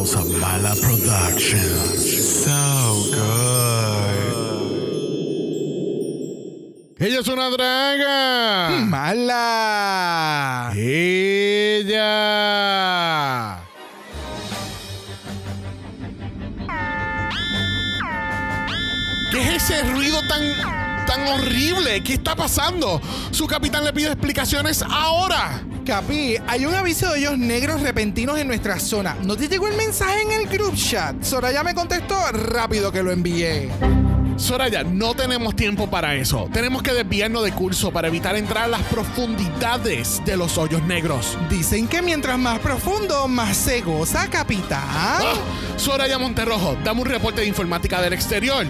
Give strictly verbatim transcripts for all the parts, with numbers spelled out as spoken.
House of Mala Productions. So good. Ella es una draga. Mala. Ella. ¿Qué es ese ruido tan, tan horrible? ¿Qué está pasando? Su capitán le pide explicaciones ahora. Capi, hay un aviso de hoyos negros repentinos en nuestra zona. ¿No te llegó el mensaje en el group chat? Soraya me contestó rápido que lo envié. Soraya, no tenemos tiempo para eso. Tenemos que desviarnos de curso para evitar entrar a las profundidades de los hoyos negros. Dicen que mientras más profundo, más se goza, capitán. ¡Ah! Soraya Monterrojo, dame un reporte de informática del exterior.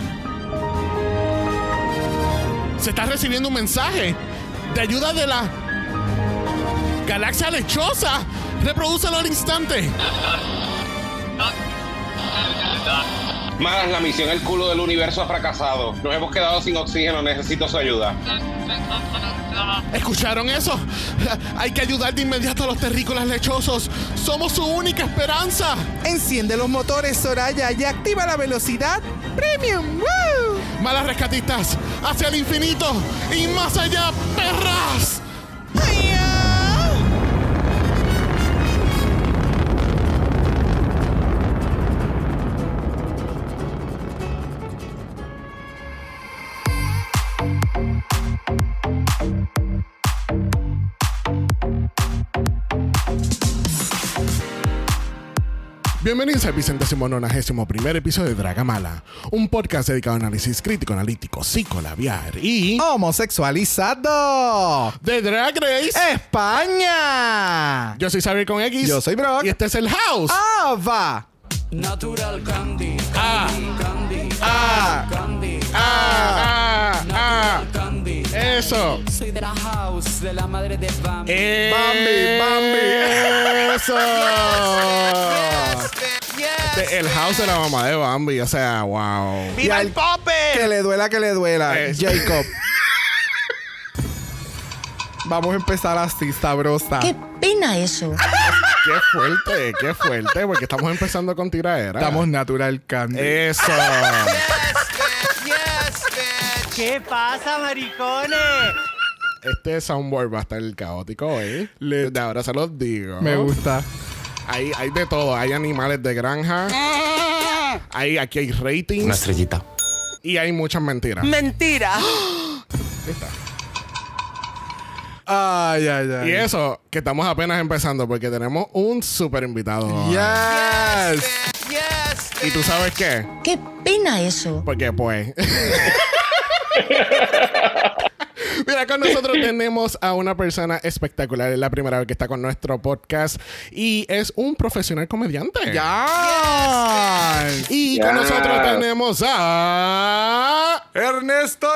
Se está recibiendo un mensaje de ayuda de la Galaxia Lechosa. Reprodúcelo al instante. Más la misión El culo del universo ha fracasado. Nos hemos quedado sin oxígeno. Necesito su ayuda. ¿Escucharon eso? Hay que ayudar de inmediato a los terrícolas lechosos. Somos su única esperanza. Enciende los motores, Soraya, y activa la velocidad Premium. ¡Woo! Malas rescatistas, hacia el infinito y más allá, perras. Bienvenidos al vicentésimo nonagésimo primer episodio de Draga Mala, un podcast dedicado a análisis crítico, analítico, psicolabiar y homosexualizado de Drag Race España. Yo soy Xavier con X. Yo soy Brock. Y este es el House. Ava. Natural candy, Ah. candy, Ah. candy, Ah, ah, ah. candy. Eso. Soy de la house, de la madre de Bambi. Eh, Bambi, Bambi. Eso. Este, el House de la mamá de Bambi. O sea, wow. ¡Viva el pope! Que le duela, que le duela. Eso. Jacob. Vamos a empezar así, sabrosa. Qué pena eso. Qué fuerte, qué fuerte. Porque estamos empezando con tiraera. Estamos natural candy. Eso. ¿Qué pasa, maricones? Este soundboard va a estar caótico hoy. Le- Desde ahora se los digo. Me gusta. Hay, hay de todo. Hay animales de granja. Hay, aquí hay ratings. Una estrellita. Y hay muchas mentiras. Mentira. ¿Viste? Ay, ay, ay. Y eso, que estamos apenas empezando porque tenemos un súper invitado. Yes. ¿Y tú sabes qué? Qué pena eso. Porque pues... Mira, con nosotros tenemos a una persona espectacular. Es la primera vez que está con nuestro podcast y es un profesional comediante. Ya. Y Ya. con nosotros tenemos a... Ernesto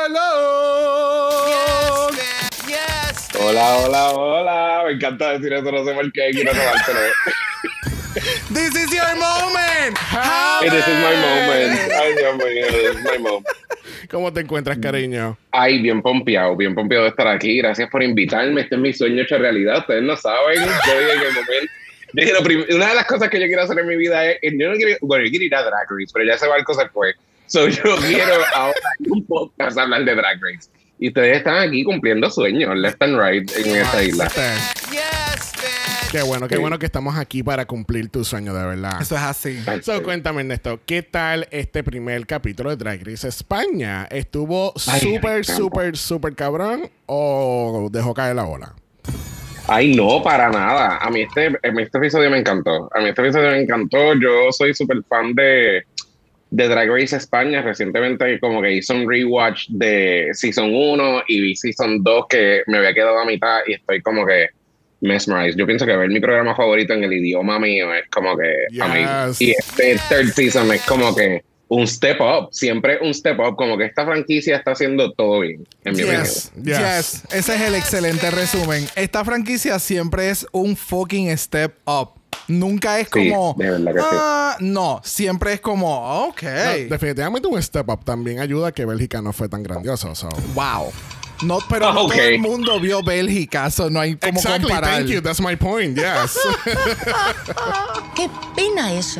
Rolón. Hola, hola, hola. Me encanta decir eso. No sé por qué. Quiero robártelo. This is your moment. Hey, this is my moment. Ay, Dios mío. This is my moment. ¿Cómo te encuentras, cariño? Ay, bien pompeado. Bien pompeado de estar aquí. Gracias por invitarme. Este es mi sueño hecho realidad. Ustedes no saben. Yo dije que el momento... Yo dije, lo prim- una de las cosas que yo quiero hacer en mi vida es... Yo no quiero... Bueno, yo quiero ir a Drag Race, pero ya ese barco se fue. So, yo quiero ahora en un podcast hablar de Drag Race. Y ustedes están aquí cumpliendo sueños, left and right, en esta isla. Qué bueno, qué bueno que estamos aquí para cumplir tu sueño, de verdad. Eso es así. So, cuéntame, Ernesto, ¿qué tal este primer capítulo de Drag Race España? ¿Estuvo Ay, súper, ay, súper, súper cabrón o dejó caer la ola? Ay, no, para nada. A mí este, a mí este episodio me encantó. A mí este episodio me encantó. Yo soy súper fan de, de Drag Race España. Recientemente como que hice un rewatch de Season uno y vi Season dos que me había quedado a mitad y estoy como que mesmerized. Yo pienso que ver mi programa favorito en el idioma mío es como que Yes. amazing. Y este third season es como que un step up. Siempre un step up. Como que esta franquicia está haciendo todo bien, en mi Yes, Yes. yes. Ese es el excelente resumen. Esta franquicia siempre es un fucking step up. Nunca es Sí, como... de verdad que sí. ah, no, siempre es como... Ok. No, definitivamente un step up también ayuda a que Bélgica no fue tan grandioso. So. Wow. No, pero no Okay. todo el mundo vio Bélgica, eso no hay como Exactly, comparar. thank you. That's my point, yes. Qué pena eso.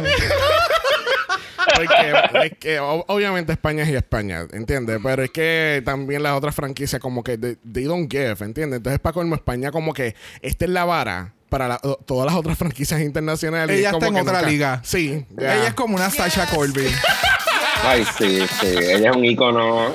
Porque es que o- obviamente España es y España, ¿entiendes? Pero es que también las otras franquicias como que they, they don't give, ¿entiendes? Entonces para colmo España como que esta es la vara para la- o- todas las otras franquicias internacionales. Ella Es como está en que otra nunca- liga. Sí. ya. Ella es como una Sasha Colby. Ay, sí, sí. Ella es un ícono.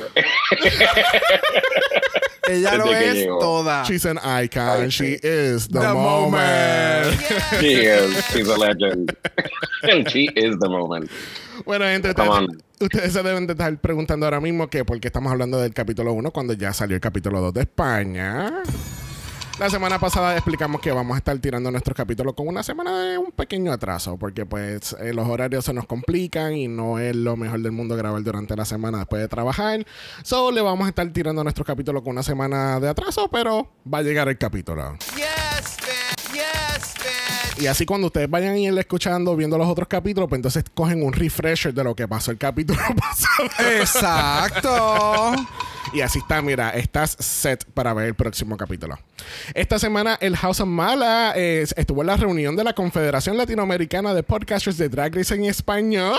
Ella lo Desde que es llegó. toda. She's an icon. Ay, She sí. is the, The moment. moment. She is. She's a legend. And she is the moment. Bueno, gente, Come ustedes, on. ustedes se deben de estar preguntando ahora mismo que por qué estamos hablando del capítulo uno cuando ya salió el capítulo dos de España. La semana pasada explicamos que vamos a estar tirando nuestros capítulos con una semana de un pequeño atraso, porque pues eh, los horarios se nos complican y no es lo mejor del mundo grabar durante la semana después de trabajar. So le vamos a estar tirando nuestros capítulos con una semana de atraso, pero va a llegar el capítulo. Yes, bitch. Yes, bitch. Y así cuando ustedes vayan a ir escuchando, viendo los otros capítulos, pues entonces cogen un refresher de lo que pasó el capítulo pasado. Exacto. Y así está, mira, estás set para ver el próximo capítulo. Esta semana el House of Mala eh, estuvo en la reunión de la Confederación Latinoamericana de Podcasters de Drag Race en español.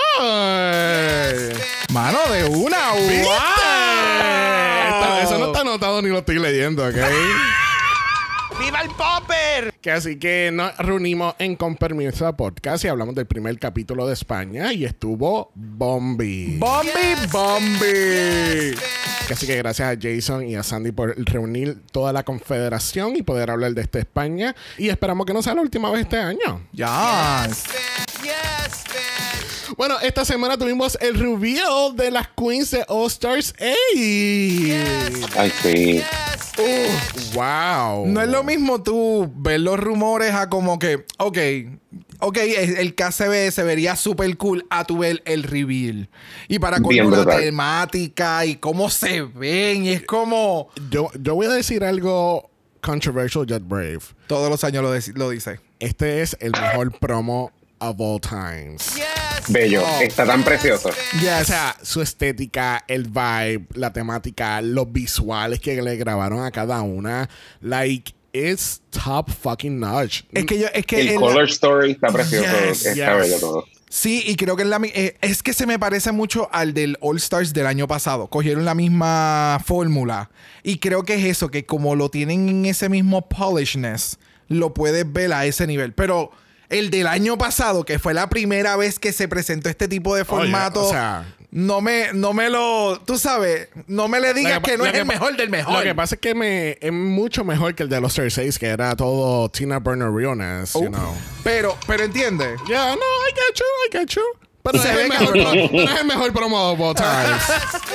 Mano de una. ¿Viste? ¡Wow! Esto- Eso no está anotado ni lo estoy leyendo, ¿ok? ¡Viva el popper! Que así que nos reunimos en Con Permiso Podcast y hablamos del primer capítulo de España y estuvo Bombi. Bombi, Bombi. Que así que gracias a Jason y a Sandy por reunir toda la confederación y poder hablar de este España. Y esperamos que no sea la última vez este año. Yes. Yes, bitch. Bueno, esta semana tuvimos el reveal de las Queens de All Stars eight. Ay, sí. Uh, wow. No es lo mismo tú ver los rumores a como que, ok, ok, el el K C B se vería súper cool a tu ver el reveal. Y para Bien con la brutal. temática y cómo se ven, y es como Yo, yo voy a decir algo controversial yet brave. todos los años lo, deci- lo dice. Este es el mejor promo of all times. Bello. Está tan precioso. Yes. O sea, su estética, el vibe, la temática, los visuales que le grabaron a cada una. Like, it's top fucking notch. es que yo, es que El en la- color story está precioso. Yes, está yes. bello todo. sí, y creo que es la mi- eh, es que se me parece mucho al del All Stars del año pasado. Cogieron la misma fórmula. Y creo que es eso, que como lo tienen en ese mismo polishness, lo puedes ver a ese nivel. Pero el del año pasado, que fue la primera vez que se presentó este tipo de formato, o sea- no me, no me lo, tú sabes, no me le digas Lo que no lo es el pa- mejor del mejor. Lo que pasa es que me, es mucho mejor que el de los seis, que era todo Tina Burner realness, you Oh, know. Pero, pero entiende. Yeah, no, I get you, I get you. Pero Se es ve el, mejor, cabrón. pro- pero es el mejor promo of all times.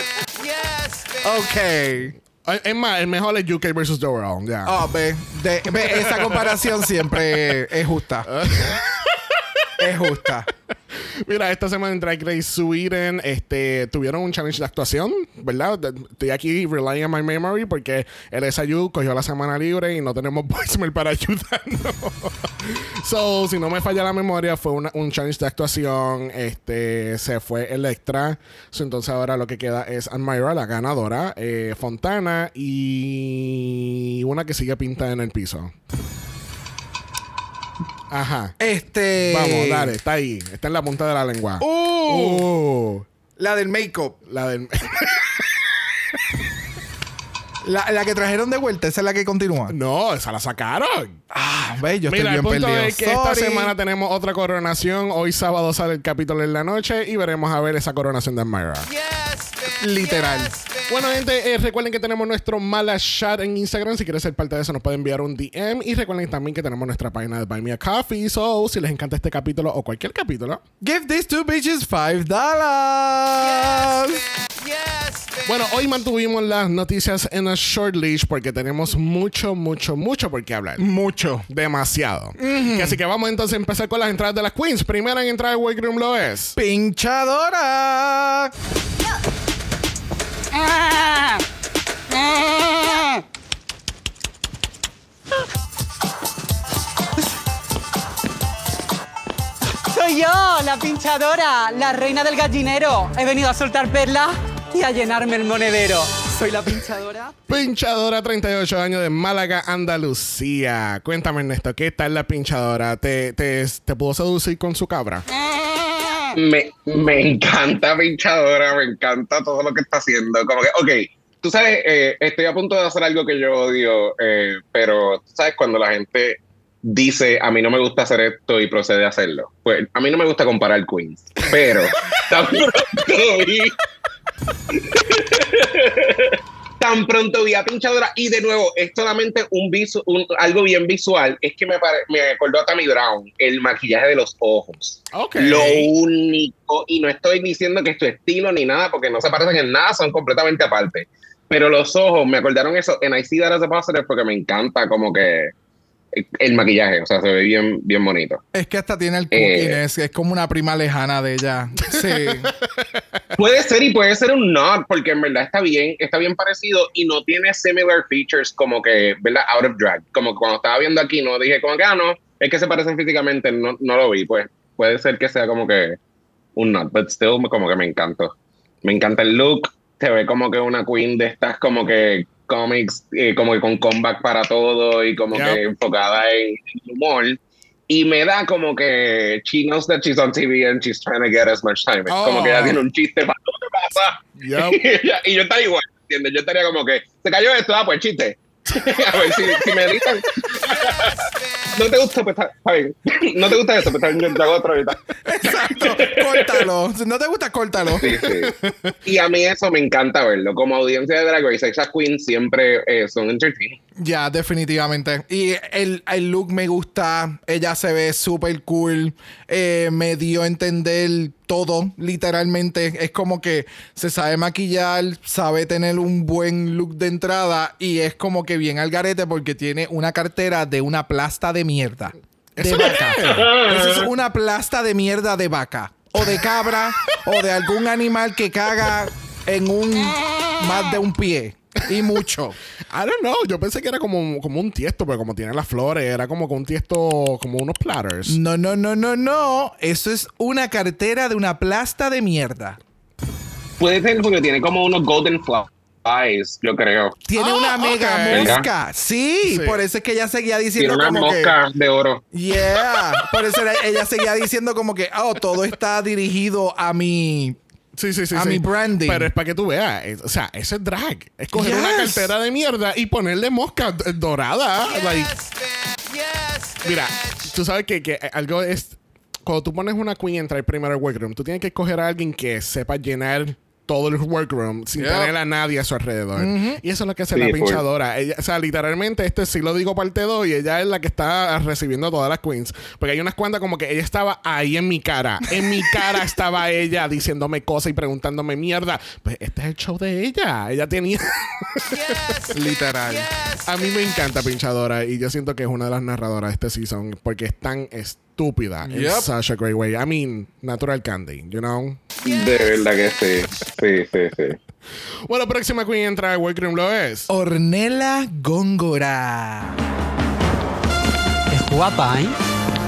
Ok. Es más, el mejor es U K versus The World, ya. Ah, ve, de- ve, esa comparación siempre es justa. Es justa. Mira, esta semana en Drag Race Sweden este, tuvieron un challenge de actuación, ¿verdad? De- Estoy aquí relying on my memory porque el S I U cogió la semana libre y no tenemos voicemail para ayudarnos. So, si no me falla la memoria, fue una- un challenge de actuación. Este, se fue Electra. So, entonces ahora lo que queda es Almira, la ganadora, eh, Fontana y una que sigue pintada en el piso. Ajá. Este. Vamos, dale, está ahí. Está en la punta de la lengua. Uh, Uh, La del make-up. la del. La, la que trajeron de vuelta, esa es la que continúa. No, esa la sacaron. Ah, ve, yo Mira, estoy el bien punto perdido. es que esta Sorry. semana tenemos otra coronación. Hoy sábado sale el capítulo en la noche y veremos a ver esa coronación de Almira. Literal. Bueno, gente, eh, recuerden que tenemos nuestro Mala Chat en Instagram. Si quieres ser parte de eso, nos pueden enviar un D M. Y recuerden también que tenemos nuestra página de Buy Me a Coffee. So, si les encanta este capítulo o cualquier capítulo, Give these two bitches five dollars. bueno, hoy mantuvimos las noticias en a short leash porque tenemos mucho, mucho, mucho por qué hablar. Mucho. Demasiado. Que Así que vamos entonces a empezar con las entradas de las queens. Primera en entrar al Workroom lo es. Pinchadora. Soy yo, la pinchadora, la reina del gallinero. He venido a soltar perlas y a llenarme el monedero. Soy la pinchadora. Pinchadora, treinta y ocho años de Málaga, Andalucía. Cuéntame, Ernesto, ¿qué tal la pinchadora? ¿Te, te, te pudo seducir con su cabra? Me, me encanta Pinchadora, me encanta todo lo que está haciendo. Como que, ok, tú sabes, eh, estoy a punto de hacer algo que yo odio, eh, pero tú sabes cuando la gente dice, a mí no me gusta hacer esto y procede a hacerlo. Pues a mí no me gusta comparar queens, pero tan pronto vi, tan pronto vi a Pinchadora y de nuevo, es solamente un, visu, un algo bien visual, es que me, pare, me acordó a Tammy Brown, el maquillaje de los ojos. Okay. Lo único, y no estoy diciendo que es tu estilo ni nada, porque no se parecen en nada, son completamente aparte. Pero los ojos, me acordaron eso, en I See That as a Positive, porque me encanta como que el maquillaje, o sea, se ve bien, bien bonito. Es que hasta tiene el Eh, cookiness, es como una prima lejana de ella. Sí. Puede ser y puede ser un nod, porque en verdad está bien, está bien parecido y no tiene similar features como que, ¿verdad? Out of drag. Como que cuando estaba viendo aquí, no dije como que, ah, no, es que se parecen físicamente, no, no lo vi, pues puede ser que sea como que un nod, but still como que me encantó. Me encanta el look, se ve como que una queen de estas como que cómics, eh, como que con comeback para todo y como Yep. que enfocada en, en humor. Y me da como que she knows that she's on T V and she's trying to get as much time. Es Oh. como que ella tiene un chiste para lo que pasa. Yep. y, ella- y yo estaría igual, ¿entiendes? Yo estaría como que, se cayó esto, ah, pues chiste. A ver, si, si me dicen, no te gusta, pues está, está bien. No te gusta eso, pues está bien, yo hago otro ahorita. Exacto. Córtalo. Si no te gusta, córtalo. Sí, sí. Y a mí eso me encanta verlo. Como audiencia de Drag Race, esas queens siempre eh, son entertaining. Ya, definitivamente. Y el, el look me gusta. Ella se ve súper cool. Eh, me dio a entender todo, literalmente. Es como que se sabe maquillar, sabe tener un buen look de entrada y es como que bien al garete porque tiene una cartera de una plasta de mierda. De ¿Eso vaca. qué? Eso es una plasta de mierda de vaca. O de cabra. O de algún animal que caga en un más de un pie. Y mucho. I don't know. Yo pensé que era como, como un tiesto, pero como tiene las flores, era como que un tiesto, como unos platters. No, no, no, no, no. Eso es una cartera de una plasta de mierda. Puede ser porque tiene como unos golden flies, yo creo. Tiene Ah, una mega ok. mosca. Sí, Sí. por eso es que ella seguía Tiene diciendo unas como que... moscas de oro. Yeah. Por eso era- ella seguía diciendo como que, oh, todo está dirigido a mi... Sí, sí, sí. A sí. mi branding. Pero es para que tú veas. es- o sea, eso es drag. Es coger Yes. una cartera de mierda y ponerle mosca d- dorada. Like, Yes, bitch. Yes, mira, bitch. tú sabes que, que algo es... Cuando tú pones una queen a entrar primero al workroom, tú tienes que escoger a alguien que sepa llenar todo el workroom sin Yep. tener a nadie a su alrededor. Y eso es lo que hace Sí, la full. pinchadora. Ella, o sea, literalmente, este sí lo digo parte dos y ella es la que está recibiendo a todas las queens. Porque hay unas cuantas como que ella estaba ahí en mi cara. En mi cara estaba ella diciéndome cosas y preguntándome mierda. Pues este es el show de ella. Ella tenía... Yes, bitch. Literal. Yes, A mí me encanta Pinchadora y yo siento que es una de las narradoras de este season porque es tan estúpida en Yep. such a great way. I mean, natural candy, you know? De verdad que sí. Sí, sí, sí. Bueno, próxima queen entra al workroom lo es. Ornella Góngora. Es guapa, ¿eh?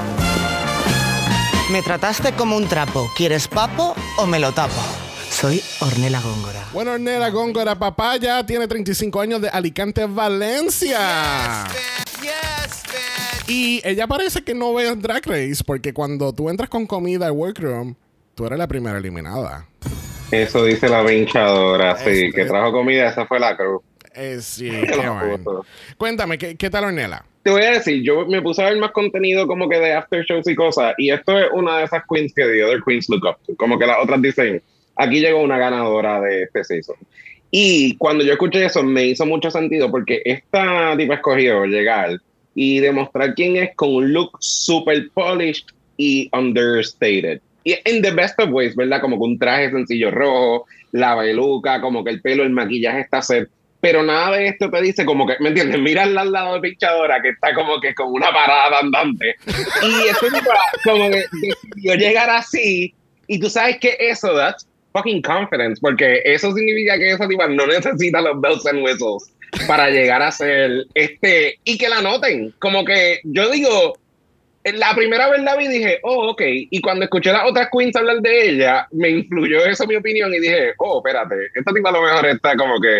Me trataste como un trapo. ¿Quieres papo o me lo tapo? Soy Ornella Góngora. Bueno, Ornella Góngora Papaya tiene treinta y cinco años de Alicante, Valencia. yes, bitch. Y ella parece que no ve Drag Race porque cuando tú entras con comida al workroom, tú eres la primera eliminada. Eso dice la pinchadora, sí. Este- Que trajo comida, esa fue la cruz. Eh, sí, qué bueno. Cuéntame, ¿qué, qué tal Ornella? Te voy a decir, yo me puse a ver más contenido como que de after shows y cosas, y esto es una de esas queens que the other queens look up to. Como que las otras dicen, aquí llegó una ganadora de este season. Y cuando yo escuché eso, me hizo mucho sentido porque esta tipa escogió llegar y demostrar quién es con un look super polished y understated. Y in the best of ways, ¿verdad? Como que un traje sencillo rojo, la peluca, como que el pelo, el maquillaje está set. Pero nada de esto te dice como que, ¿me entiendes? Mírala al lado de Pinchadora que está como que con una parada andante. Y eso como que decidió llegar así. Y tú sabes que eso, that's fucking confidence. Porque eso significa que esa tipa no necesita los bells and whistles para llegar a ser este... Y que la noten. Como que yo digo... La primera vez la vi y dije, oh, ok. Y cuando escuché a las otras queens hablar de ella, me influyó eso mi opinión y dije, oh, espérate, esta tipa a lo mejor está como que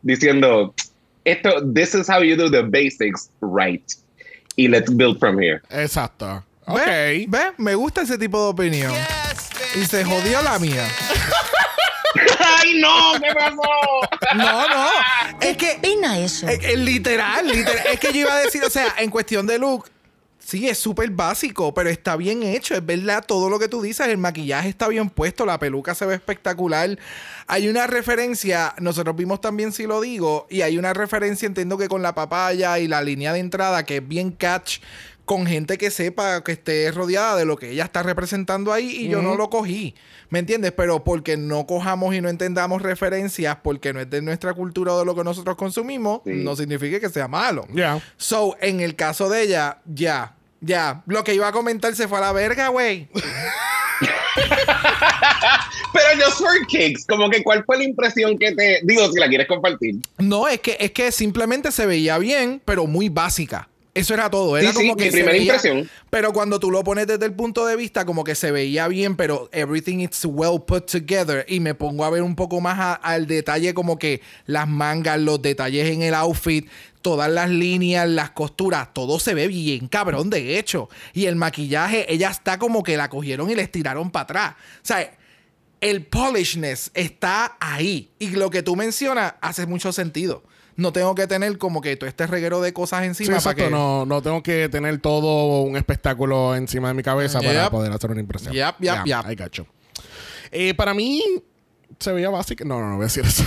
diciendo, esto, this is how you do the basics right. Y let's build from here. Exacto. Ok. ¿Ve? ¿Ve? Me gusta ese tipo de opinión. Yes, bitch. Y se jodió la mía. ¡Ay, no! ¿Qué pasó? No, no. Es que... Pena eso. Es, es literal, literal. Es que yo iba a decir, o sea, en cuestión de look, sí, es súper básico, pero está bien hecho. Es verdad todo lo que tú dices. El maquillaje está bien puesto, la peluca se ve espectacular. Hay una referencia, nosotros vimos también, si lo digo, y hay una referencia, entiendo que con la papaya y la línea de entrada, que es bien catch, con gente que sepa, que esté rodeada de lo que ella está representando ahí, y yo no lo cogí. ¿Me entiendes? Pero porque no cojamos y no entendamos referencias, porque no es de nuestra cultura o de lo que nosotros consumimos, Sí. no significa que sea malo. Yeah. So, en el caso de ella, ya, ya. Lo que iba a comentar se fue a la verga, güey. Pero just for kicks, como que ¿cuál fue la impresión que te... Digo, si la quieres compartir. No, es que, es que simplemente se veía bien, pero muy básica. Eso era todo. Era Sí, como sí, que mi se primera veía, impresión. pero cuando tú lo pones desde el punto de vista, como que se veía bien, pero everything is well put together. Y me pongo a ver un poco más a- al detalle, como que las mangas, los detalles en el outfit, todas las líneas, las costuras, todo se ve bien cabrón, de hecho. Y el maquillaje, ella está como que la cogieron y le estiraron para atrás. O sea, el polishness está ahí. Y lo que tú mencionas hace mucho sentido. No tengo que tener como que todo este reguero de cosas Sí, encima para exacto. que... No, no tengo que tener todo un espectáculo encima de mi cabeza para Yep. poder hacer una impresión. Yep, yep, Yeah, yep. I got you. Eh, para mí, se veía básico. No, no, no voy a decir eso.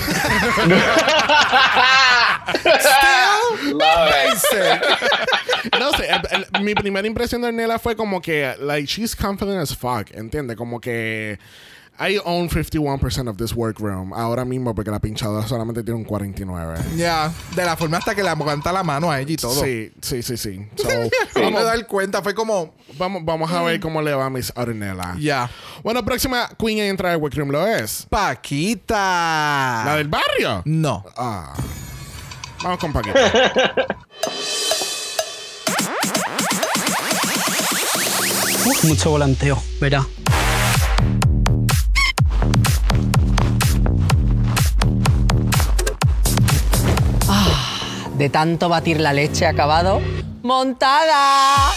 Love it. Basic. No sé, el- el- mi primera impresión de Ornella fue como que, like, she's confident as fuck, ¿entiendes? Como que I own fifty-one percent of this workroom ahora mismo porque la pinchadora solamente tiene un cuarenta y nueve. Ya, de la forma hasta que le aguanta la mano a ella y todo. Sí, sí, sí, sí. So, No me vamos, dar cuenta, fue como... vamos, vamos a ver cómo le va a Miss Ornella. Ya. Bueno, próxima queen en entrar al workroom lo es. Paquita. ¿La del barrio? No. Ah. Vamos con Paquita. Uf, mucho volanteo, verá. Ah, de tanto batir la leche ha acabado montada.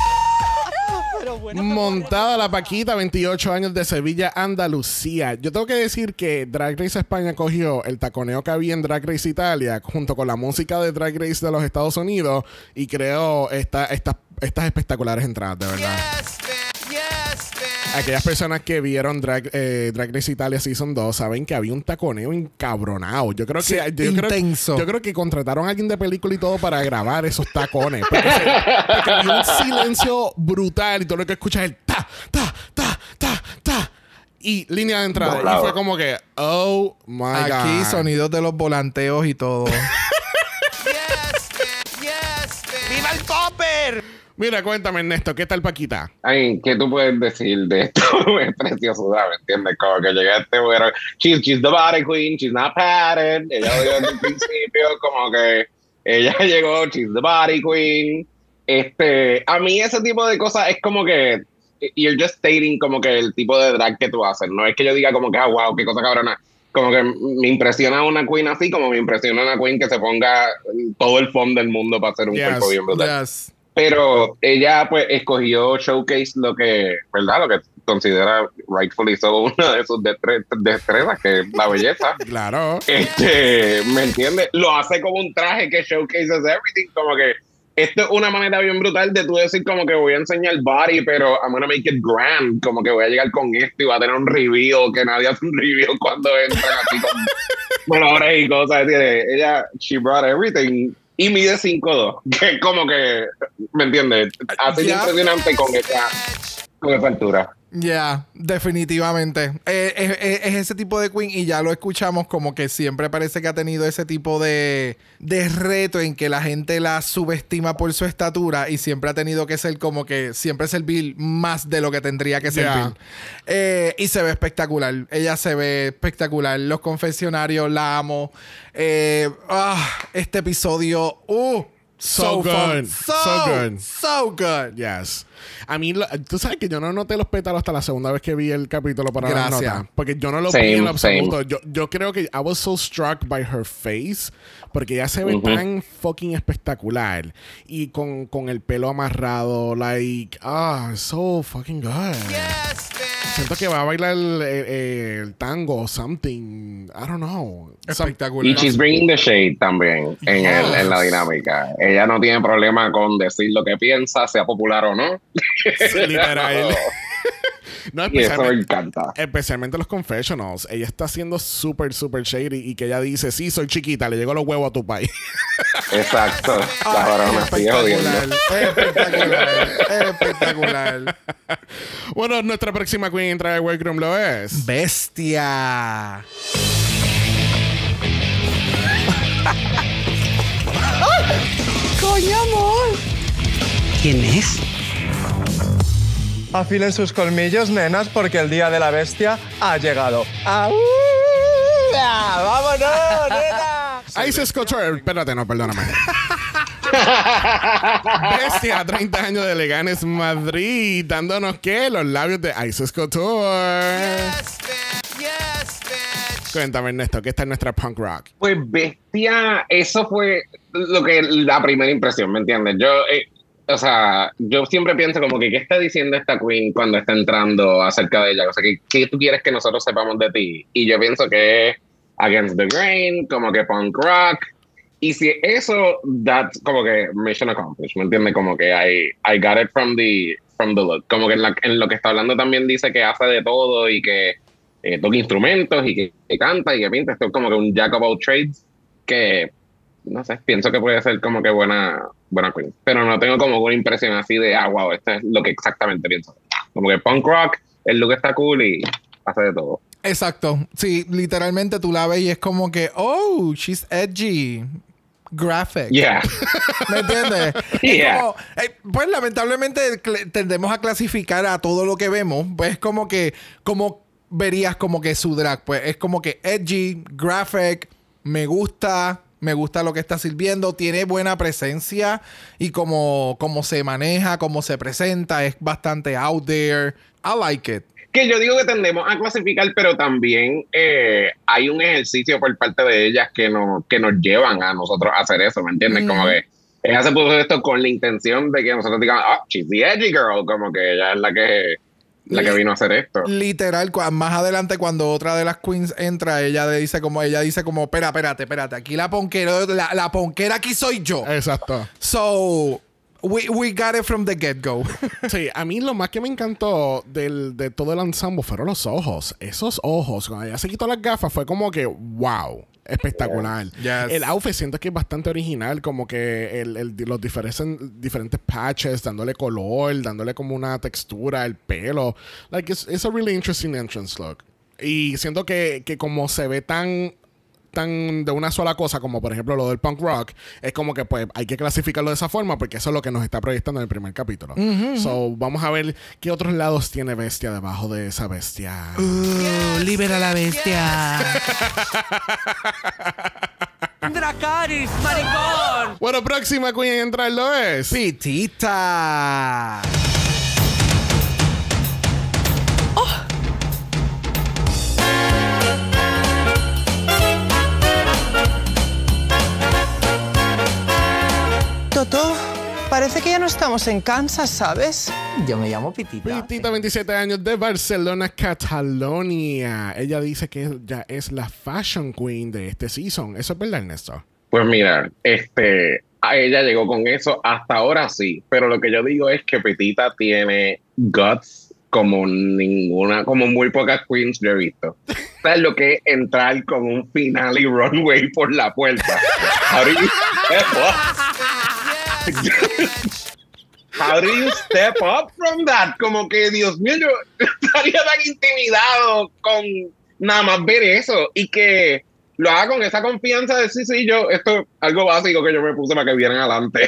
Montada la Paquita, veintiocho años de Sevilla, Andalucía. Yo tengo que decir que Drag Race España cogió el taconeo que había en Drag Race Italia junto con la música de Drag Race de los Estados Unidos y creó esta, esta, estas espectaculares entradas, de verdad. Yes, bitch. Yes, bitch. Aquellas personas que vieron Drag, eh, Drag Race Italia Season dos saben que había un taconeo encabronado. Yo creo que... Sí, yo intenso. Creo, yo creo que contrataron a alguien de película y todo para grabar esos tacones. Porque, se- porque había un silencio brutal y todo lo que escuchas es el ta, ta, ta, ta, ta. Y línea de entrada. Doblado. Y fue como que, oh my God. Aquí sonidos de los volanteos y todo. Yes, bitch. Yes, bitch. ¡Viva el popper! Mira, cuéntame, Ernesto, ¿qué tal Paquita? Ay, ¿qué tú puedes decir de esto? Es preciosidad, ¿me entiendes? Como que llegaste, bueno, she's, she's the body queen, she's not padded. Ella lo dijo desde el principio, como que ella llegó, she's the body queen. Este, a mí ese tipo de cosas es como que you're just stating como que el tipo de drag que tú haces. No es que yo diga como que, ah, wow, qué cosa cabrona. Como que me impresiona una queen así, como me impresiona una queen que se ponga todo el fondo del mundo para hacer un Yes, cuerpo bien brutal. Yes. Pero ella pues escogió showcase lo que, ¿verdad? Lo que considera rightfully so una de sus destre- destrezas, que es la belleza. Claro. Este, ¿me entiendes? Lo hace como un traje que showcases everything, como que esto es una manera bien brutal de tú decir como que voy a enseñar body, pero I'm gonna make it grand, como que voy a llegar con esto y va a tener un reveal, que nadie hace un reveal cuando entran así con colores y cosas. ¿Entiendes? Ella, she brought everything. Y mide cinco dos, que es como que, ¿me entiendes? Así Ya. impresionante con esa, con esa altura. Ya, definitivamente. Eh, es, es- es ese tipo de queen y ya lo escuchamos como que siempre parece que ha tenido ese tipo de, de reto en que la gente la subestima por su estatura y siempre ha tenido que ser como que siempre servir más de lo que tendría que servir. Ya. Eh, y se ve espectacular. Ella se ve espectacular. Los confesionarios la amo. Eh, ah, este episodio, uh, So, good. fun. So, So, good. so good. Yes. A mí, lo- tú sabes que yo no noté los pétalos hasta la segunda vez que vi el capítulo para la Gracias. nota. Porque yo no lo Same, vi en lo absoluto. same. Yo, yo creo que I was so struck by her face. Porque ella se ve Ujú. tan fucking espectacular. Y con, con el pelo amarrado. Like, ah, so fucking good. Yes, man. Siento que va a bailar el, el- el tango o something. I don't know. Some- Espectacular. Y she's bringing the shade también en, el, Yes. en la dinámica. Ella no tiene problema con decir lo que piensa, sea popular o no. Literal. No, Y eso me especialmente, encanta. especialmente los confessionals. Ella está siendo súper, súper shady. Y que ella dice, sí, soy chiquita, le llegó los huevos a tu país. Exacto. Ay, Cabrón, me sigue jodiendo. espectacular. Espectacular. Espectacular. Bueno, nuestra próxima queen entra de Workroom lo es. Bestia. ¡Coño, amor! ¿Quién es? Afilen sus colmillos, nenas, porque el día de la bestia ha llegado. ¡Au! ¡Vámonos, nena! Isis Couture. Espérate, no, perdóname. Bestia, treinta años de Leganes, Madrid. Dándonos, ¿qué? Los labios de Isis Couture. Yes, man. Yes, man. Cuéntame, Ernesto, ¿qué está en nuestra punk rock? Pues bestia, eso fue lo que la primera impresión, ¿me entiendes? Yo, eh, o sea, yo siempre pienso como que, ¿qué está diciendo esta queen cuando está entrando acerca de ella? O sea, ¿qué, qué tú quieres que nosotros sepamos de ti? Y yo pienso que es Against the Grain, como que punk rock. Y si eso, that's como que mission accomplished, ¿me entiendes? Como que I, I got it from the, from the look. Como que en, la, en lo que está hablando también dice que hace de todo y que eh, toca instrumentos y que, que canta y que pinta. Esto es como que un jack of all trades que, no sé, pienso que puede ser como que buena, buena queen. Pero no tengo como una impresión así de, ah, wow, esto es lo que exactamente pienso. Como que punk rock, el look está cool y hace de todo. Exacto. Sí, literalmente tú la ves y es como que, oh, she's edgy. Graphic. Yeah. ¿Me entiendes? Yeah. Es como, eh, pues lamentablemente cl- tendemos a clasificar a todo lo que vemos. Pues es como que, como verías como que su drag, pues es como que edgy, graphic, me gusta, me gusta lo que está sirviendo, tiene buena presencia y como, como se maneja, como se presenta, es bastante out there. I like it. Que yo digo que tendemos a clasificar, pero también eh, hay un ejercicio por parte de ellas que, no, que nos llevan a nosotros a hacer eso, ¿me entiendes? Mm. Como que ella se puso esto con la intención de que nosotros digamos, oh, she's the edgy girl, como que ella es la que, la que vino a hacer esto. Literal, cua- más adelante cuando otra de las queens entra, ella le dice como, ella dice como, espera, espérate, espérate, aquí la ponquera, la, la ponquera aquí soy yo. Exacto. So, we, we got it from the get-go. Sí, a mí lo más que me encantó del, de todo el ensamble fueron los ojos. Esos ojos, cuando ella se quitó las gafas, fue como que, wow, espectacular. Yes. El outfit siento que es bastante original, como que el, el- los diferentes, diferentes patches, dándole color, dándole como una textura, el pelo. Like, it's, it's a really interesting entrance look. Y siento que, que como se ve tan tan de una sola cosa como por ejemplo lo del punk rock, es como que pues hay que clasificarlo de esa forma porque eso es lo que nos está proyectando en el primer capítulo. So vamos a ver qué otros lados tiene Bestia debajo de esa bestia. Uh, libera la bestia. Dracarys, maricón. Bueno, próxima queen en entrar lo es Pitita. Toto, parece que ya no estamos en Kansas, ¿sabes? Yo me llamo Pitita. Pitita, veintisiete años, de Barcelona, Catalonia. Ella dice que ya es la fashion queen de este season. ¿Eso es verdad, Ernesto? Pues mira, este, a ella llegó con eso, hasta ahora sí, pero lo que yo digo es que Petita tiene guts como ninguna, como muy pocas queens yo he visto. ¿Sabes lo que es entrar con un finale runway por la puerta? How do you step up? How do you step up from that? Como que, Dios mío, yo estaría tan intimidado con nada más ver eso y que lo haga con esa confianza de sí, sí, yo, esto es algo básico que yo me puse para que vieran adelante.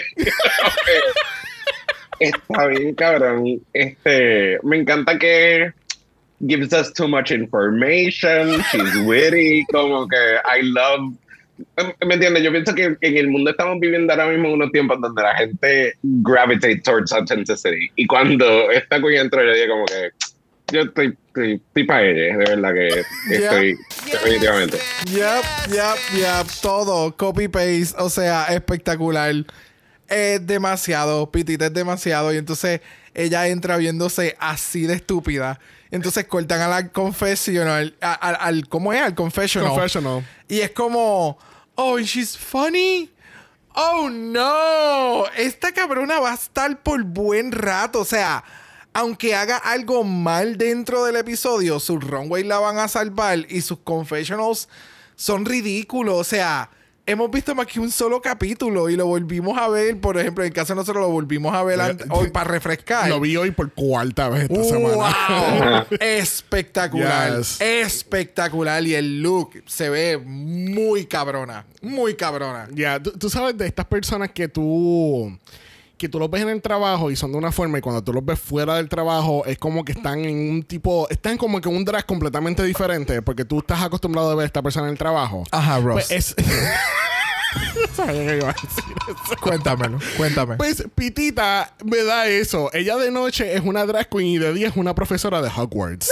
Está bien, cabrón. Este, me encanta que gives us too much information. She's witty. Como que I love ¿Me entiendes? Yo pienso que en el mundo estamos viviendo ahora mismo unos tiempos donde la gente gravitate towards authenticity. Y cuando esta queen entró, yo dije como que yo estoy, estoy, estoy para ella, de verdad que estoy Yep. definitivamente. Yep, yep, yep. Todo. Copy-paste. O sea, espectacular. Es demasiado. Pitita es demasiado. Y entonces ella entra viéndose así de estúpida. Entonces cortan a la confessional. a- a- al, ¿Cómo es? Al confessional. Confessional. Y es como, oh, she's funny. Oh, no. Esta cabrona va a estar por buen rato. O sea, aunque haga algo mal dentro del episodio, sus runways la van a salvar y sus confessionals son ridículos. O sea, hemos visto más que un solo capítulo y lo volvimos a ver. Por ejemplo, en el caso de nosotros lo volvimos a ver ant- hoy para refrescar. Lo vi hoy por cuarta vez esta ¡Wow! semana. Espectacular. Yes. Espectacular. Y el look se ve muy cabrona. Muy cabrona. Ya, tú, tú sabes de estas personas que tú que tú los ves en el trabajo y son de una forma y cuando tú los ves fuera del trabajo es como que están en un tipo, están como que en un drag completamente diferente porque tú estás acostumbrado a ver a esta persona en el trabajo. Ajá, Ross. Pues es... Sabía que iba a decir eso. Cuéntamelo. Cuéntame. Pues Pitita me da eso. Ella de noche es una drag queen y de día es una profesora de Hogwarts.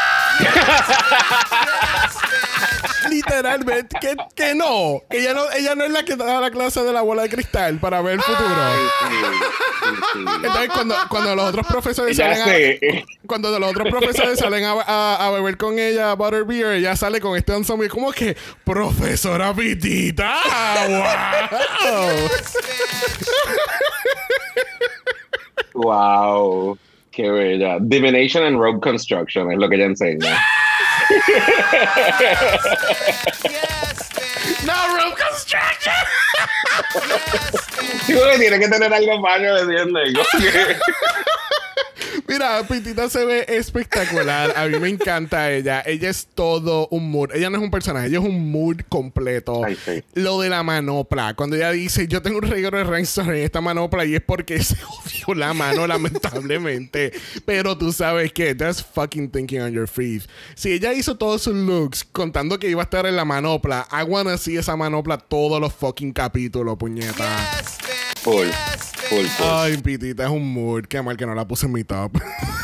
Literalmente, que, que no. Que ella no. Ella no es la que da la clase de la bola de cristal para ver el futuro. Entonces, cuando, cuando los otros profesores Ya salen sé. a, cuando los otros profesores salen a, a, a beber con ella Butterbeer, ella sale con este ensemble como que profesora Pitita. ¡Wow! Wow, qué bella. Divination and Rogue Construction es lo que ella enseña. ¡No, Rope Construction! Sí, porque tiene que tener algo baño de dientes. Mira, Pitita se ve espectacular. A mí me encanta ella. Ella es todo un mood. Ella no es un personaje, ella es un mood completo. Ay, sí. Lo de la manopla. Cuando ella dice, yo tengo un reguero de rhinestone en esta manopla y es porque se odió la mano, lamentablemente. Pero tú sabes que that's fucking thinking on your feet. Si ella hizo todos sus looks contando que iba a estar en la manopla, I wanna see esa manopla todos los fucking capítulos, puñeta. Full, full, full. Ay, Pitita, es un mood. Qué mal que no la puse en mi top.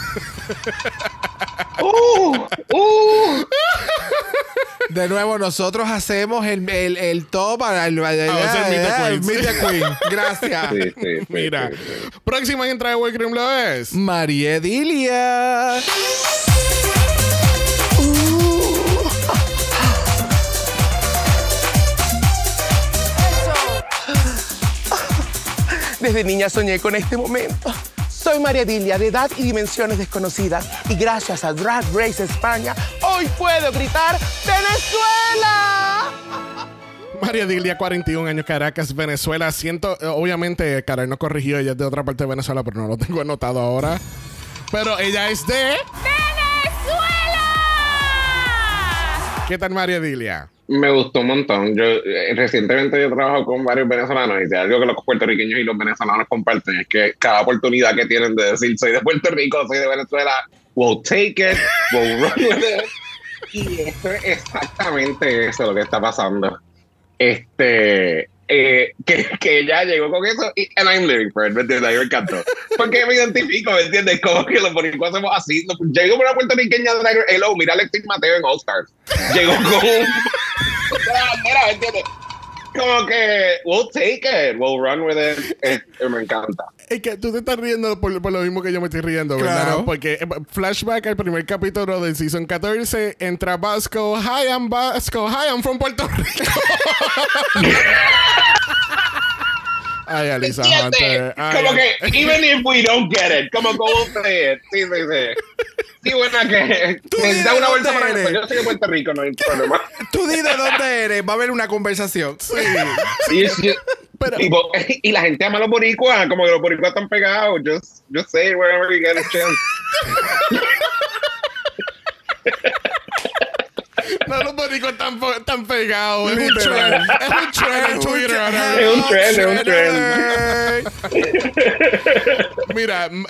Uh, uh. De nuevo, nosotros hacemos el, el, el top para el, el, Vamos a hacer Meet the el Queens. Meet the Queen. Gracias. Sí, sí, sí, Mira, sí, sí. próxima en entrada de World Cream lo es. María Edilia. Desde niña soñé con este momento. Soy María Edilia, de edad y dimensiones desconocidas. Y gracias a Drag Race España, hoy puedo gritar ¡Venezuela! María Dilia, cuarenta y un años, Caracas, Venezuela. Siento, eh, obviamente, Caray no corrigió, ella es de otra parte de Venezuela, pero no lo tengo anotado ahora. Pero ella es de... ¡Venezuela! ¿Qué tal, María Dilia? Me gustó un montón. Yo eh, recientemente yo trabajo con varios venezolanos y si hay algo que los puertorriqueños y los venezolanos comparten es que cada oportunidad que tienen de decir soy de Puerto Rico, soy de Venezuela, we'll take it, we'll run with it. Y esto es exactamente eso lo que está pasando. Este, eh, que, que ella llegó con eso y and I'm living for it, ¿me entiendes? A mí me encantó. Porque me identifico, ¿me entiendes? Como que los boricuas hacemos así. Llegó con una puertorriqueña de Drag- hello, mira a Alexis Mateo en All Stars. Llegó con un... Mira, ¿me entiendes? Como que we'll take it, we'll run with it. Eh, eh, me encanta. Es que tú te estás riendo por, por lo mismo que yo me estoy riendo, ¿verdad? Claro. Porque eh, flashback al primer capítulo del Season catorce, entra Vasco. Hi, I'm Vasco. Hi, I'm from Puerto Rico. Ay, Alisa Hunter. Ay, Como ay. que, even if we don't get it, como que we'll say it. Sí, sí, sí. Sí, bueno, que Tú me di da de una vuelta dónde para eres. eso. Yo soy de Puerto Rico, no hay problema. Tú di de dónde eres. Va a haber una conversación. Sí. Y, y- Pero- tipo, y la gente ama a los boricuas, como que los boricuas están pegados. Just, just say it wherever you get a chance. No, los boricuas están, po- están pegados. Es un Literal. trend. Es un trend en Twitter. ahora. Es un trend, es un trend. Mira, m-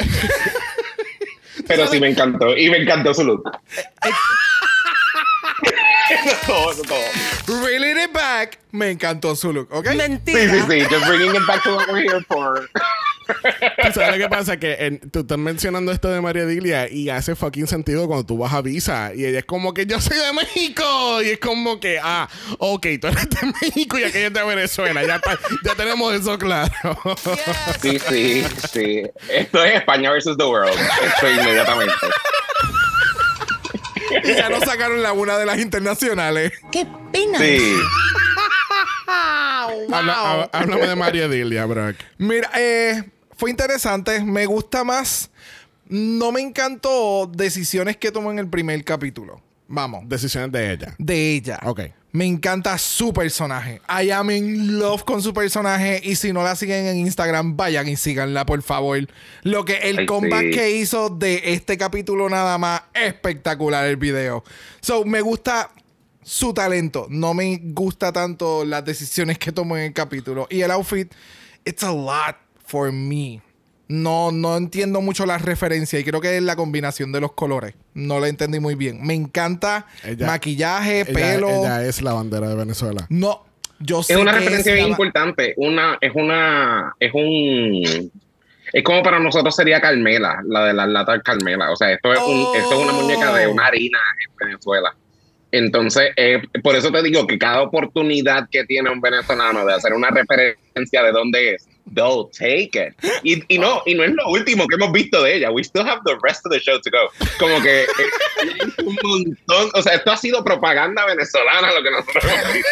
Pero sí me encantó. Y me encantó su look. No, pasó todo. Reeling it back. Me encantó su look, ¿ok? Mentira. Sí, sí, sí. Just bringing it back to what we're here for. ¿Tú sabes lo que pasa? Que en- tú estás mencionando esto de María Dilia y hace fucking sentido cuando tú vas a Visa y ella es como que yo soy de México y es como que, ah, ok, tú eres de México y aquella es de Venezuela. Ya, está- ya tenemos eso claro. Sí, sí, sí. Esto es España versus the world. Esto inmediatamente. Y ya nos sacaron la una de las internacionales. ¡Qué pena! Sí. Habla- há- háblame de María Dilia, Brock. Mira, eh, fue interesante. Me gusta más. No me encantó decisiones que tomó en el primer capítulo. Vamos. Decisiones de ella. De ella. Ok. Me encanta su personaje. I am in love con su personaje. Y si no la siguen en Instagram, vayan y síganla, por favor. Lo que el Ay, comeback sí. que hizo de este capítulo nada más, espectacular el video. So, me gusta su talento. No me gusta tanto las decisiones que tomó en el capítulo. Y el outfit, it's a lot for me. No, no entiendo mucho la referencia y creo que es la combinación de los colores. No la entendí muy bien. Me encanta Ella- maquillaje, Ella, pelo. ella es la bandera de Venezuela. No, yo sé Es una que referencia bien la- importante. Una, es una, es un, es como para nosotros sería Carmela, la de las latas Carmela. O sea, esto es, un, Oh. esto es una muñeca de una harina en Venezuela. Entonces, eh, por eso te digo que cada oportunidad que tiene un venezolano de hacer una referencia de dónde es, they'll take it. Y, y no, y no es lo último que hemos visto de ella. We still have the rest of the show to go. Como que eh, un montón, o sea, esto ha sido propaganda venezolana lo que nosotros hemos visto.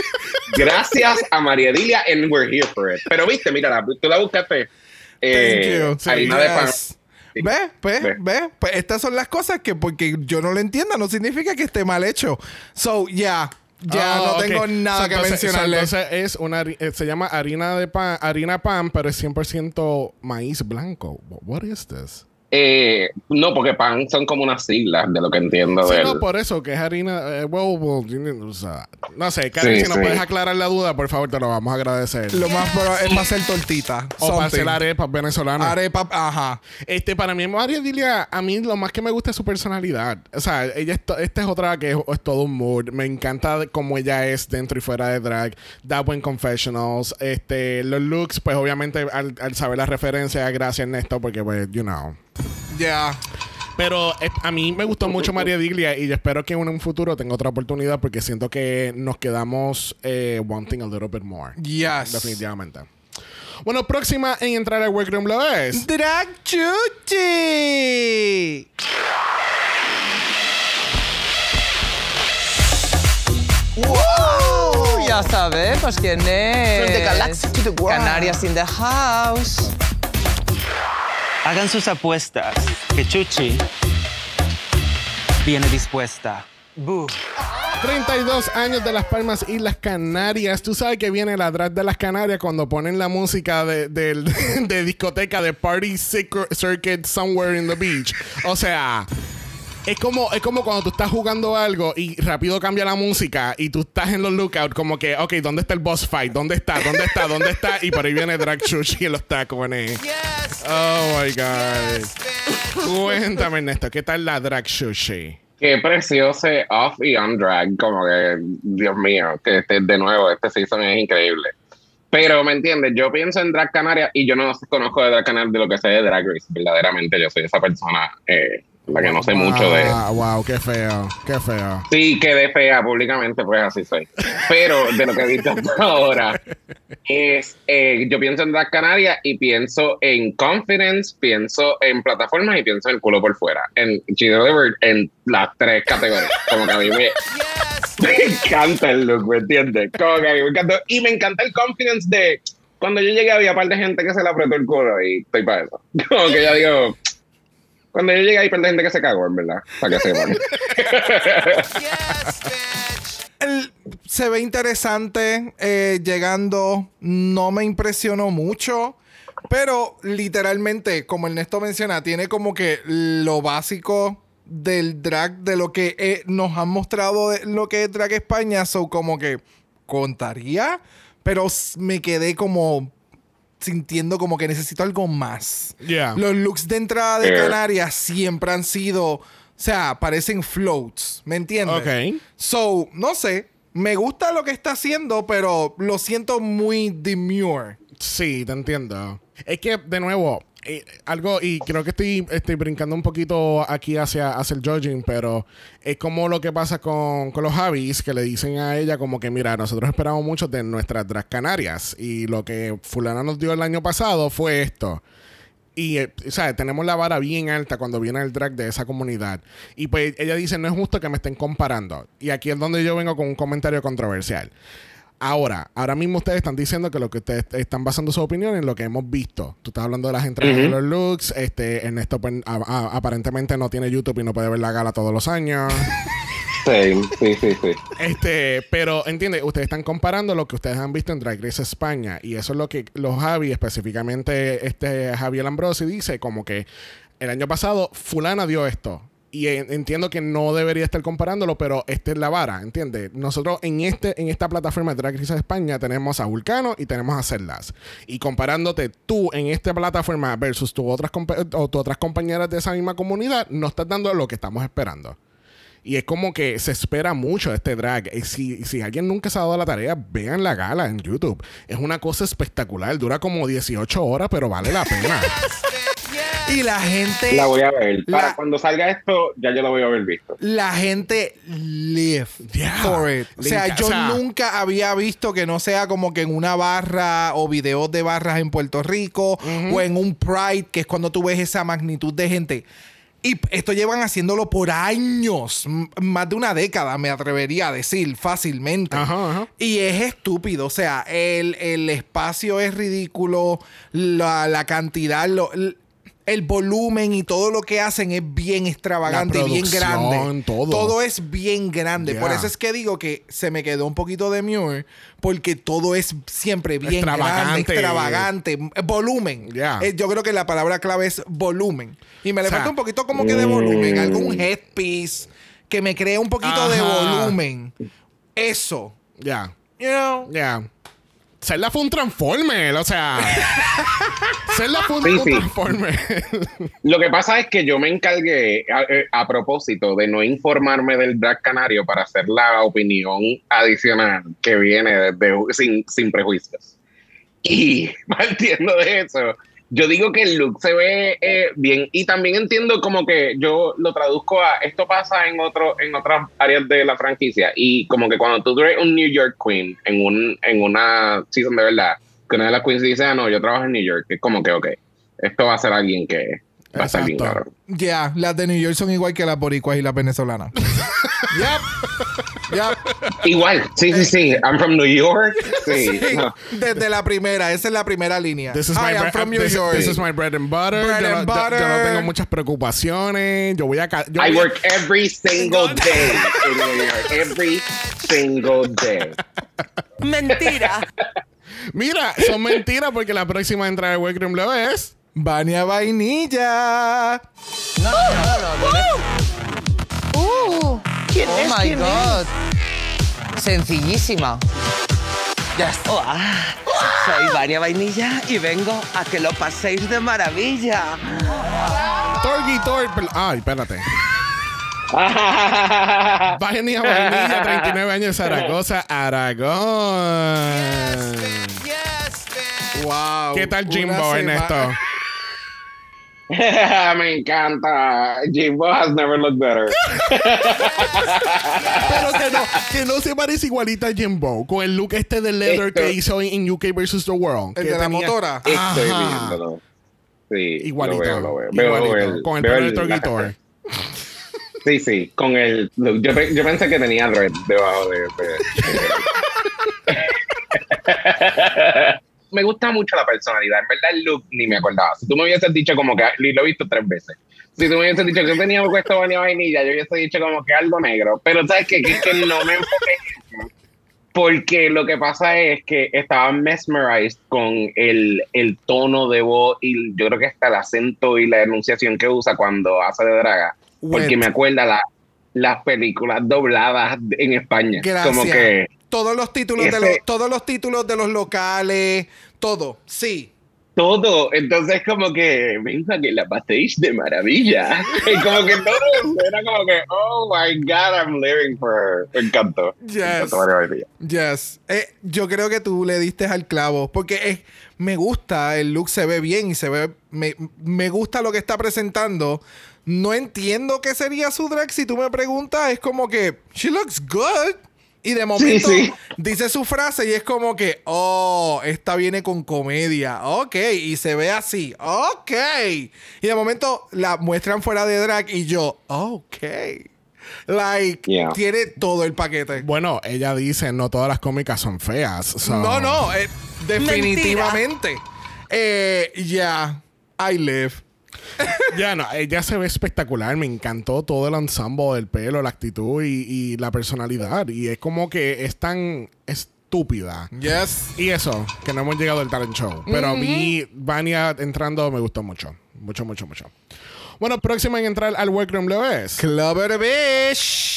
Gracias a María Dilia and we're here for it. Pero viste, mira, la- tú la buscaste. Eh, Thank you. Sí, harina de pan. yes. Sí. ¿Ves? ¿Ves? Ve. ¿Ves? Pues estas son las cosas que porque yo no lo entienda no significa que esté mal hecho. So, ya. Ya Oh, no ok. tengo nada So, que entonces- so, mencionarle. entonces es una, hari- eh, se llama harina de pan, harina pan, pero es cien por ciento maíz blanco. What is this? Eh, no, porque pan son como unas siglas de lo que entiendo Sí, del. no, por eso, que es harina. eh, well, well, you know, o sea, no sé, Karen, Sí, si nos sí. puedes aclarar la duda, por favor, te lo vamos a agradecer. Lo más probable es para hacer tortita. o para hacer something. arepas venezolanas. Arepa, ajá. Este, para mí, María Dilia, a mí lo más que me gusta es su personalidad. O sea, ella es to- esta es otra que es, es todo un mood. Me encanta de cómo ella es dentro y fuera de drag. Da buen confessionals. Este, los looks, pues obviamente al, al saber la referencia, gracias Ernesto, porque pues, you know. Ya. Pero eh, a mí me gustó mucho María Dilia y yo espero que en un futuro tenga otra oportunidad porque siento que nos quedamos eh, wanting a little bit more. Yes. Definitivamente. Bueno, próxima en entrar al workroom lo es. Drag Chuchi. ¡Wow! Ya sabemos quién es. From the galaxy to the world. Canarias in the house. Hagan sus apuestas, que Chuchi viene dispuesta. Boo. treinta y dos años de Las Palmas y las Canarias. Tú sabes que viene la drag de las Canarias cuando ponen la música de, del- de discoteca de Party Circuit Circuit Somewhere in the Beach. O sea, es como, es como cuando tú estás jugando algo y rápido cambia la música y tú estás en los lookouts como que, ok, ¿dónde está el boss fight? ¿Dónde está? ¿Dónde está? ¿Dónde está? Y por ahí viene Drag Chuchi en los tacones. Oh my God. Cuéntame, Ernesto, ¿qué tal la Drag Chuchi? Qué precioso off y on drag, como que, Dios mío, que este, de nuevo, este season es increíble. Pero, ¿me entiendes? Yo pienso en Drag Canaria y yo no conozco de Drag Canaria de lo que sé de Drag Race. Verdaderamente, yo soy esa persona, eh, la que no sé mucho de... Ah, wow, qué feo, qué feo. Sí, quedé fea públicamente, pues así soy. Pero de lo que he visto hasta ahora es, eh, yo pienso en Drag Canaria y pienso en confidence, pienso en plataformas y pienso en el culo por fuera. En She Delivered en las tres categorías. Como que a mí me, me encanta el look, ¿me entiendes? Como que a mí me encanta. Y me encanta el confidence de cuando yo llegué había un par de gente que se le apretó el culo y estoy para eso. Como que ya digo... Cuando yo llegué hay par de gente que se cagó, en verdad. Para que sepan. El- se ve interesante eh, llegando. No me impresionó mucho. Pero literalmente, como Ernesto menciona, tiene como que lo básico del drag, de lo que eh, nos han mostrado de lo que es Drag España. So como que contaría. Pero s- me quedé como sintiendo como que necesito algo más. Yeah. Los looks de entrada de Eh. Canarias siempre han sido... O sea, parecen floats. ¿Me entiendes? Ok. So, no sé. Me gusta lo que está haciendo, pero lo siento muy demure. Sí, te entiendo. Es que, de nuevo, eh, algo, y creo que estoy, estoy brincando un poquito aquí hacia, hacia el judging, pero es como lo que pasa con, con los Javis, que le dicen a ella como que, mira, nosotros esperamos mucho de nuestras drag canarias, y lo que fulana nos dio el año pasado fue esto. Y, eh, ¿sabes? Tenemos la vara bien alta cuando viene el drag de esa comunidad. Y pues ella dice, no es justo que me estén comparando. Y aquí es donde yo vengo con un comentario controversial. Ahora, ahora mismo ustedes están diciendo que lo que ustedes están basando su opinión en lo que hemos visto. Tú estás hablando de las entradas, uh-huh, de los looks. Este, Ernesto pues, a, a, aparentemente no tiene YouTube y no puede ver la gala todos los años. Sí, sí, sí, sí. Este, pero, ¿entiendes? Ustedes están comparando lo que ustedes han visto en Drag Race España. Y eso es lo que los Javi, específicamente este Javier Ambrosi, dice como que el año pasado fulana dio esto. Y entiendo que no debería estar comparándolo, pero esta es la vara, ¿entiendes? Nosotros en este en esta plataforma de Drag Race España tenemos a Vulcano y tenemos a Celdas. Y comparándote tú en esta plataforma versus tus otras, o tus otras compañeras de esa misma comunidad, no estás dando lo que estamos esperando. Y es como que se espera mucho de este drag. Y si, si alguien nunca se ha dado la tarea, vean la gala en YouTube. Es una cosa espectacular. Dura como dieciocho horas, pero vale la pena. Y la gente... La voy a ver. Para la, cuando salga esto, ya yo la voy a haber visto. La gente live yeah. for it. O sea, Linka, yo o sea, nunca había visto que no sea como que en una barra o videos de barras en Puerto Rico, uh-huh, o en un Pride, que es cuando tú ves esa magnitud de gente. Y esto llevan haciéndolo por años, m- más de una década, me atrevería a decir fácilmente. Ajá, ajá. Y es estúpido, o sea, el, el espacio es ridículo, la, la cantidad, lo, el, el volumen y todo lo que hacen es bien extravagante y bien grande. Todo. todo es bien grande. Yeah. Por eso es que digo que se me quedó un poquito de demure, porque todo es siempre bien Extravagante. grande, extravagante. Volumen. Yeah. Eh, yo creo que la palabra clave es volumen. Y me le O sea, falta un poquito como que de volumen. Algún headpiece que me cree un poquito ajá, de volumen. Eso. Ya. You know? Ya. Yeah. Zelda fue un Transformer, o sea. Zelda fue un, sí, un sí. Transformer. Lo que pasa es que yo me encargué, a, a propósito, de no informarme del drag canario para hacer la opinión adicional que viene de, de, sin, sin prejuicios. Y partiendo de eso, yo digo que el look se ve eh, bien. Y también entiendo como que yo lo traduzco a esto pasa en otro en otras áreas de la franquicia. Y como que cuando tú eres un New York Queen en un en una season de verdad, que una de las queens dice, ah, no, yo trabajo en New York, es como que, ok, esto va a ser alguien que va a ser bien caro. Ya, yeah, las de New York son igual que las boricuas y las venezolanas. Yep. Yep. Igual, sí, sí, sí. I'm from New York. Sí. Sí, No. desde la primera, esa es la primera línea. This is, Hi, my I'm bre- from New this, York. this is my bread and butter. Bread yo, and no, yo- butter. yo no tengo muchas preocupaciones. Yo voy a... ca- Yo I voy a- work every single day in New York. Every single day. Mentira. Mira, son mentiras porque la próxima entrada de Workroom Love es... Vania Vainilla. No, no, no, no. Uh, ¿Quién Oh es? my ¿Quién God. Sencillísima. Yes. Hola, soy Vania Vainilla y vengo a que lo paséis de maravilla. Torgy Tor... Ay, espérate. Vania Vainilla, treinta y nueve años de Zaragoza, Aragón. Yes, bitch. Wow. ¿Qué tal Una Jimbo, sema- Ernesto? Me encanta. Jimbo has never looked better. Pero que no, que no se parece igualita a Jimbo con el look este de leather Esto- que hizo en U K versus The World. El que de la tenía- motora. Estoy Ajá. viéndolo. Sí, Igualito. lo veo, lo veo. Veo igualito, el- con el veo pelo de el- Torgy la- Tor. Sí, sí, con el look. Yo, pe- yo pensé que tenía red debajo de... de- Me gusta mucho la personalidad. En verdad, el look ni me acordaba. Si tú me hubieses dicho como que... Lo he visto tres veces. Si tú me hubieses dicho que tenía puesto Vania Vainilla, yo hubiese dicho como que algo negro. Pero ¿sabes qué? Que, que no me enfoqué en eso. Porque lo que pasa es que estaba mesmerized con el, el tono de voz y yo creo que hasta el acento y la enunciación que usa cuando hace de draga. Porque Wet. me acuerda la, las películas dobladas en España. Gracias. Como que todos los títulos ese- de los todos los títulos de los locales, todo. Sí. todo. Entonces, como que, venga, que la paséis de maravilla. Y como que todo era como que, oh my God, I'm living for her. Me encantó. Yes. Me encantó María Vainilla. Yes. Eh, yo creo que tú le diste al clavo. Porque eh, me gusta, el look se ve bien y se ve. Me, me gusta lo que está presentando. No entiendo qué sería su drag. Si tú me preguntas, es como que, she looks good. Y de momento sí, sí. dice su frase y es como que, oh, esta viene con comedia. Ok. Y se ve así. Ok. Y de momento la muestran fuera de drag y yo, ok. Like, Yeah. tiene todo el paquete. Bueno, ella dice, no todas las cómicas son feas. So. No, no. eh, definitivamente. Eh, yeah. I live. Ya no, ella se ve espectacular. Me encantó todo el ensemble del pelo, la actitud y, y la personalidad. Y es como que es tan estúpida. Yes. Y eso, que no hemos llegado al talent show. Pero a mí, Vania entrando me gustó mucho. Mucho, mucho, mucho. Bueno, próxima en entrar al workroom lo es Clover Bish.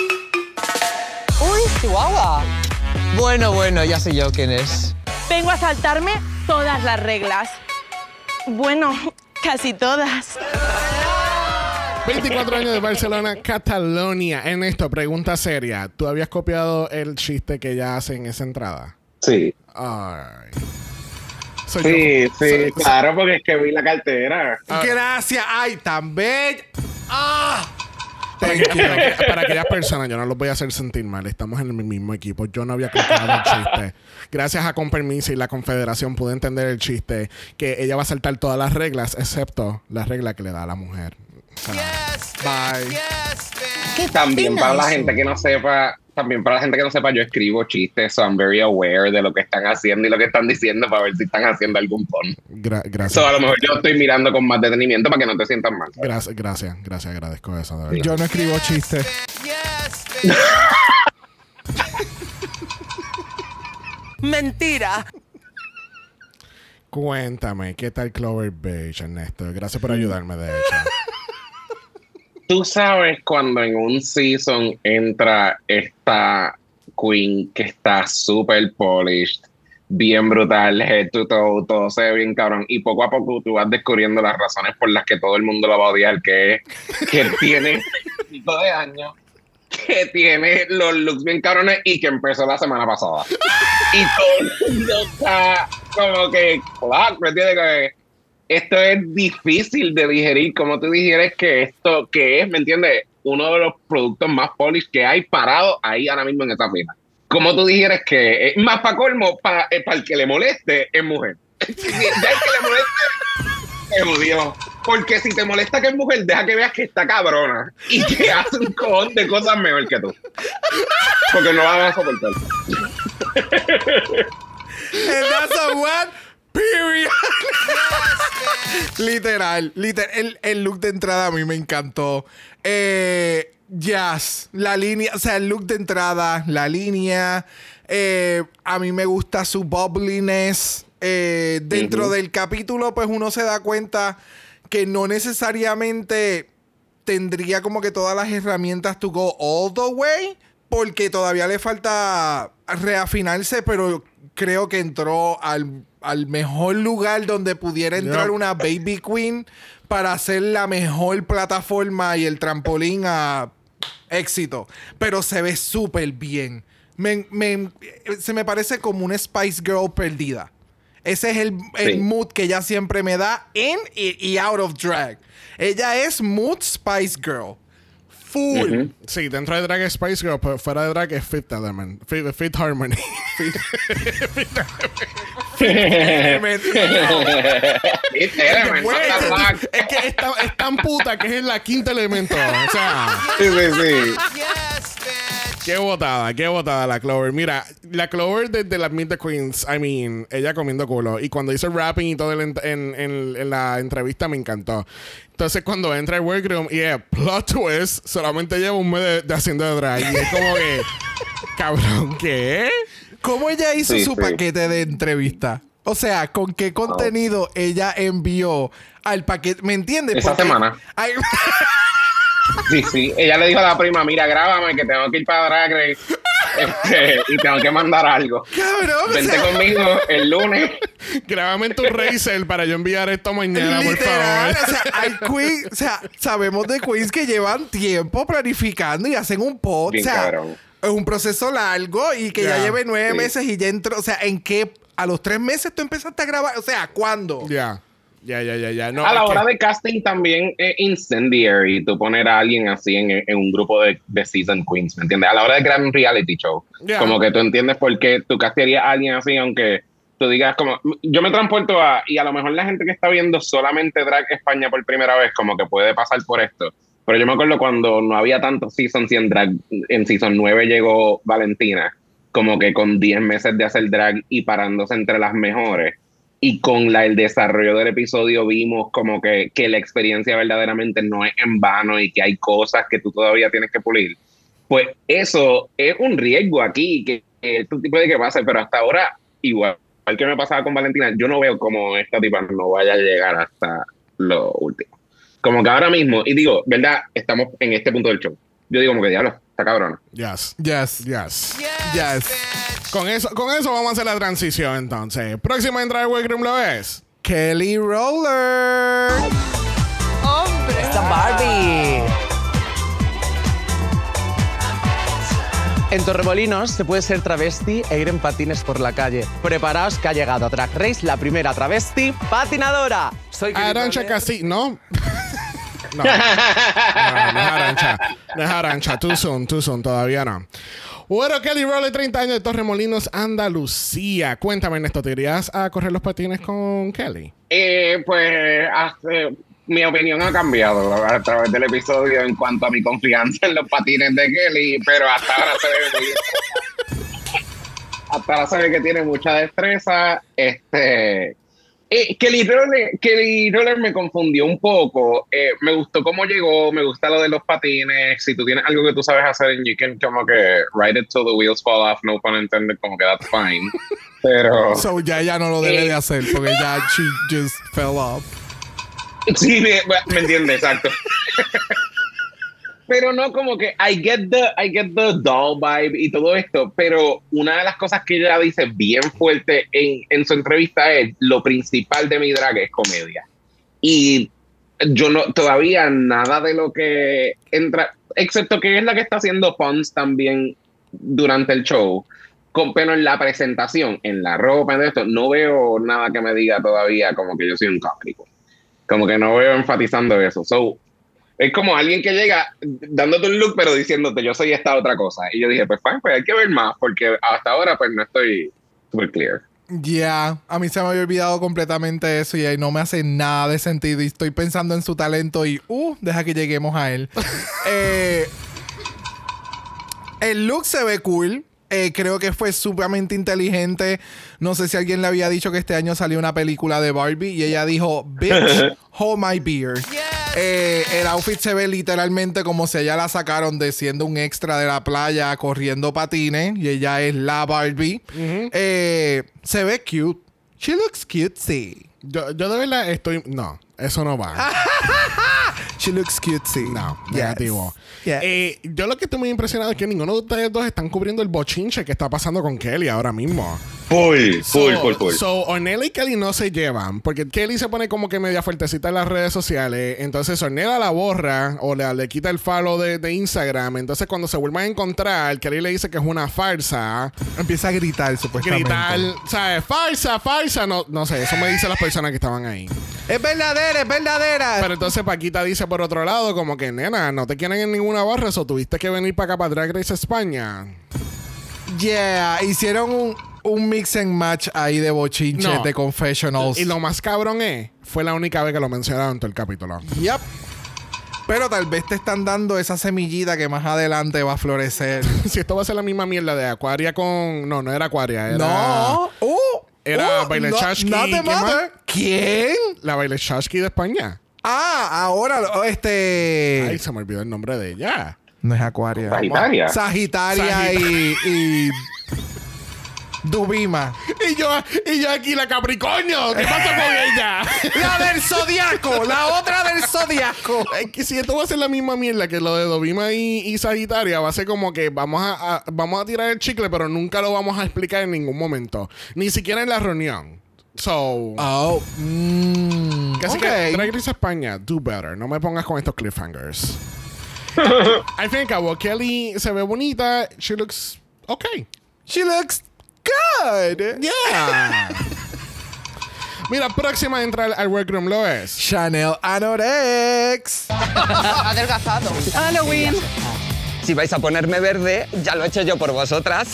¡Uy, Chihuahua! Bueno, bueno, ya sé yo quién es. Vengo a saltarme todas las reglas. Bueno, casi todas. veinticuatro años de Barcelona, Catalonia. En esto, pregunta seria. ¿Tú habías copiado el chiste que ella hace en esa entrada? Sí. Ay. Soy Sí, yo. sí, Soy- claro, porque es que vi la cartera. Gracias. Ay, tan bella. Ah. Para, Thank que- you. para que- para aquellas personas, yo no los voy a hacer sentir mal. Estamos en el mismo equipo. Yo no había copiado el chiste. Gracias a Con Permiso y la Confederación pude entender el chiste. Que ella va a saltar todas las reglas, excepto la regla que le da a la mujer. O sea, Bye. Que también para la gente que no sepa, también para la gente que no sepa, yo escribo chistes, so I'm very aware de lo que están haciendo y lo que están diciendo para ver si están haciendo algún pon. gra- gracias. So, a lo mejor yo estoy mirando con más detenimiento para que no te sientas mal. Gracias, gracias, gracias, agradezco eso, de verdad. Yo no escribo chistes. Mentira. Cuéntame, ¿qué tal Clover Beach, Ernesto? Gracias por ayudarme, de hecho. Tú sabes cuando en un season entra esta queen que está super polished, bien brutal, head to toe, todo se ve bien cabrón, y poco a poco tú vas descubriendo las razones por las que todo el mundo la va a odiar, que es que tiene pico de años, que tiene los looks bien cabrones y que empezó la semana pasada. Y todo el mundo está como que, claro, ¿me entiendes? Que esto es difícil de digerir, como tú dijeras que esto, que es, ¿me entiendes? Uno de los productos más polished que hay parado ahí ahora mismo en esa fila. Como tú dijeras que, eh, más para colmo, para eh, pa el que le moleste, es mujer. Ya el que le moleste, se jodió. Porque si te molesta que es mujer, deja que veas que está cabrona y que hace un cojón de cosas mejor que tú. Porque no la vas a soportar. And that's a one, period. Literal, literal. El, el look de entrada a mí me encantó. Eh, yes, la línea, o sea, el look de entrada, la línea. Eh, a mí me gusta su bubbliness. Eh, dentro Uh-huh. del capítulo, pues uno se da cuenta que no necesariamente tendría como que todas las herramientas to go all the way, porque todavía le falta reafinarse, pero creo que entró al, al mejor lugar donde pudiera entrar Yep. una baby queen para hacer la mejor plataforma y el trampolín a éxito. Pero se ve súper bien. Me- me- se me parece como una Spice Girl perdida. Ese es el, el Sí. mood que ella siempre me da in y, y out of drag. Ella es mood Spice Girl. Full. Ujú. Sí, dentro de drag es Spice Girl, pero fuera de drag es Fifth Element. Fifth, Fifth Harmony. Viste, Element, Güey, what the fuck? es que es tan, es tan puta que es la quinta elemento. O sea, Sí, sí, sí. qué botada, qué botada la Clover. Mira, la Clover de, de las Meet the Queens, I mean, ella comiendo culo. Y cuando hizo rapping y todo el en, en, en- en la entrevista me encantó. Entonces cuando entra el workroom y yeah, plot twist, solamente lleva un mes de, de haciendo de drag. Y es como que, cabrón, ¿qué? ¿Cómo ella hizo Sí, su sí. paquete de entrevista? O sea, ¿con qué contenido ella envió al paquete? ¿Me entiendes? Esa Porque- semana. Ay, Sí, sí. Ella le dijo a la prima, mira, grábame que tengo que ir para Drag Race. este, y tengo que mandar algo. Cabrón, Vente o sea, conmigo el lunes. Grábame en tu Razer para yo enviar esto mañana, por literal, favor. o sea, hay queens, o sea, sabemos de queens que llevan tiempo planificando y hacen un pod, Bien o sea, cabrón. es un proceso largo y que Ya, ya lleve nueve sí. meses y ya entró, o sea, ¿en qué? A los tres meses tú empezaste a grabar, o sea, ¿cuándo? Ya. Ya, ya, ya, ya. No, a la es hora que- de casting también es incendiary tú poner a alguien así en, en un grupo de, de season queens, ¿me entiendes? A la hora de crear un reality show, Yeah. como que tú entiendes por qué tú castearías a alguien así, aunque tú digas como, yo me transporto a, y a lo mejor la gente que está viendo solamente Drag España por primera vez, como que puede pasar por esto, pero yo me acuerdo cuando no había tantos seasons y en drag, en season nueve llegó Valentina, como que con diez meses de hacer drag y parándose entre las mejores. Y con la, el desarrollo del episodio vimos como que, que la experiencia verdaderamente no es en vano y que hay cosas que tú todavía tienes que pulir. Pues eso es un riesgo aquí, que, que esto puede que pase, pero hasta ahora, igual, igual que me pasaba con Valentina, yo no veo como esta tipa no vaya a llegar hasta lo último. Como que ahora mismo, y digo, ¿verdad? Estamos en este punto del show. Yo digo como que diablo, está cabrona. Yes. Yes. Yes. Yes. Con eso, con eso vamos a hacer la transición entonces. Próxima entrada al Workroom lo es. Kelly Roller. ¡Hombre! Esta Barbie. En Torremolinos se puede ser travesti e ir en patines por la calle. Preparaos que ha llegado a Drag Race la primera travesti patinadora. Soy Arancha Casi... ¿No? No. No, no es Arancha. No es Arancha. Too soon, too soon. Todavía no. Bueno, Kelly Roller, treinta años de Torremolinos, Andalucía. Cuéntame, Ernesto, ¿te irías a correr los patines con Kelly? Eh, pues hace, mi opinión ha cambiado a través del episodio en cuanto a mi confianza en los patines de Kelly, pero hasta ahora se ve muy hasta ahora se ve que tiene mucha destreza. Este eh, Kelly Roller, Kelly Roller me confundió un poco. Eh, me gustó cómo llegó, me gusta lo de los patines. Si tú tienes algo que tú sabes hacer, you can como que ride it till the wheels fall off, no pun intended, como que that's fine. Pero So ya ella no lo debe Eh. de hacer porque ya she just fell off. sí, me, me entiende, exacto. Pero no como que I get the I get the doll vibe y todo esto, pero una de las cosas que ella dice bien fuerte en, en su entrevista es lo principal de mi drag es comedia. Y yo no todavía nada de lo que entra, excepto que es la que está haciendo puns también durante el show, con, pero en la presentación, en la ropa, en esto, no veo nada que me diga todavía como que yo soy un cómico. Como que no veo enfatizando eso. So, es como alguien que llega dándote un look, pero diciéndote, yo soy esta otra cosa. Y yo dije, pues fine, pues hay que ver más, porque hasta ahora pues no estoy super clear. Ya, yeah. A mí se me había olvidado completamente eso y ahí no me hace nada de sentido y estoy pensando en su talento y, uh, deja que lleguemos a él. eh, el look se ve cool. Eh, creo que fue sumamente inteligente. No sé si alguien le había dicho que este año salió una película de Barbie y ella dijo, bitch, hold my beer. Eh, el outfit se ve literalmente como si ella la sacaron de siendo un extra de la playa corriendo patines y ella es la Barbie. Uh-huh. eh, se ve cute. She looks cutesy. Yo, yo de verdad estoy... No, eso no va. She looks cutesy. No, Yes. negativo. Yes. Eh, yo lo que estoy muy impresionado es que ninguno de ustedes dos están cubriendo el bochinche que está pasando con Kelly ahora mismo. Full, full, So, full, full. So, Ornella y Kelly no se llevan porque Kelly se pone como que media fuertecita en las redes sociales. Entonces Ornella la borra o le, le quita el follow de, de Instagram. Entonces cuando se vuelven a encontrar, Kelly le dice que es una farsa. Empieza a gritar supuestamente. Gritar, ¿sabes? Farsa, farsa. No, no sé, eso me dicen las personas que estaban ahí. Es verdadera, es verdadera. Pero entonces Paquita dice por otro lado como que, nena, no te quieren en ninguna barra, eso tuviste que venir para acá para Drag Race España. Yeah, hicieron un, un mix and match ahí de bochinches, No. de confessionals. Y lo más cabrón es, fue la única vez que lo mencionaron en todo el capítulo. Yep. Pero tal vez te están dando esa semillita que más adelante va a florecer. Si esto va a ser la misma mierda de Aquaria con... No, no era Aquaria, era... No. Uh, Era uh, Baile no, Chashki. not the ¿Quién más? mother. ¿Quién? La Baile Chashki de España. Ah, ahora lo- este... Ay, se me olvidó el nombre de ella. No es Acuaria. Sagitaria. Sagitaria Sagitaria. y... y... Dubima. Y yo, y yo aquí, la Capricornio. ¿Qué pasa con ella? La del Zodiaco. La otra del Zodiaco. Es que si esto va a ser la misma mierda que lo de Dovima y, y Sagitaria, va a ser como que vamos a, a- vamos a tirar el chicle, pero nunca lo vamos a explicar en ningún momento. Ni siquiera en la reunión. So. Oh. Mm, Así ok. que Drag Race España, do better. No me pongas con estos cliffhangers. Al fin y al cabo, Kelly se ve bonita. She looks okay. She looks good. Yeah. Mira, próxima a entrar al workroom lo es Chanel Anorex. Adelgazado. Halloween. Si vais a ponerme verde, ya lo he hecho yo por vosotras.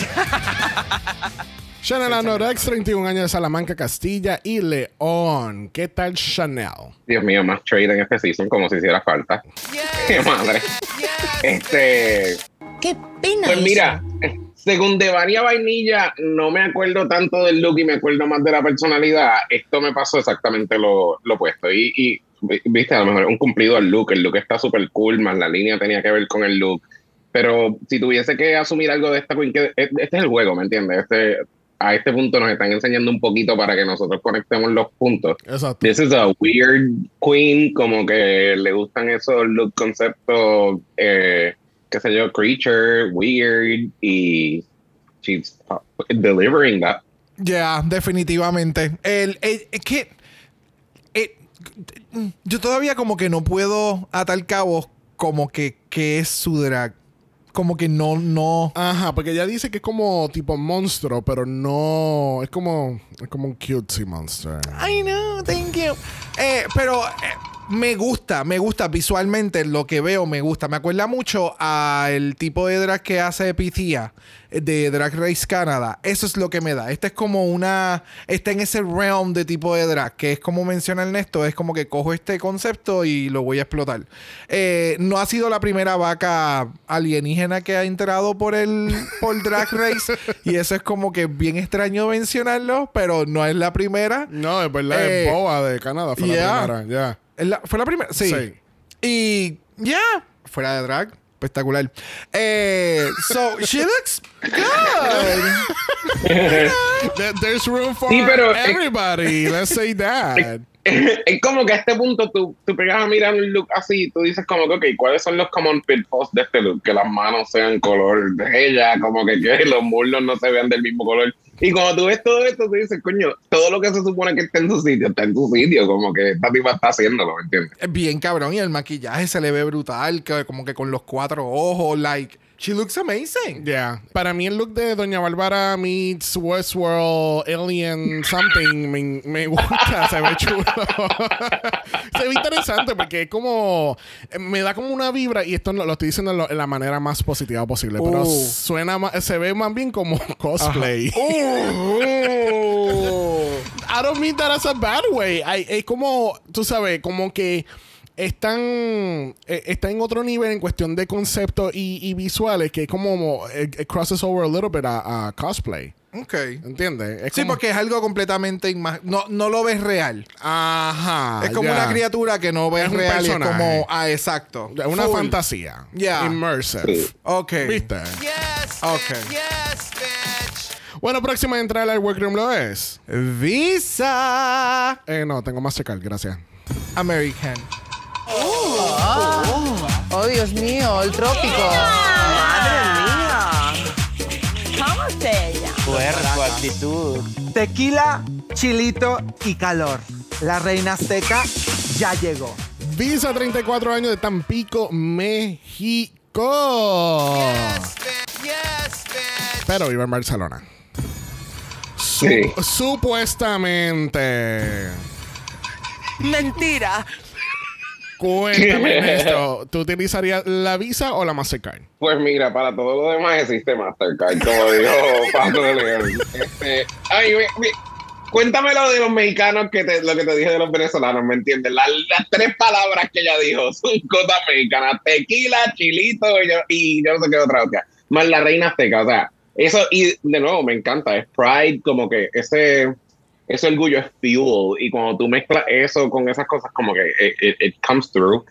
Chanel Anorex, treinta y un años de Salamanca, Castilla y León. ¿Qué tal Chanel? Dios mío, más trade en este season como si hiciera falta. ¡Qué madre! Este... Qué pena. Pues mira, según Devania Vainilla, no me acuerdo tanto del look y me acuerdo más de la personalidad. Esto me pasó exactamente lo, lo opuesto. Y, y, viste, a lo mejor un cumplido al look. El look está súper cool, más la línea tenía que ver con el look. Pero si tuviese que asumir algo de esta queen, que este es el juego, ¿me entiendes? Este, a este punto nos están enseñando un poquito para que nosotros conectemos los puntos. Exacto. This is a weird queen, como que le gustan esos look conceptos, eh, qué sé yo, creature, weird, y she's uh, delivering that. Ya, yeah, definitivamente. El, el- es que eh, yo todavía como que no puedo atar cabos como que qué es su drag. Como que no, no. Ajá, porque ella dice que es como tipo monstruo, pero no. Es como. Es como un cutesy monster. I know, thank you. Eh, pero eh, me gusta, me gusta visualmente lo que veo, me gusta. Me acuerda mucho al tipo de drag que hace Pythia de Drag Race Canada. Eso es lo que me da. Este es como una. Está en ese realm de tipo de drag, que es como menciona Ernesto, es como que cojo este concepto y lo voy a explotar. Eh, no ha sido la primera vaca alienígena que ha entrado por el por Drag Race. Y eso es como que bien extraño mencionarlo, pero no es la primera. No, es verdad, Eh, es Boa de Canadá. Fue yeah. la primera, ya. ¿Es la- ¿Fue la primera? Sí. Sí. Y ya, fuera de drag, espectacular. Eh, so, she looks good. There- There's room for Sí, pero- everybody. Let's say that. Es como que a este punto tú, tú pegas a mirar un look así, tú dices como que, ok, ¿cuáles son los common pitfalls de este look? Que las manos sean color de ella, como que, que los muslos no se vean del mismo color. Y cuando tú ves todo esto, tú dices, coño, todo lo que se supone que está en su sitio, está en su sitio, como que esta tipa está haciéndolo, ¿me entiendes? Es bien cabrón. Y el maquillaje se le ve brutal, que, como que con los cuatro ojos, like, she looks amazing. Yeah. Para mí el look de Doña Bárbara meets Westworld Alien something me, me gusta, se ve chulo. Se ve interesante porque es como me da como una vibra y esto no, lo estoy diciendo en, lo- en la manera más positiva posible, pero Uh. suena ma- se ve más bien como cosplay. Uh. I don't mean that as a bad way. I- es como, tú sabes, como que están eh, está en otro nivel en cuestión de conceptos y, y visuales que es como eh, it crosses over a little bit a, a cosplay. Ok. ¿Entiendes? Es Sí, como- porque es algo completamente inma- no, no lo ves real. Ajá. es como ya. una criatura que no ves Es un real. Y es personaje. como, ah, exacto. Es una Full. fantasía. Yeah. Immersive. Ok. ¿Viste? Yes, Ok. yes, bitch. Bueno, próxima a entrar al workroom lo es. Visa Eh, no, tengo Mastercard, gracias. American. Oh, Dios mío, el trópico. ¡Madre mía! ¿Cómo se llama? Puerco, actitud. Tequila, chilito y calor. La reina azteca ya llegó. Visa, treinta y cuatro años de Tampico, México. Yes, bitch. Yes, bitch. Pero vive en Barcelona. Su- Sí. Supuestamente. Mentira. Cuéntame, Ernesto, ¿tú utilizarías la Visa o la Mastercard? Pues mira, para todo lo demás existe Mastercard, como dijo Pablo de León. Este, ay, me- me- cuéntame lo de los mexicanos, que te, lo que te dije de los venezolanos, ¿me entiendes? La- las tres palabras que ella dijo son cosas mexicanas: tequila, chilito y yo, y yo no sé qué otra otra. Más la reina azteca, o sea, eso, y de nuevo, me encanta, es pride, como que ese... ese orgullo es fuel, y cuando tú mezclas eso con esas cosas, como que it, it, it comes through.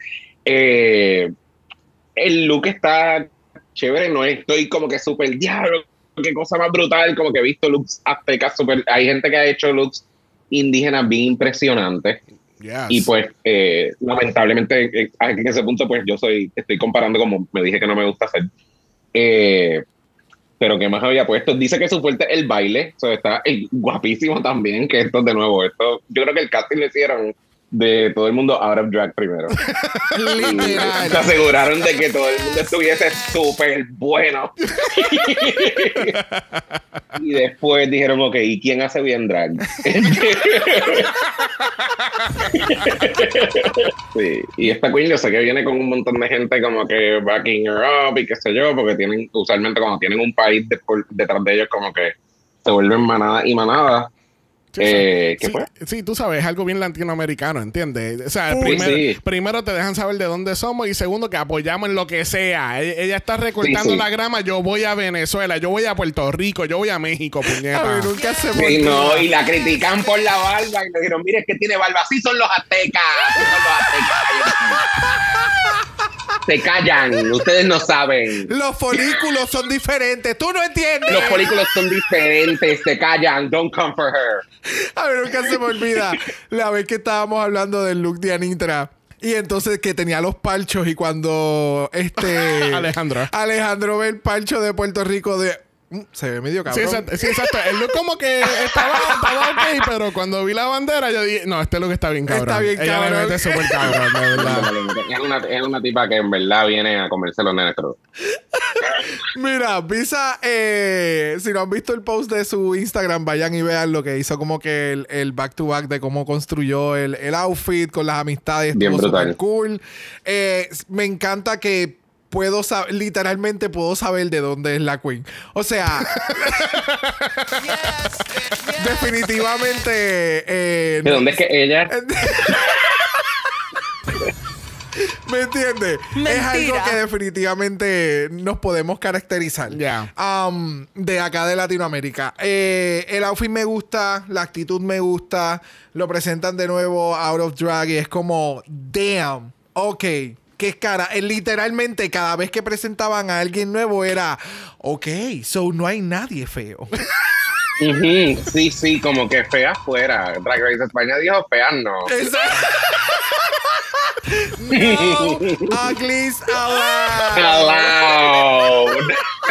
Eh, el look está chévere, no estoy como que súper diablo, qué cosa más brutal, como que he visto looks aztecas super, hay gente que ha hecho looks indígenas bien impresionantes. Yes. Y pues eh, lamentablemente eh, en ese punto pues yo soy estoy comparando como me dije que no me gusta hacer eh, pero que más había puesto, dice que su fuerte es el baile, o sea, está el guapísimo también, que esto de nuevo esto yo creo que el casting le hicieron de todo el mundo out of drag primero. Literal. Se aseguraron de que todo el mundo estuviese súper bueno. Y después dijeron, ok, ¿y quién hace bien drag? Sí. Y esta queen yo sé que viene con un montón de gente como que backing her up y qué sé yo, porque tienen, usualmente cuando tienen un país de, por, detrás de ellos como que se vuelven manada y manada. Sí, eh, ¿qué sí, fue? sí, tú sabes, es algo bien latinoamericano, ¿entiendes? O sea, Uy, primero, sí. primero te dejan saber de dónde somos y segundo que apoyamos en lo que sea. Ella, ella está recortando Sí, sí. la grama, yo voy a Venezuela, yo voy a Puerto Rico, yo voy a México, puñeta. A ver, nunca se me Sí, no, olvida. y la critican por la barba y le dijeron, mire, es que tiene barba, así son los aztecas, así son los aztecas. Se callan, ustedes no saben. Los folículos son diferentes. Tú no entiendes. Los folículos son diferentes, se callan, don't come for her. A ver, nunca se me olvida la vez que estábamos hablando del look de Anitra. Y entonces que tenía los parchos y cuando este Alejandro. Alejandro ve el parcho de Puerto Rico de mm, se ve medio Sí, cabrón. exacto. Sí, exacto. El look como que estaba, estaba ok, pero cuando vi la bandera yo dije, no, este look está bien cabrón. Está bien Ella cabrón. le mete súper cabrón, de verdad. Es una, es una tipa que en verdad viene a comerse los nenes crudos. Mira, Visa, eh, si no han visto el post de su Instagram, vayan y vean lo que hizo como que el, el back to back de cómo construyó el, el outfit con las amistades. Bien estuvo brutal. súper cool. Eh, me encanta que puedo saber, literalmente puedo saber de dónde es la queen. O sea, definitivamente. Eh, ¿De dónde es que ella? ¿Me entiendes? Es algo que definitivamente nos podemos caracterizar. Ya. Um, de acá de Latinoamérica. Eh, el outfit me gusta, la actitud me gusta. Lo presentan de nuevo out of drag y es como, damn, ok. Qué cara. Eh, literalmente, cada vez que presentaban a alguien nuevo era, ok, so no hay nadie feo. Uh-huh. Sí, sí, como que fea fuera. Drag Race España dijo fea no. Exacto. No, uglies allowed. Allowed.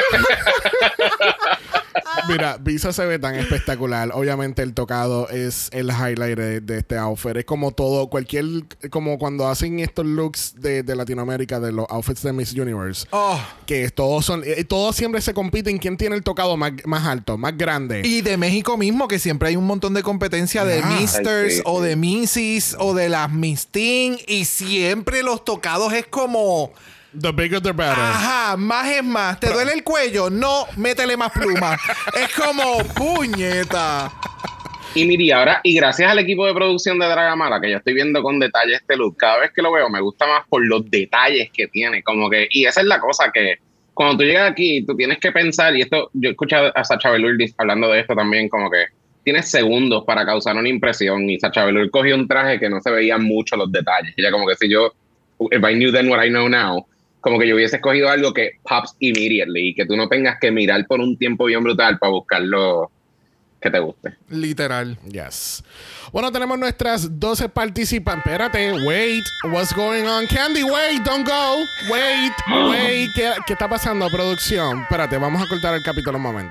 Mira, Visa se ve tan espectacular. Obviamente el tocado es el highlight de, de este outfit. Es como todo, cualquier, como cuando hacen estos looks de, de Latinoamérica, de los outfits de Miss Universe. Oh. Que todos son, eh, todos siempre se compiten quién tiene el tocado más, más alto, más grande. Y de México mismo, que siempre hay un montón de competencia de Ah. Misters Ay, sí, o sí. de Missis o de las Miss Teen. Y siempre los tocados es como... The bigger the better. Ajá, más es más. ¿Te duele el cuello? No, métele más pluma. Es como puñeta. Y mire, ahora, y gracias al equipo de producción de Dragamala, que yo estoy viendo con detalle este look, cada vez que lo veo me gusta más por los detalles que tiene. Como que, y esa es la cosa que cuando tú llegas aquí, tú tienes que pensar, y esto, yo he escuchado a Sacha Velour hablando de esto también, como que tienes segundos para causar una impresión, y Sacha Velour cogió un traje que no se veían mucho los detalles. Ella como que si yo, if I knew then what I know now, como que yo hubiese escogido algo que pops immediately y que tú no tengas que mirar por un tiempo bien brutal para buscar lo que te guste. Literal. Yes. Bueno, tenemos nuestras doce participantes. Espérate, wait. What's going on? Candy, wait, don't go. Wait, wait. ¿Qué, qué está pasando, producción? Espérate, vamos a cortar el capítulo un momento.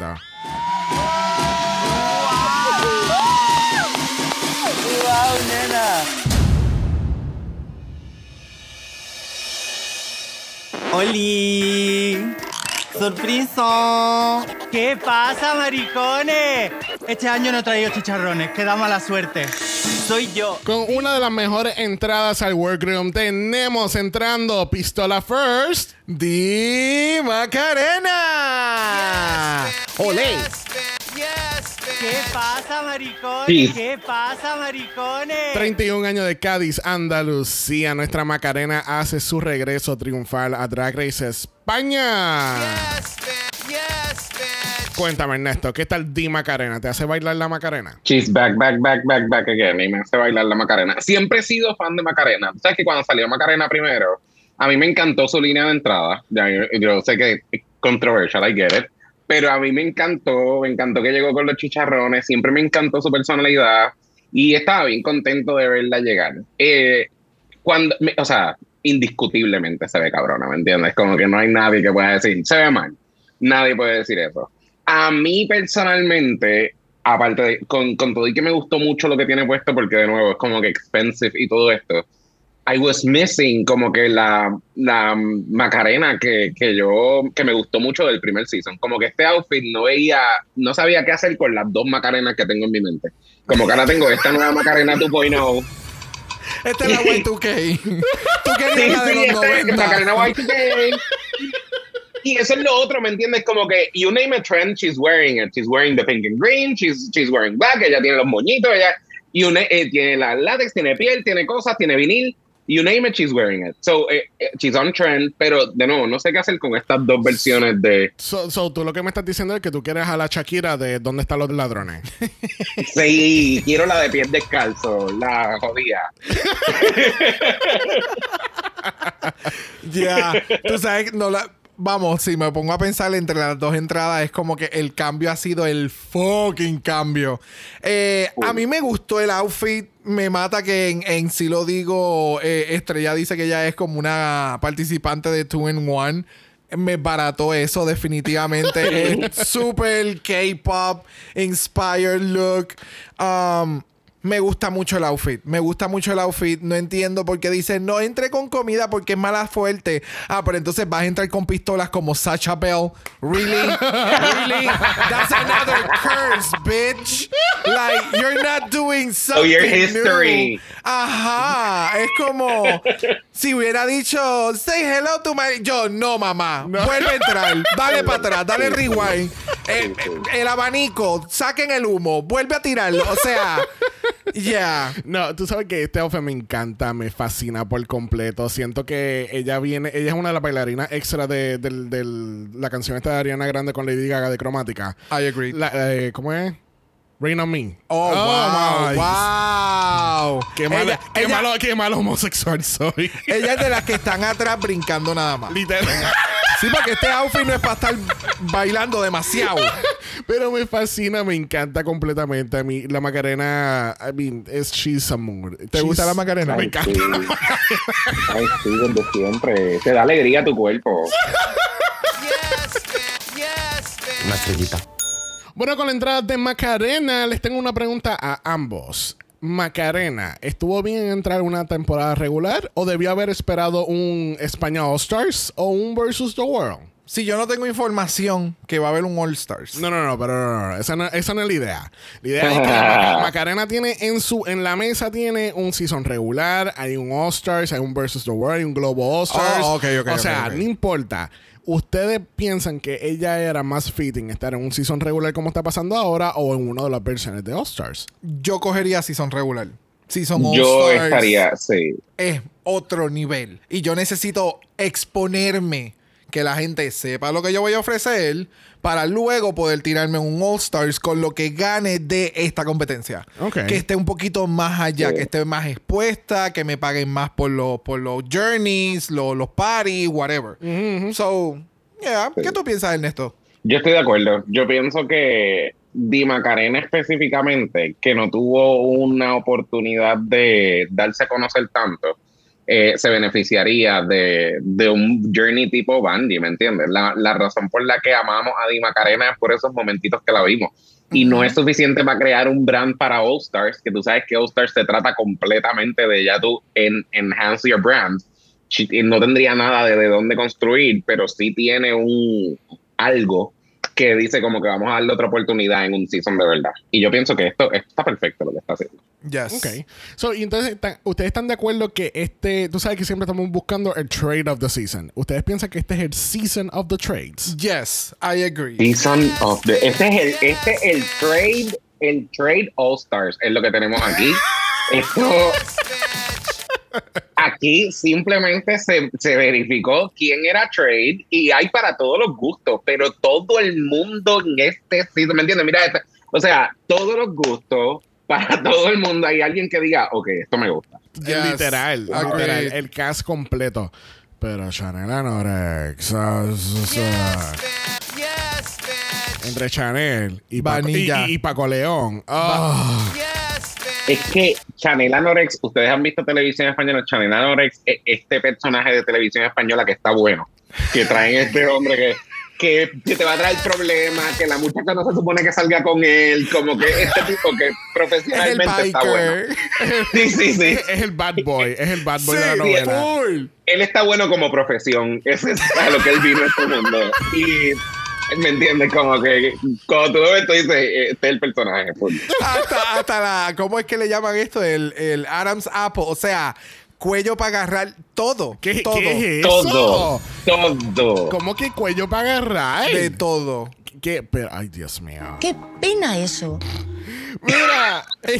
¡Wow, nena! ¡Oli! ¡Sorpresa! ¿Qué pasa, maricones? Este año no he traído chicharrones, que da mala suerte. Soy yo. Con una de las mejores entradas al workroom, tenemos entrando Pistola First. Di Macarena. Olé. ¿Qué pasa, maricones? Sí. ¿Qué pasa, maricones? treinta y un años de Cádiz, Andalucía. Nuestra Macarena hace su regreso triunfal a Drag Race España. Cuéntame, Ernesto, ¿qué tal Di Macarena? ¿Te hace bailar la Macarena? She's back, back, back, back, back again. Y me hace bailar la Macarena. Siempre he sido fan de Macarena. ¿Sabes que cuando salió Macarena primero, a mí me encantó su línea de entrada? Ya, yo, yo sé que es controversial, I get it. pero a mí me encantó, me encantó que llegó con los chicharrones, siempre me encantó su personalidad y estaba bien contento de verla llegar. Eh, cuando, me- o sea, indiscutiblemente se ve cabrona, ¿me entiendes? Como que no hay nadie que pueda decir, se ve mal. Nadie puede decir eso. A mí personalmente, aparte de, con, con todo y que me gustó mucho lo que tiene puesto, porque de nuevo es como que expensive y todo esto, I was missing como que la, la Macarena que, que yo, que me gustó mucho del primer season. Como que este outfit no veía, no sabía qué hacer con las dos Macarenas que tengo en mi mente. Como que ahora tengo esta nueva Macarena dos punto cero. Esta es la Y dos K. Tú querías la de Sí, los sí, este, noventa. Macarena Y dos K. Y eso es lo otro, ¿me entiendes? Como que you name a trend, she's wearing it. She's wearing the pink and green, she's, she's wearing black, ella tiene los moñitos, ella you na- eh, tiene la látex, tiene piel, tiene cosas, tiene vinil. You name it, she's wearing it. So, eh, eh, she's on trend, pero de nuevo, no sé qué hacer con estas dos versiones de... So, so, tú lo que me estás diciendo es que tú quieres a la Shakira de ¿Dónde están los ladrones? Sí, quiero la de piel descalzo, la jodida. Ya, tú sabes, no la... Vamos, si me pongo a pensar entre las dos entradas, es como que el cambio ha sido el fucking cambio. Eh, a mí me gustó el outfit. Me mata que en, en sí lo digo, eh, Estrella dice que ella es como una participante de Two in One. Me barató eso definitivamente. Es súper K-pop inspired look. Um, me gusta mucho el outfit. Me gusta mucho el outfit. No entiendo por qué dicen no entre con comida porque es mala fuerte. Ah, pero entonces vas a entrar con pistolas como Sacha Bell. Really? Really? That's another curse, bitch. Like, you're not doing something Oh, your history. new. Ajá. Es como si hubiera dicho say hello to my... Yo, no, mamá. Vuelve a entrar. Dale para atrás. Dale rewind. El, el abanico. Saquen el humo. Vuelve a tirarlo. O sea... Yeah. No, tú sabes que este outfit me encanta, me fascina por completo. Siento que ella viene, ella es una de las bailarinas extra de, del- del- la canción esta de Ariana Grande con Lady Gaga de Cromática. I agree. La- eh, ¿Cómo es? Rain on Me. Oh, wow. my- Wow. Qué malo, Ella- qué, ella- malo, qué malo homosexual soy. Ella es de las que están atrás brincando nada más. Literal. Sí, porque este outfit no es para estar bailando demasiado. Pero me fascina, me encanta completamente. A mí, la Macarena, I mean, es she's a mood. ¿Te gusta la Macarena? Me Ay, encanta. sí. Ay, sí, desde siempre. Te da alegría a tu cuerpo. Una estrellita. Bueno, con la entrada de Macarena, les tengo una pregunta a ambos. Macarena, ¿estuvo bien en entrar una temporada regular o debió haber esperado un España All Stars o un Versus the World? Si yo no tengo información que va a haber un All Stars. No, no, no, pero no, no, no. Esa, no esa no es la idea. La idea es que Maca- Macarena tiene en su en la mesa tiene un season regular, hay un All Stars, hay un Versus the World, hay un Global All Stars. Oh, ok, ok, o ok, sea, ok. no importa. ¿Ustedes piensan que ella era más fitting estar en un season regular como está pasando ahora o en una de las versiones de All Stars? Yo cogería season regular. Season All Yo Stars estaría, sí. es otro nivel. Y yo necesito exponerme, que la gente sepa lo que yo voy a ofrecer para luego poder tirarme un All Stars con lo que gane de esta competencia. Ok. Que esté un poquito más allá, Sí. que esté más expuesta, que me paguen más por los por los journeys, los, los parties, whatever. So, yeah. ¿Qué tú piensas, Ernesto? Yo estoy de acuerdo. Yo pienso que Di Macarena específicamente, que no tuvo una oportunidad de darse a conocer tanto, eh, se beneficiaría de, de un journey tipo Bandy, ¿me entiendes? La, la razón por la que amamos a Di Macarena es por esos momentitos que la vimos. Y no es suficiente para crear un brand para All Stars, que tú sabes que All Stars se trata completamente de ya tú en, enhance your brand. Chi- y no tendría nada de, de dónde construir, pero sí tiene un algo que dice como que vamos a darle otra oportunidad en un season de verdad. Y yo pienso que esto, esto está perfecto lo que está haciendo. Yes. Ok. So, y entonces, ta- ¿ustedes están de acuerdo que este... Tú sabes que siempre estamos buscando el trade of the season. ¿Ustedes piensan que este es el season of the trades? Yes, I agree. Season of the... Este es el, este es el trade, el trade All Stars, es lo que tenemos aquí. Esto... Aquí simplemente se, se verificó quién era trade y hay para todos los gustos, pero todo el mundo en este sitio, ¿me entiendes? Mira, este, o sea, todos los gustos, para todo el mundo hay alguien que diga, ok, esto me gusta. Yes. Literal, Agreed. literal. El cast completo. Pero Chanel Anorex. uh, uh, uh, Yes, bitch. entre Chanel y Vanilla. Paco, y, y, y Paco León. Oh. Es que Chanel Anorex, ustedes han visto televisión española, Chanel Anorex es este personaje de televisión española que está bueno, que traen este hombre que, que, que te va a traer problemas, que la muchacha no se supone que salga con él, como que este tipo que profesionalmente está bueno. Sí, sí, sí. Es, es el bad boy, es el bad boy Sí, de la sí, novela. full. Él está bueno como profesión, ese es a lo que él vino a este mundo. Y ¿me entiendes? Como que cuando tú lo ves, tú dices, este es el personaje. hasta, hasta la, ¿cómo es que le llaman esto? El, el Adam's Apple, o sea, cuello para agarrar todo. ¿Qué, todo. ¿qué es eso? Todo, todo. ¿Cómo que cuello para agarrar? De todo. ¿Qué? Pero, ay, Dios mío. Qué pena eso. Mira.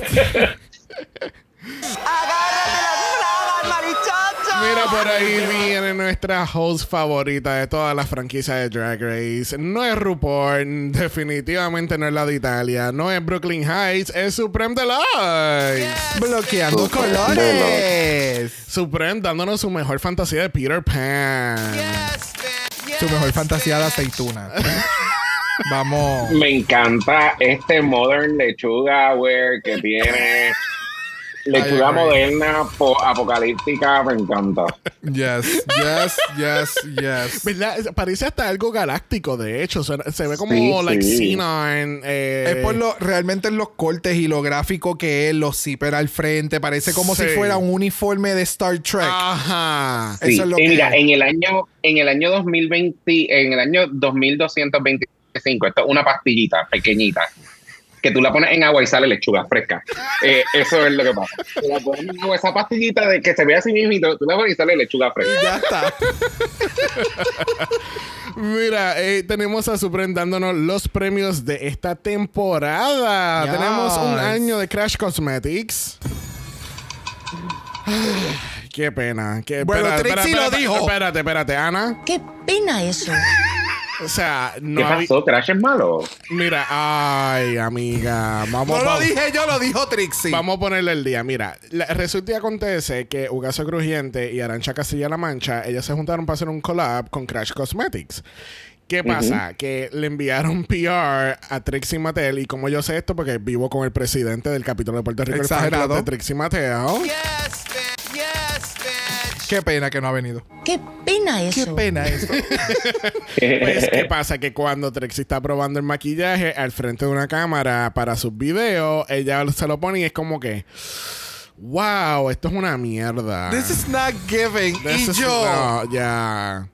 ¡Agárrate las bragas, marichacha! Mira, por ahí viene nuestra host favorita de todas las franquicias de Drag Race. No es RuPaul, definitivamente no es la de Italia, no es Brooklyn Heights, es Supreme Deluxe. Bloqueando colores. Supreme dándonos su mejor fantasía de Peter Pan. Su mejor fantasía de aceituna. Vamos. Me encanta este modern lechuga wear que tiene. Lechuga moderna, po- apocalíptica, me encanta. Yes, yes, yes, yes. ¿Verdad? Parece hasta algo galáctico, de hecho. Se, se ve como Sí, like sí. Xenon. Eh, Es por lo, realmente en los cortes y lo gráfico que es, los zippers al frente, parece como Sí. si fuera un uniforme de Star Trek. Ajá. Eso Sí. es lo Y que mira, es. en el año, en el año dos mil veinte, en el año dos mil doscientos veinticinco, esto es una pastillita pequeñita que tú la pones en agua y sale lechuga fresca. Eh, eso es lo que pasa. Tú la pones en agua, esa pastillita de que se ve así mismito, tú la pones y sale lechuga fresca. Ya está. Mira, eh, tenemos a Supreme dándonos los premios de esta temporada. Yes. Tenemos un año de Crash Cosmetics. Ay, qué pena. Qué, Bueno, espera, Trixie espera, lo espera, dijo. Espérate, espérate, Ana. Qué pena eso. O sea, no ¿Qué había- pasó? ¿Crash es malo? Mira, ay, amiga. Vamos, No lo vamos. dije yo, lo dijo Trixie. Vamos a ponerle el día. Mira, la- resulta y acontece que Ugaso Crujiente y Arancha Castilla-La Mancha, ellas se juntaron para hacer un collab con Crash Cosmetics. ¿Qué pasa? Que le enviaron P R a Trixie Mattel. Y como yo sé esto, porque vivo con el presidente del capítulo de Puerto Rico, el fan club Exagerado. de Trixie Mattel. Qué pena que no ha venido. Qué pena Qué eso. pena eso. Pues, ¿qué pasa? Que cuando Trixie está probando el maquillaje al frente de una cámara para sus videos, ella se lo pone y es como que, wow, esto es una mierda. This is not giving. This y is- yo. no, ya.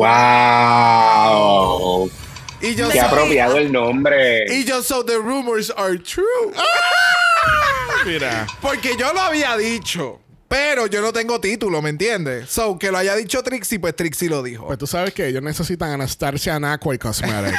¡Wow! Y yo ¡Qué so- apropiado el nombre! Y yo, so the rumors are true. Mira. Porque yo lo había dicho. Pero yo no tengo título, ¿me entiendes? So, que lo haya dicho Trixie, pues Trixie lo dijo. Pues tú sabes que ellos necesitan Anastasia Anaqua y Cosmetics.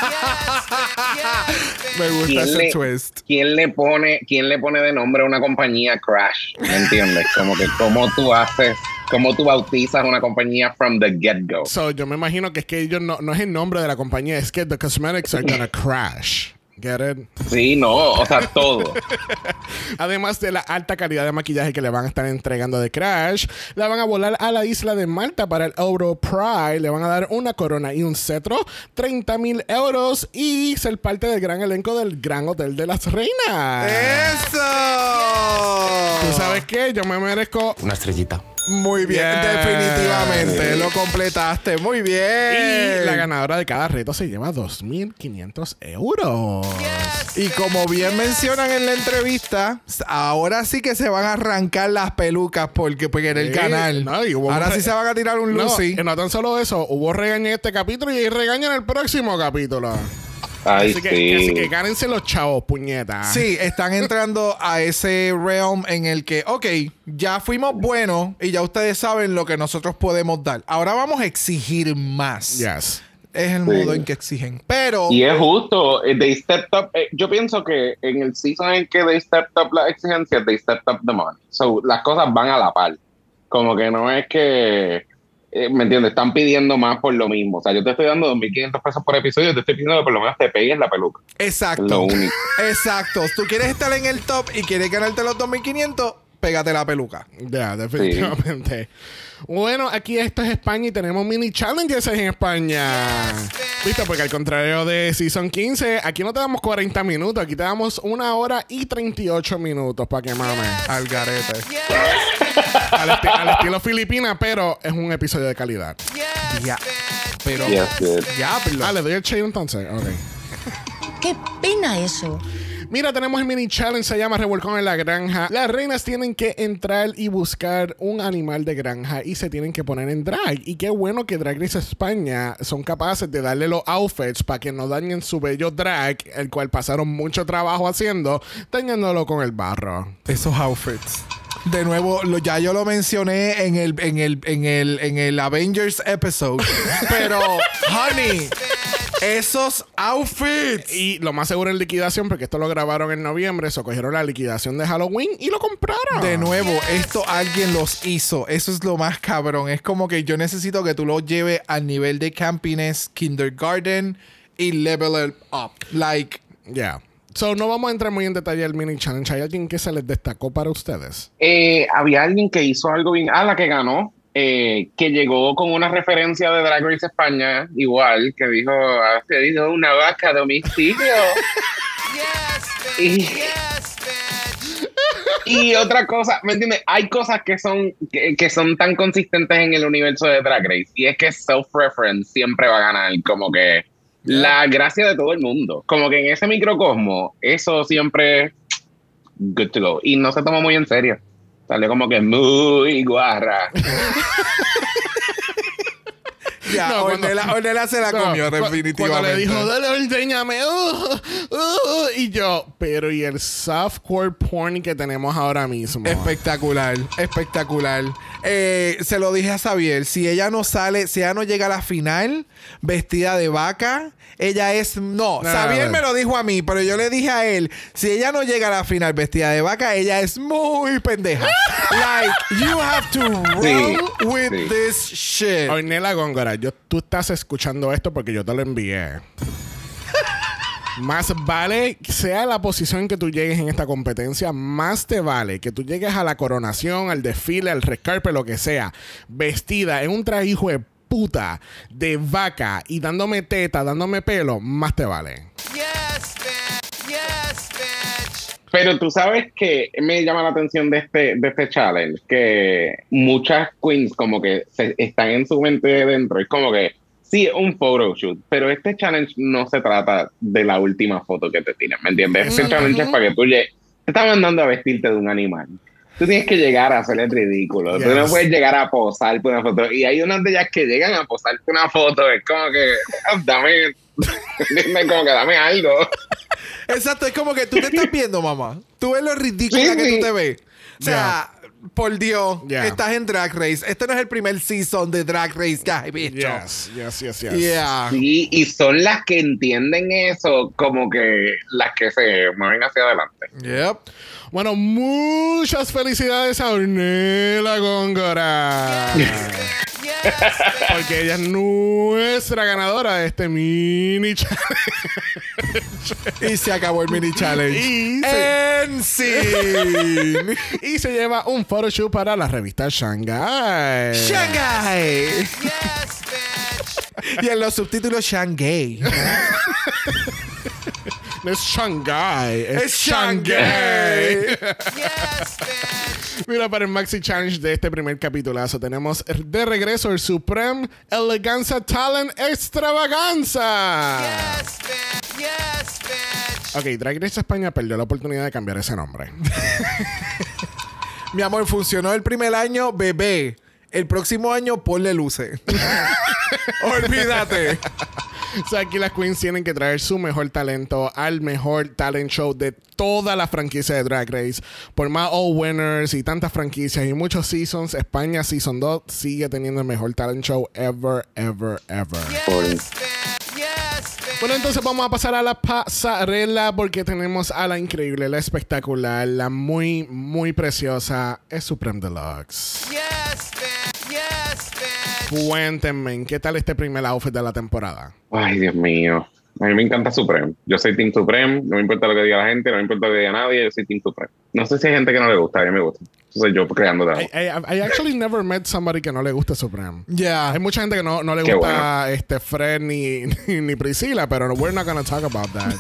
Me gusta ¿Quién ese le, twist. ¿quién le pone, quién le pone de nombre a una compañía Crash? ¿Me entiendes? Como que cómo tú haces, cómo tú bautizas una compañía from the get-go. So, yo me imagino que es que ellos no, no es el nombre de la compañía, es que the cosmetics are gonna crash. Get it? Sí, no, o sea, todo. Además de la alta calidad de maquillaje que le van a estar entregando de Crash, la van a volar a la isla de Malta para el Euro Pride. Le van a dar una corona y un cetro, treinta mil euros y ser parte del gran elenco del Gran Hotel de las Reinas. ¡Eso! ¿Tú sabes qué? Yo me merezco Una estrellita. Muy bien, Yes. definitivamente. Lo completaste. Muy bien. Y la ganadora de cada reto se lleva dos mil quinientos euros. Y como bien mencionan en la entrevista, ahora sí que se van a arrancar las pelucas porque, porque en el Sí, canal. no, y hubo ahora un re- sí se van a tirar un No, Lucy. y no tan solo eso, hubo regaña en este capítulo y hay regaña en el próximo capítulo. Ay, así que, sí. así que gánense los chavos, puñetas. Sí, están entrando a ese realm en el que, ok, ya fuimos buenos y ya ustedes saben lo que nosotros podemos dar. Ahora vamos a exigir más. Yes. Es el Sí. modo en que exigen. Pero... Y es justo, eh, they stepped up. eh, yo pienso que en el season en que they stepped up las exigencias, they stepped up the money. So, las cosas van a la par. Como que no es que, eh, ¿me entiendes? Están pidiendo más por lo mismo. O sea, yo te estoy dando dos mil quinientos pesos por episodio, te estoy pidiendo que por lo menos te pegues la peluca. Exacto. Es lo único. Exacto. Tú quieres estar en el top y quieres ganarte los dos mil quinientos, pégate la peluca. Ya, definitivamente. Bueno, aquí esto es España y tenemos mini challenges en España. Viste, porque al contrario de Season quince, aquí no te damos cuarenta minutos, aquí te damos una hora y treinta y ocho minutos para que mames. Al garete. Al, esti al estilo Filipina, pero es un episodio de calidad. Ya. Pero. Yes, yes. Ya, pero. Ah, le doy el shade entonces. Ok. ¡Qué pena eso! Mira, tenemos el mini challenge, se llama Revolcón en la Granja. Las reinas tienen que entrar y buscar un animal de granja y se tienen que poner en drag. Y qué bueno que Drag Race España son capaces de darle los outfits para que no dañen su bello drag, el cual pasaron mucho trabajo haciendo, dañándolo con el barro. Esos outfits. De nuevo, lo, ya yo lo mencioné en el, en el, en el, en el Avengers episode. Pero, honey, esos outfits. Y lo más seguro en liquidación, porque esto lo grabaron en noviembre, eso cogieron la liquidación de Halloween y lo compraron. De nuevo, esto alguien los hizo. Eso es lo más cabrón. Es como que yo necesito que tú lo lleves al nivel de campiness, kindergarten y level it up. Like, yeah. So, no vamos a entrar muy en detalle al mini challenge. ¿Hay alguien que se les destacó para ustedes? Eh, había alguien que hizo algo bien. Ah, la que ganó. Eh, que llegó con una referencia de Drag Race España, igual, que dijo, ha pedido una vaca a domicilio. y, y otra cosa, ¿me entiendes? Hay cosas que son, que, que son tan consistentes en el universo de Drag Race, y es que self-reference siempre va a ganar, como que la gracia de todo el mundo. Como que en ese microcosmo, eso siempre good to go. Y no se toma muy en serio. Sale como que muy guarra. Ya, no, Ornella, cuando, Ornella se la no, comió, cu definitivamente. Cuando le dijo, dale, ordeñame. Uh, uh, y yo, pero ¿y el softcore porn que tenemos ahora mismo? Espectacular, espectacular. Eh, se lo dije a Xavier, si ella no sale, si ella no llega a la final vestida de vaca, ella es... No, no Xavier no, me lo dijo a mí, pero yo le dije a él, si ella no llega a la final vestida de vaca, ella es muy pendeja. Like, you have to roll sí, with sí. this shit. Ornella Góngora, yo, tú estás escuchando esto porque yo te lo envié. Más vale, sea la posición que tú llegues en esta competencia, más te vale que tú llegues a la coronación, al desfile, al red carpet, lo que sea, vestida en un traje hijo de puta de vaca y dándome teta, dándome pelo, más te vale. Yes, bitch. Yes, bitch. Pero tú sabes que me llama la atención de este, de este challenge, que muchas queens como que se, están en su mente dentro. Es como que sí, un photoshoot, pero este challenge no se trata de la última foto que te tiran, ¿me entiendes? Este uh-huh. challenge es para que tú llegues. Te están mandando a vestirte de un animal. Tú tienes que llegar a hacer el ridículo. Yes. Tú no puedes llegar a posar por una foto. Y hay unas de ellas que llegan a posar por una foto. Es como que, dame, como que dame algo. Exacto, es como que tú te estás viendo, mamá. Tú ves lo ridícula sí, que tú te ves. O sea... Yeah. Por Dios, yeah. estás en Drag Race. Este no es el primer season de Drag Race que has visto. Yes, yes, yes, yes. Yeah. Sí, y son las que entienden eso, como que las que se mueven hacia adelante. Yep. Bueno, muchas felicidades a Ornella Góngora. Yes. Yes, porque ella es nuestra ganadora de este mini challenge. Y se acabó el mini challenge. Y se, en sí. Y se lleva un photoshoot para la revista Shanghai. Shanghai. Yes, bitch. Y en los subtítulos Shanghai. No es Shanghai, es, es Shanghai. Yes, bitch. Mira, para el Maxi Challenge de este primer capitulazo tenemos de regreso el Supreme Eleganza Talent Extravaganza. Yes, bitch. Yes, bitch. Ok, Drag Race España perdió la oportunidad de cambiar ese nombre. Mi amor, funcionó el primer año, bebé. El próximo año, ponle luces. Olvídate. O sea, aquí las queens tienen que traer su mejor talento al mejor talent show de toda la franquicia de Drag Race. Por más All Winners y tantas franquicias y muchos seasons, España Season dos sigue teniendo el mejor talent show ever, ever, ever. Yes, yes, bueno, entonces vamos a pasar a la pasarela porque tenemos a la increíble, la espectacular, la muy, muy preciosa, es Supreme Deluxe. Yes, bitch. Yes, bitch. Cuéntenme, ¿qué tal este primer outfit de la temporada? Ay, Dios mío. A mí me encanta Supreme. Yo soy Team Supreme. No me importa lo que diga la gente, no me importa lo que diga nadie. Yo soy Team Supreme. No sé si hay gente que no le gusta. A mí me gusta. Eso soy yo creando de I, I, I actually never met somebody que no le guste Supreme. Yeah. Hay mucha gente que no, no le Qué gusta bueno. este Fred ni, ni, ni Priscilla, pero we're not gonna talk about that.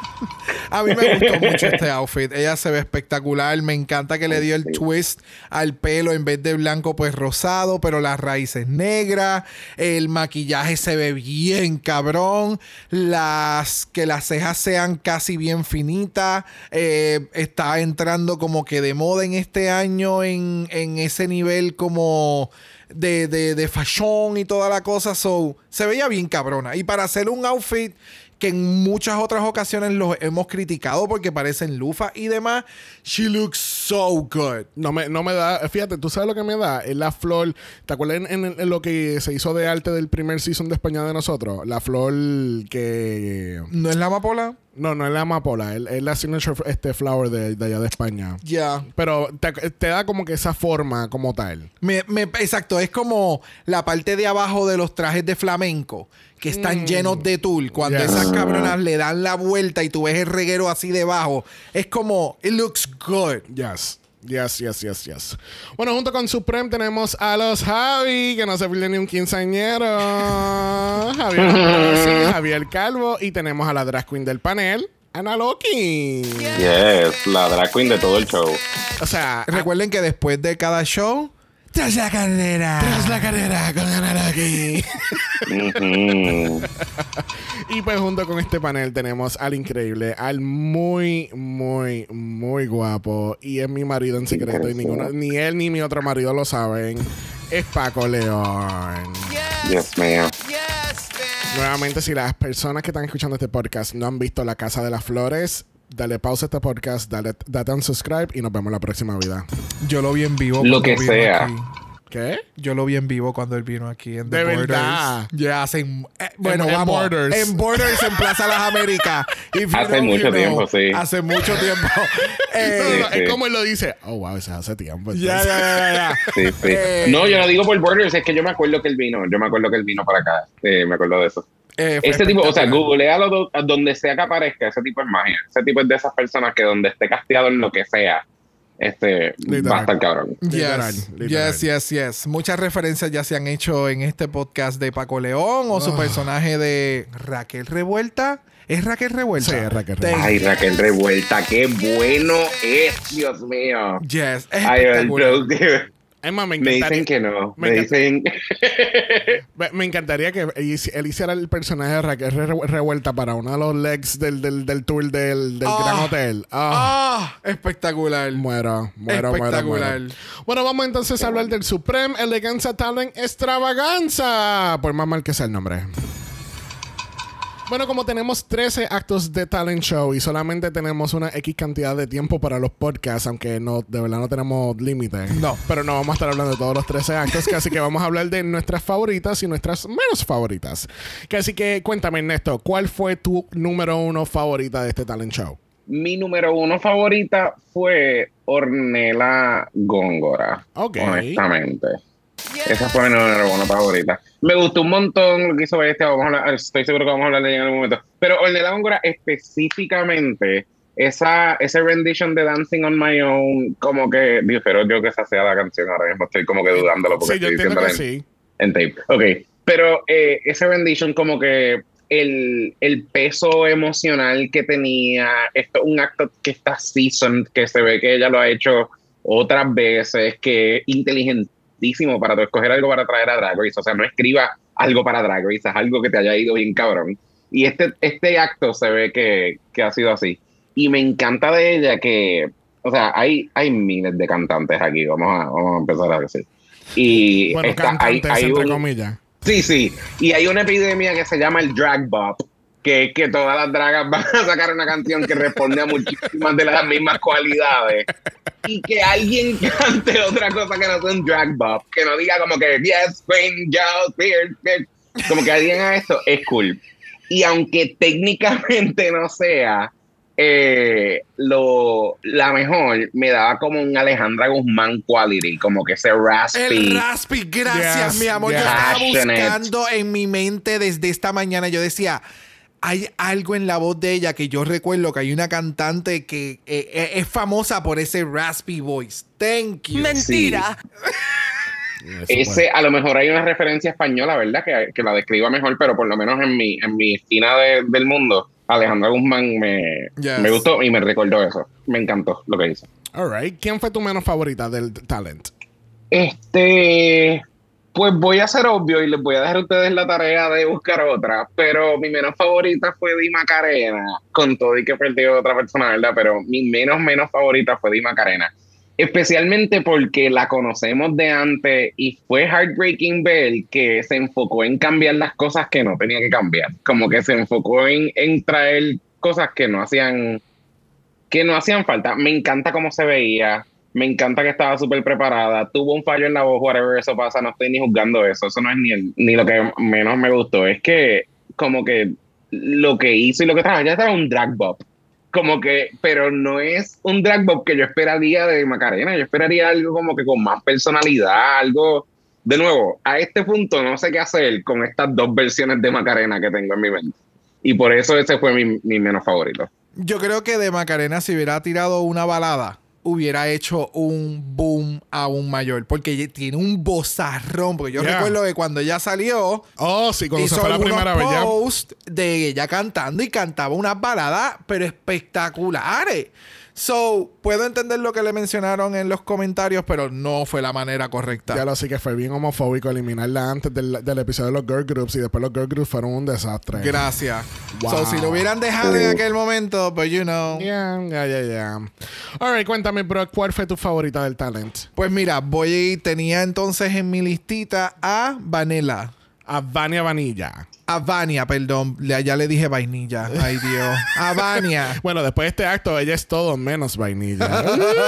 A mí me gustó mucho este outfit. Ella se ve espectacular. Me encanta que le dio el twist al pelo. En vez de blanco, pues rosado, pero las raíces negras. El maquillaje se ve bien cabrón. Las que las cejas sean casi bien finitas. Eh, está entrando como que de moda en este año en, en ese nivel como de, de, de fashion y toda la cosa. So, se veía bien cabrona. Y para hacer un outfit que en muchas otras ocasiones los hemos criticado porque parecen lufas y demás, she looks so good. No me, no me da... Fíjate, ¿tú sabes lo que me da? Es la flor... ¿Te acuerdas en, en, en lo que se hizo de arte del primer season de España de nosotros? La flor que... ¿No es la amapola? No, no es la amapola. Es, es la signature este flower de, de allá de España. Ya. Yeah. Pero te, te da como que esa forma como tal. Me, me, exacto. Es como la parte de abajo de los trajes de flamenco que están mm. llenos de tul. Cuando yes. esas cabronas le dan la vuelta y tú ves el reguero así debajo, es como, it looks good. Yes. Yes, yes, yes, yes. Bueno, junto con Supreme tenemos a los Javi, que no se pierde ni un quinceañero. Javier, sí, Javier Calvo. Y tenemos a la drag queen del panel, Ana Loki. Yes, la drag queen de todo el show. O sea, recuerden que después de cada show, tras la carrera. Tras la carrera con Ana Loki. Mm-hmm. Y pues junto con este panel tenemos al increíble, al muy, muy, muy guapo. Y es mi marido en secreto. Y ninguno, ni él ni mi otro marido lo saben. Es Paco León. Yes, ma'am. Nuevamente, si las personas que están escuchando este podcast no han visto La Casa de las Flores, dale pausa a este podcast, dale, date un subscribe y nos vemos la próxima vida. Yo lo vi en vivo. Lo que sea. Aquí. ¿Qué? Yo lo vi en vivo cuando él vino aquí en The De Borders. verdad. Ya hacen... Eh, bueno, en, vamos. En Borders. En Borders, en Plaza Las Américas. Hace mucho tiempo, sí. Hace mucho tiempo. eh, no, no, sí, es sí. como él lo dice. Oh, wow, eso hace tiempo. Ya, ya, ya, ya. Sí, sí. Eh, no, yo no digo por Borders. Es que yo me acuerdo que él vino. Yo me acuerdo que él vino para acá. Eh, me acuerdo de eso. Eh, ese tipo, o sea, googlealo donde sea que aparezca. Ese tipo es magia. Ese tipo es de esas personas que donde esté casteado en lo que sea, este literal. Va a estar cabrón. Yes, literal, literal. yes, yes, yes. Muchas referencias ya se han hecho en este podcast de Paco León o oh. su personaje de Raquel Revuelta. ¿Es Raquel Revuelta? Sí, es Raquel Revuelta. Ay, Raquel Revuelta, qué bueno es, Dios mío. Yes, es Ay, espectacular. Emma, me, me dicen que no. Me, me dicen. me, me encantaría que él hiciera el personaje de Raquel Revuelta para uno de los legs del, del, del tour del, del oh, Gran Hotel. ¡Ah! Oh, espectacular. Muero, muero, espectacular. muero, muero. Bueno, vamos entonces a hablar del Supreme Eleganza Talent Extravaganza. Por más mal que sea el nombre. Bueno, como tenemos trece actos de talent show y solamente tenemos una X cantidad de tiempo para los podcasts, aunque no, de verdad no tenemos límite. No. Pero no vamos a estar hablando de todos los trece actos, que así que vamos a hablar de nuestras favoritas y nuestras menos favoritas. Que así que cuéntame, Ernesto, ¿cuál fue tu número uno favorita de este talent show? Mi número uno favorita fue Ornella Góngora. Ok. Honestamente. Esa fue mi número uno favorita. Me gustó un montón lo que hizo Bestia. Vamos a hablar, estoy seguro que vamos a hablar de ella en algún momento. Pero Ornella Góngora específicamente, esa, ese rendition de Dancing on My Own, como que, Dios, pero yo que esa sea la canción ahora mismo, estoy como que dudándolo porque sí, estoy diciendo en, sí. en tape. Ok, pero eh, ese rendition como que el, el peso emocional que tenía, esto un acto que está seasoned, que se ve que ella lo ha hecho otras veces, que inteligente para tu escoger algo para traer a Drag Race. O sea, no escriba algo para Drag Race, es algo que te haya ido bien cabrón. Y este, este acto se ve que, que ha sido así. Y me encanta de ella que, o sea, hay, hay miles de cantantes aquí, vamos a, vamos a empezar a decir. Y bueno, está, cantantes, hay, hay entre un, comillas. Sí, sí. Y hay una epidemia que se llama el drag bop, que, que todas las dragas van a sacar una canción que responde a muchísimas de las mismas cualidades. Y que alguien cante otra cosa que no sea un drag bop, que no diga como que yes, queen, yo, beer, beer. Como que alguien haga esto, es cool. Y aunque técnicamente no sea eh, lo, la mejor, me daba como un Alejandra Guzmán quality, como que ese raspy. El raspy, gracias, yes, mi amor. Yes. Yo estaba buscando en mi mente desde esta mañana, yo decía, hay algo en la voz de ella que yo recuerdo que hay una cantante que eh, eh, es famosa por ese raspy voice. Thank you. Mentira. Ese, a lo mejor hay una referencia española, ¿verdad? Que, que la describa mejor, pero por lo menos en mi, en mi esquina de, del mundo, Alejandra Guzmán me, Yes. me gustó y me recordó eso. Me encantó lo que hizo. All right. ¿Quién fue tu menos favorita del talent? Este, pues voy a ser obvio y les voy a dejar a ustedes la tarea de buscar otra, pero mi menos favorita fue Di Macarena, con todo y que perdió otra persona, ¿verdad? Pero mi menos, menos favorita fue Di Macarena. Especialmente porque la conocemos de antes y fue Heartbreaking Bell que se enfocó en cambiar las cosas que no tenía que cambiar. Como que se enfocó en, en traer cosas que no hacían que no hacían falta. Me encanta cómo se veía. Me encanta que estaba súper preparada. Tuvo un fallo en la voz, whatever eso pasa. No estoy ni juzgando eso. Eso no es ni, el, ni lo que menos me gustó. Es que como que lo que hizo y lo que trajo ya estaba un drag bop. Como que, pero no es un drag bop que yo esperaría de Macarena. Yo esperaría algo como que con más personalidad, algo... De nuevo, a este punto no sé qué hacer con estas dos versiones de Macarena que tengo en mi mente. Y por eso ese fue mi, mi menos favorito. Yo creo que de Macarena, si hubiera tirado una balada, hubiera hecho un boom aún mayor. Porque ella tiene un vozarrón. Porque yo Yeah. recuerdo que cuando ella salió... Oh, sí, cuando hizo se fue la algunos primera vez ya. posts de ella cantando y cantaba unas baladas, pero espectaculares. So, puedo entender lo que le mencionaron en los comentarios, pero no fue la manera correcta. Ya lo sé que fue bien homofóbico eliminarla antes del, del episodio de los girl groups y después los girl groups fueron un desastre. Gracias. Wow. So, si lo hubieran dejado en aquel momento, pues, you know. Yeah, yeah, yeah, yeah. All right, cuéntame, bro, ¿cuál fue tu favorita del talent? Pues mira, voy tenía entonces en mi listita a Vanilla. A Vania Vanilla. A Vania, perdón. Le- Ya le dije vainilla. Ay, Dios. A Vania. Bueno, después de este acto, ella es todo menos vainilla.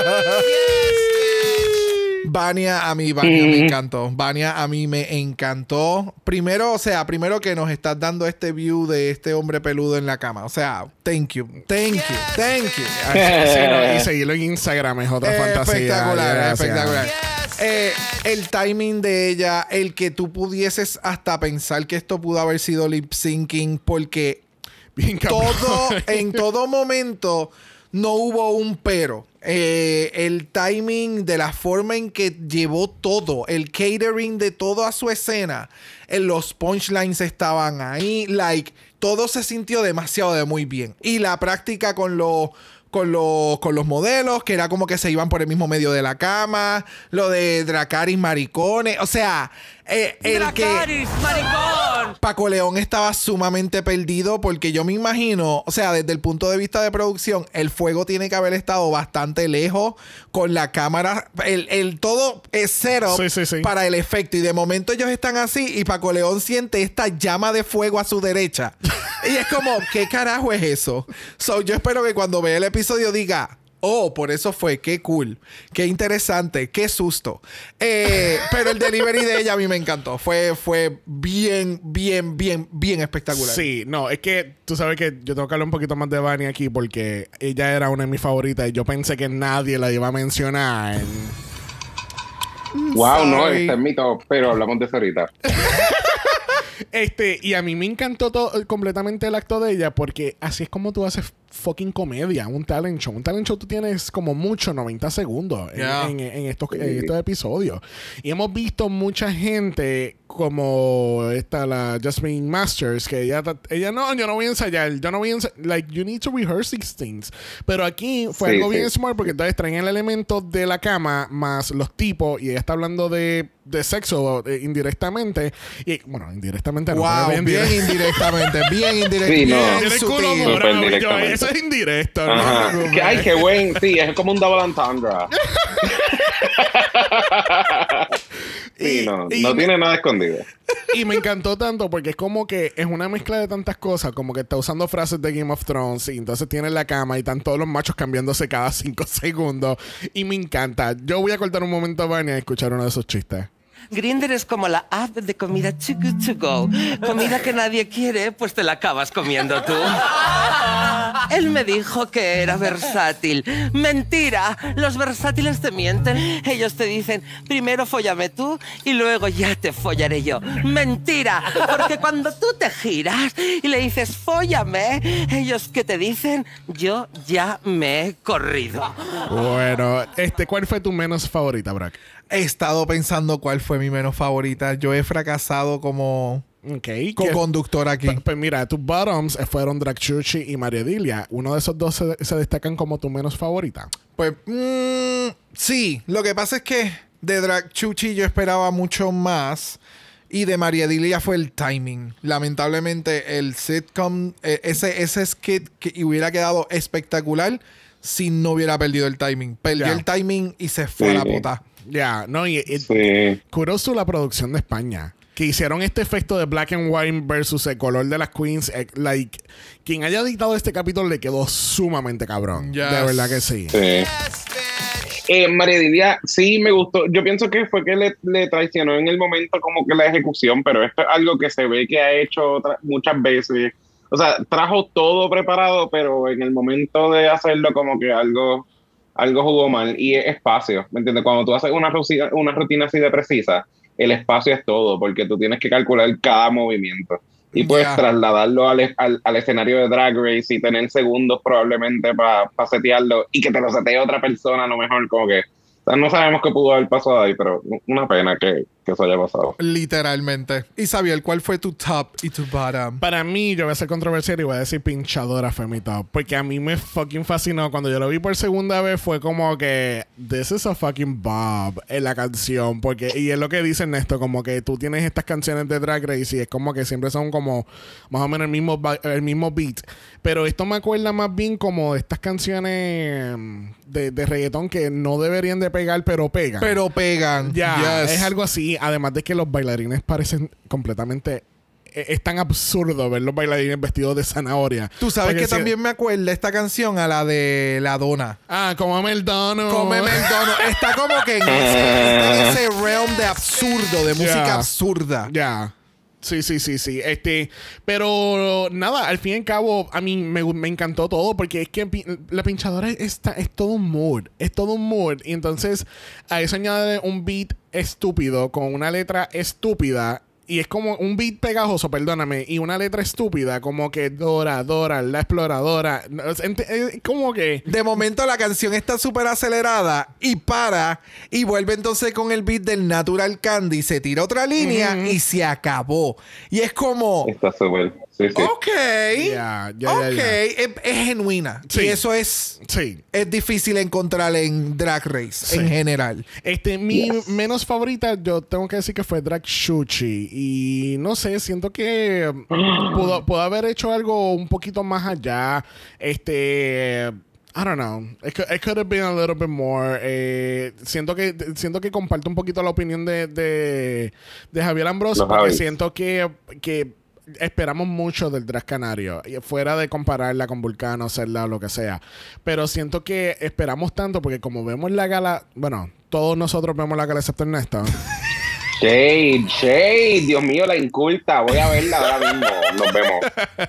Vania, a mí, Vania me encantó. Vania, a mí me encantó. Primero, o sea, primero que nos estás dando este view de este hombre peludo en la cama. O sea, thank you. Thank you. Thank you. Ah, sí, no, y seguirlo en Instagram es otra fantasía. Espectacular, Gracias. espectacular. Eh, el timing de ella, el que tú pudieses hasta pensar que esto pudo haber sido lip syncing, porque Bien todo, cabrón. en todo momento no hubo un pero. Eh, el timing de la forma en que llevó todo, el catering de todo a su escena, en los punchlines estaban ahí, like, todo se sintió demasiado de muy bien. Y la práctica con los con los con los modelos, que era como que se iban por el mismo medio de la cama, lo de Dracarys maricones, o sea, eh, el ¡Dracarys, que maricón! Paco León estaba sumamente perdido, porque yo me imagino, o sea, desde el punto de vista de producción, el fuego tiene que haber estado bastante lejos con la cámara, el, el todo es cero Sí, sí, sí. para el efecto, y de momento ellos están así y Paco León siente esta llama de fuego a su derecha y es como, ¿qué carajo es eso? So, yo espero que cuando vea el episodio diga, oh, por eso fue, qué cool, qué interesante, qué susto. Eh, pero el delivery de ella a mí me encantó. Fue, fue bien, bien, bien, bien espectacular. Sí, no, es que tú sabes que yo tengo que hablar un poquito más de Vania aquí porque ella era una de mis favoritas y yo pensé que nadie la iba a mencionar. Wow, no, Sorry. este es mi top, pero hablamos de eso ahorita. Este, y a mí me encantó todo, completamente el acto de ella porque así es como tú haces fucking comedia, un talent show. Un talent show tú tienes como mucho noventa segundos en, Yeah. en- en estos, en estos episodios. Y hemos visto mucha gente como esta, la Jasmine Masters, que ella, ella no, yo no voy a ensayar, yo no voy a ensayar. Like, you need to rehearse these things. Pero aquí fue Sí, algo sí. bien smart porque entonces traen el elemento de la cama más los tipos y ella está hablando de, de sexo eh, indirectamente. Y bueno, indirectamente no. Wow, pero bien dire- indirectamente, bien indirectamente. Sí, no. bien Tiene el culo sutil. morado, Súper yo, directamente. eso es indirecto. ¿no? Ajá. Como- Que- Ay, qué buen. Sí, es como un double entendre. Sí, Y- no, y no me- tiene nada escondido. Y me encantó tanto porque es como que es una mezcla de tantas cosas, como que está usando frases de Game of Thrones y entonces tiene la cama y están todos los machos cambiándose cada cinco segundos y me encanta. Yo voy a cortar un momento a Vania y escuchar uno de esos chistes. Grindr es como la app de comida too good to go. Comida que nadie quiere, pues te la acabas comiendo tú. Él me dijo que era versátil. Mentira, los versátiles te mienten. Ellos te dicen, primero fóllame tú y luego ya te follaré yo. Mentira, porque cuando tú te giras y le dices, fóllame, ellos que te dicen, yo ya me he corrido. Bueno, este, ¿cuál fue tu menos favorita, Brock? He estado pensando cuál fue mi menos favorita. Yo he fracasado como okay, co-conductor aquí. Pues, pues mira, tus bottoms fueron Drag Chuchi y María Dilia. ¿Uno de esos dos se, se destacan como tu menos favorita? Pues mmm, sí. Lo que pasa es que de Drag Chuchi yo esperaba mucho más. Y de María Dilia fue el timing. Lamentablemente el sitcom, eh, ese, ese skit que hubiera quedado espectacular si no hubiera perdido el timing. Perdió yeah. el timing y se fue sí. a la pota. Ya, yeah, no, y, y sí. kudos to la producción de España. Que hicieron este efecto de black and white versus el color de las queens. Eh, like, quien haya editado este capítulo le quedó sumamente cabrón. Yes. De verdad que sí. sí. Eh, María Dilia, sí me gustó. Yo pienso que fue que le, le traicionó en el momento como que la ejecución, pero esto es algo que se ve que ha hecho muchas veces. O sea, trajo todo preparado, pero en el momento de hacerlo como que algo, algo jugó mal. Y es espacio, ¿me entiendes? Cuando tú haces una rutina, una rutina así de precisa, el espacio es todo, porque tú tienes que calcular cada movimiento. Y puedes yeah. trasladarlo al, al, al escenario de Drag Race y tener segundos probablemente para pa setearlo y que te lo setee otra persona a lo mejor, como que... O sea, no sabemos qué pudo haber pasado ahí, pero una pena que, que eso haya pasado. Literalmente. Isabel, ¿cuál fue tu top y tu bottom? Para mí, yo voy a ser controversial y voy a decir pinchadora fue mi top. Porque a mí me fucking fascinó. Cuando yo lo vi por segunda vez fue como que this is a fucking bob en la canción. Porque, y es lo que dice Ernesto, como que tú tienes estas canciones de Drag Race y es como que siempre son como más o menos el mismo, el mismo beat. Pero esto me acuerda más bien como estas canciones de, de reggaetón que no deberían de pegar, pero pegan. Pero pegan. Ya, yes. es algo así. Además de que los bailarines parecen completamente... Es tan absurdo ver los bailarines vestidos de zanahoria. Tú sabes porque que si... también me acuerda esta canción a la de La Dona. Ah, cómeme el dono. Cómeme el dono. Está como que en ese, en ese realm de absurdo, de música yeah. absurda. Ya. Yeah. Sí, sí, sí, sí. Este, pero nada, al fin y al cabo, a mí me, me encantó todo porque es que pi la pinchadora está, es todo un mood. Es todo un mood. Y entonces a eso añade un beat estúpido con una letra estúpida. Y es como un beat pegajoso, perdóname, y una letra estúpida, como que Dora, Dora, la exploradora. Como que... De momento la canción está súper acelerada y para y vuelve entonces con el beat del Natural Candy, se tira otra línea uh-huh. y se acabó. Y es como... Está súper... Sí, sí. Ok. Yeah, yeah, ok. Yeah, yeah. Es, es genuina. Sí. Y eso es... Sí. Es difícil encontrar en Drag Race, sí. en general. Este, mi yes. menos favorita, yo tengo que decir que fue Drag Chuchi. Y no sé, siento que pudo, pudo haber hecho algo un poquito más allá. Este... I don't know. It could, it could have been a little bit more. Eh, siento que siento que comparto un poquito la opinión de, de, de Javier Ambrosio. Porque Javi. siento que... que esperamos mucho del Drag Canario, fuera de compararla con Vulcano, Zelda o lo que sea, pero siento que esperamos tanto porque como vemos la gala, bueno, todos nosotros vemos la gala excepto Ernesto. Shade, Shade, Dios mío, la inculta, voy a verla ahora mismo, nos vemos.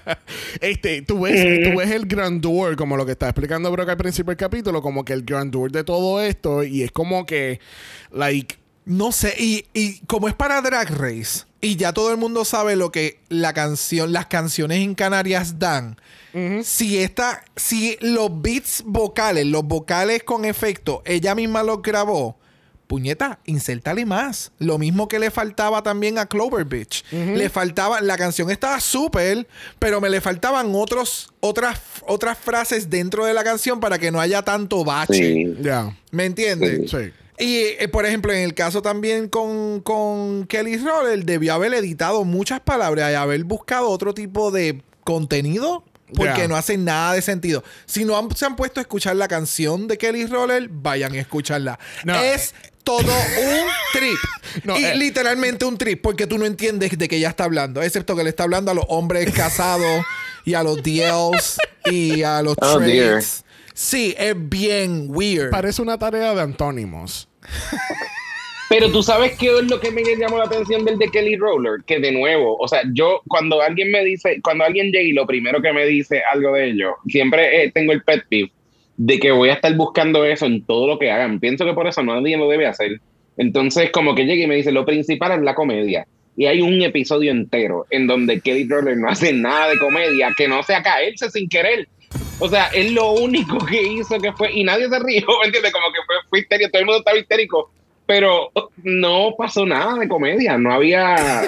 Este, tú ves, tú ves el grandeur, como lo que está explicando Brock al principio del capítulo, como que el grandeur de todo esto, y es como que, like, no sé, y, y como es para Drag Race, y ya todo el mundo sabe lo que la canción, las canciones en Canarias dan. Uh-huh. Si esta, si los beats vocales, los vocales con efecto, ella misma los grabó, puñeta, insértale más. Lo mismo que le faltaba también a Clover Beach. Uh-huh. Le faltaba, la canción estaba súper, pero me le faltaban otros, otras, otras frases dentro de la canción para que no haya tanto bache. Sí. Yeah. ¿Me entiendes? Sí. sí. Y, eh, por ejemplo, en el caso también con, con Kelly Roller, debió haber editado muchas palabras y haber buscado otro tipo de contenido porque yeah. no hace nada de sentido. Si no han, se han puesto a escuchar la canción de Kelly Roller, vayan a escucharla. No. Es todo un trip. No, y eh. literalmente un trip, porque tú no entiendes de qué ella está hablando, excepto que le está hablando a los hombres casados y a los D Ls y a los oh, trades. Dear. Sí, es bien weird. Parece una tarea de antónimos. Pero tú sabes qué es lo que me llamó la atención del de Kelly Roller, que de nuevo, o sea, yo cuando alguien me dice, cuando alguien llega y lo primero que me dice algo de ello, siempre eh, tengo el pet peeve de que voy a estar buscando eso en todo lo que hagan. Pienso que por eso nadie lo debe hacer. Entonces, como que llega y me dice, lo principal es la comedia. Y hay un episodio entero en donde Kelly Roller no hace nada de comedia, que no sea caerse sin querer. O sea, es lo único que hizo que fue, y nadie se rió, ¿me entiendes? Como que fue, fue histérico, todo el mundo estaba histérico. Pero no pasó nada de comedia, no había...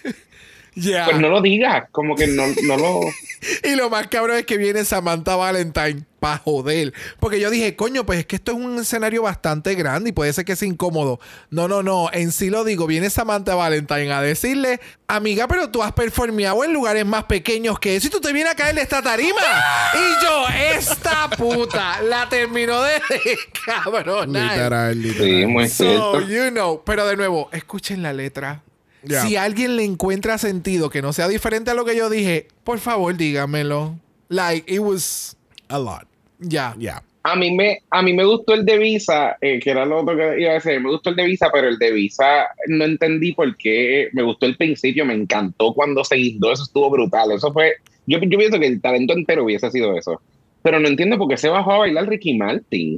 Yeah. Pues no lo digas, como que no, no lo... Y lo más cabrón es que viene Samantha Valentine para joder. Porque yo dije, coño, pues es que esto es un escenario bastante grande y puede ser que sea incómodo. No, no, no. En sí lo digo. Viene Samantha Valentine a decirle, amiga, pero tú has performeado en lugares más pequeños que eso y tú te vienes a caer de esta tarima. Y yo, esta puta, la terminó de cabrón. Literal, literal. Sí, muy So, cierto. you know. Pero de nuevo, escuchen la letra. Yeah. Si a alguien le encuentra sentido que no sea diferente a lo que yo dije, por favor, dígamelo. Like, it was a lot. Ya. Yeah. Yeah. A mí me, a mí me gustó el de Visa, eh, que era lo otro que iba a decir. Me gustó el de Visa, pero el de Visa no entendí por qué. Me gustó el principio, me encantó cuando se guindó, eso estuvo brutal. Eso fue, yo, yo pienso que el talento entero hubiese sido eso. Pero no entiendo por qué se bajó a bailar Ricky Martin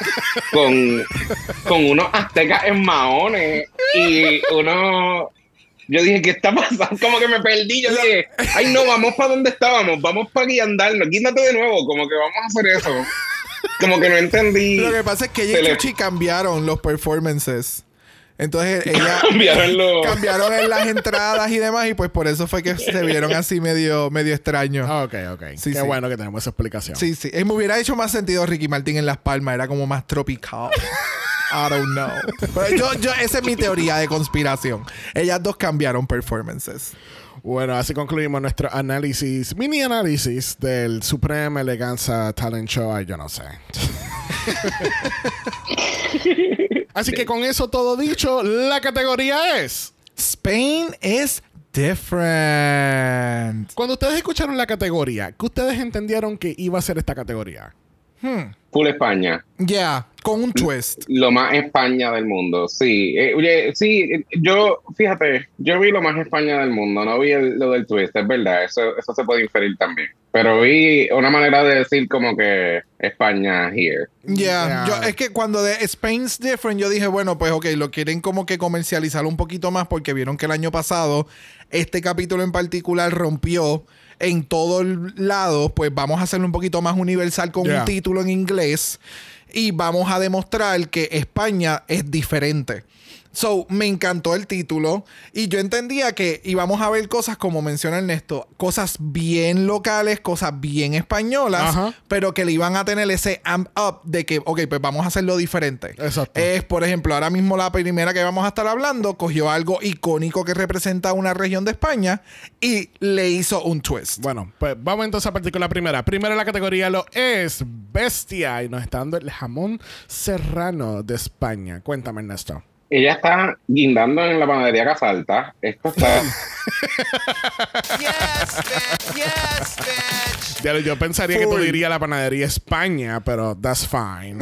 con, con unos aztecas en maones y unos... Yo dije, ¿qué está pasando? Como que me perdí. Yo dije, ay, no, vamos para donde estábamos. Vamos para guiandarnos. Quítate de nuevo. Como que vamos a hacer eso. Como que no entendí. Lo que pasa es que ella y Chuchi cambiaron los performances. Entonces, ella... cambiaron, los... cambiaron en las entradas y demás. Y pues por eso fue que se vieron así medio, medio extraños. Ok, ok. Sí, Qué sí. bueno que tenemos esa explicación. Sí, sí. Eh, me hubiera hecho más sentido Ricky Martin en Las Palmas. Era como más tropical. I don't know. Pero yo, yo, esa es mi teoría de conspiración. Ellas dos cambiaron performances. Bueno, así concluimos nuestro análisis, mini análisis del Supreme Eleganza Talent Show. Ay, yo no sé. Así que con eso todo dicho, la categoría es... Spain is different. Cuando ustedes escucharon la categoría, ¿qué ustedes entendieron que iba a ser esta categoría? Hmm. Full España. Ya, yeah, con un twist. Lo más España del mundo, sí. Eh, oye, sí, yo, fíjate, yo vi lo más España del mundo, no vi el, lo del twist, es verdad, eso, eso se puede inferir también. Pero vi una manera de decir como que España here. Ya, yeah. yeah. Es que cuando de Spain's different, yo dije, bueno, pues ok, lo quieren como que comercializar un poquito más porque vieron que el año pasado este capítulo en particular rompió en todos lados, pues vamos a hacerlo un poquito más universal con yeah. un título en inglés y vamos a demostrar que España es diferente. So, me encantó el título y yo entendía que íbamos a ver cosas, como menciona Ernesto, cosas bien locales, cosas bien españolas, uh-huh. pero que le iban a tener ese amp up de que, ok, pues vamos a hacerlo diferente. Exacto. Es, por ejemplo, ahora mismo la primera que vamos a estar hablando cogió algo icónico que representa una región de España y le hizo un twist. Bueno, pues vamos entonces a partir con la primera. Primero la categoría lo es Bestia y nos está dando el jamón serrano de España. Cuéntame, Ernesto. Ella está guindando en la panadería Casalta. Esto está... Yes, bitch. Yes, bitch. Ya, yo pensaría Full. que tú dirías la panadería España, pero that's fine.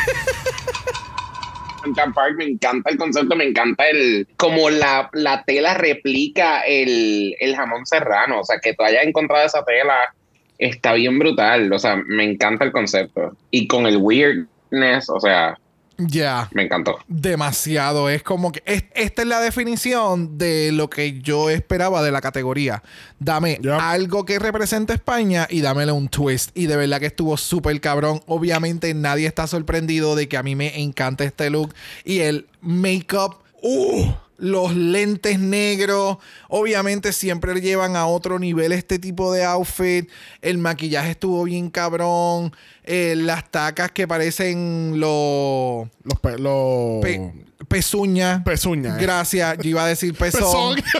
Park, me encanta el concepto, me encanta el... Como la, la tela replica el, el jamón serrano. O sea, que tú hayas encontrado esa tela está bien brutal. O sea, me encanta el concepto. Y con el weirdness, o sea... Ya. Yeah. Me encantó. Demasiado. Es como que... Es, esta es la definición de lo que yo esperaba de la categoría. Dame yep. algo que represente España y dámele un twist. Y de verdad que estuvo súper cabrón. Obviamente nadie está sorprendido de que a mí me encanta este look. Y el make-up... ¡Uh! Los lentes negros, obviamente siempre llevan a otro nivel este tipo de outfit. El maquillaje estuvo bien cabrón. Eh, las tacas que parecen los... Los... Pe lo... pe pezuñas. Pezuñas. Gracias. Yo iba a decir pezón. Pezón.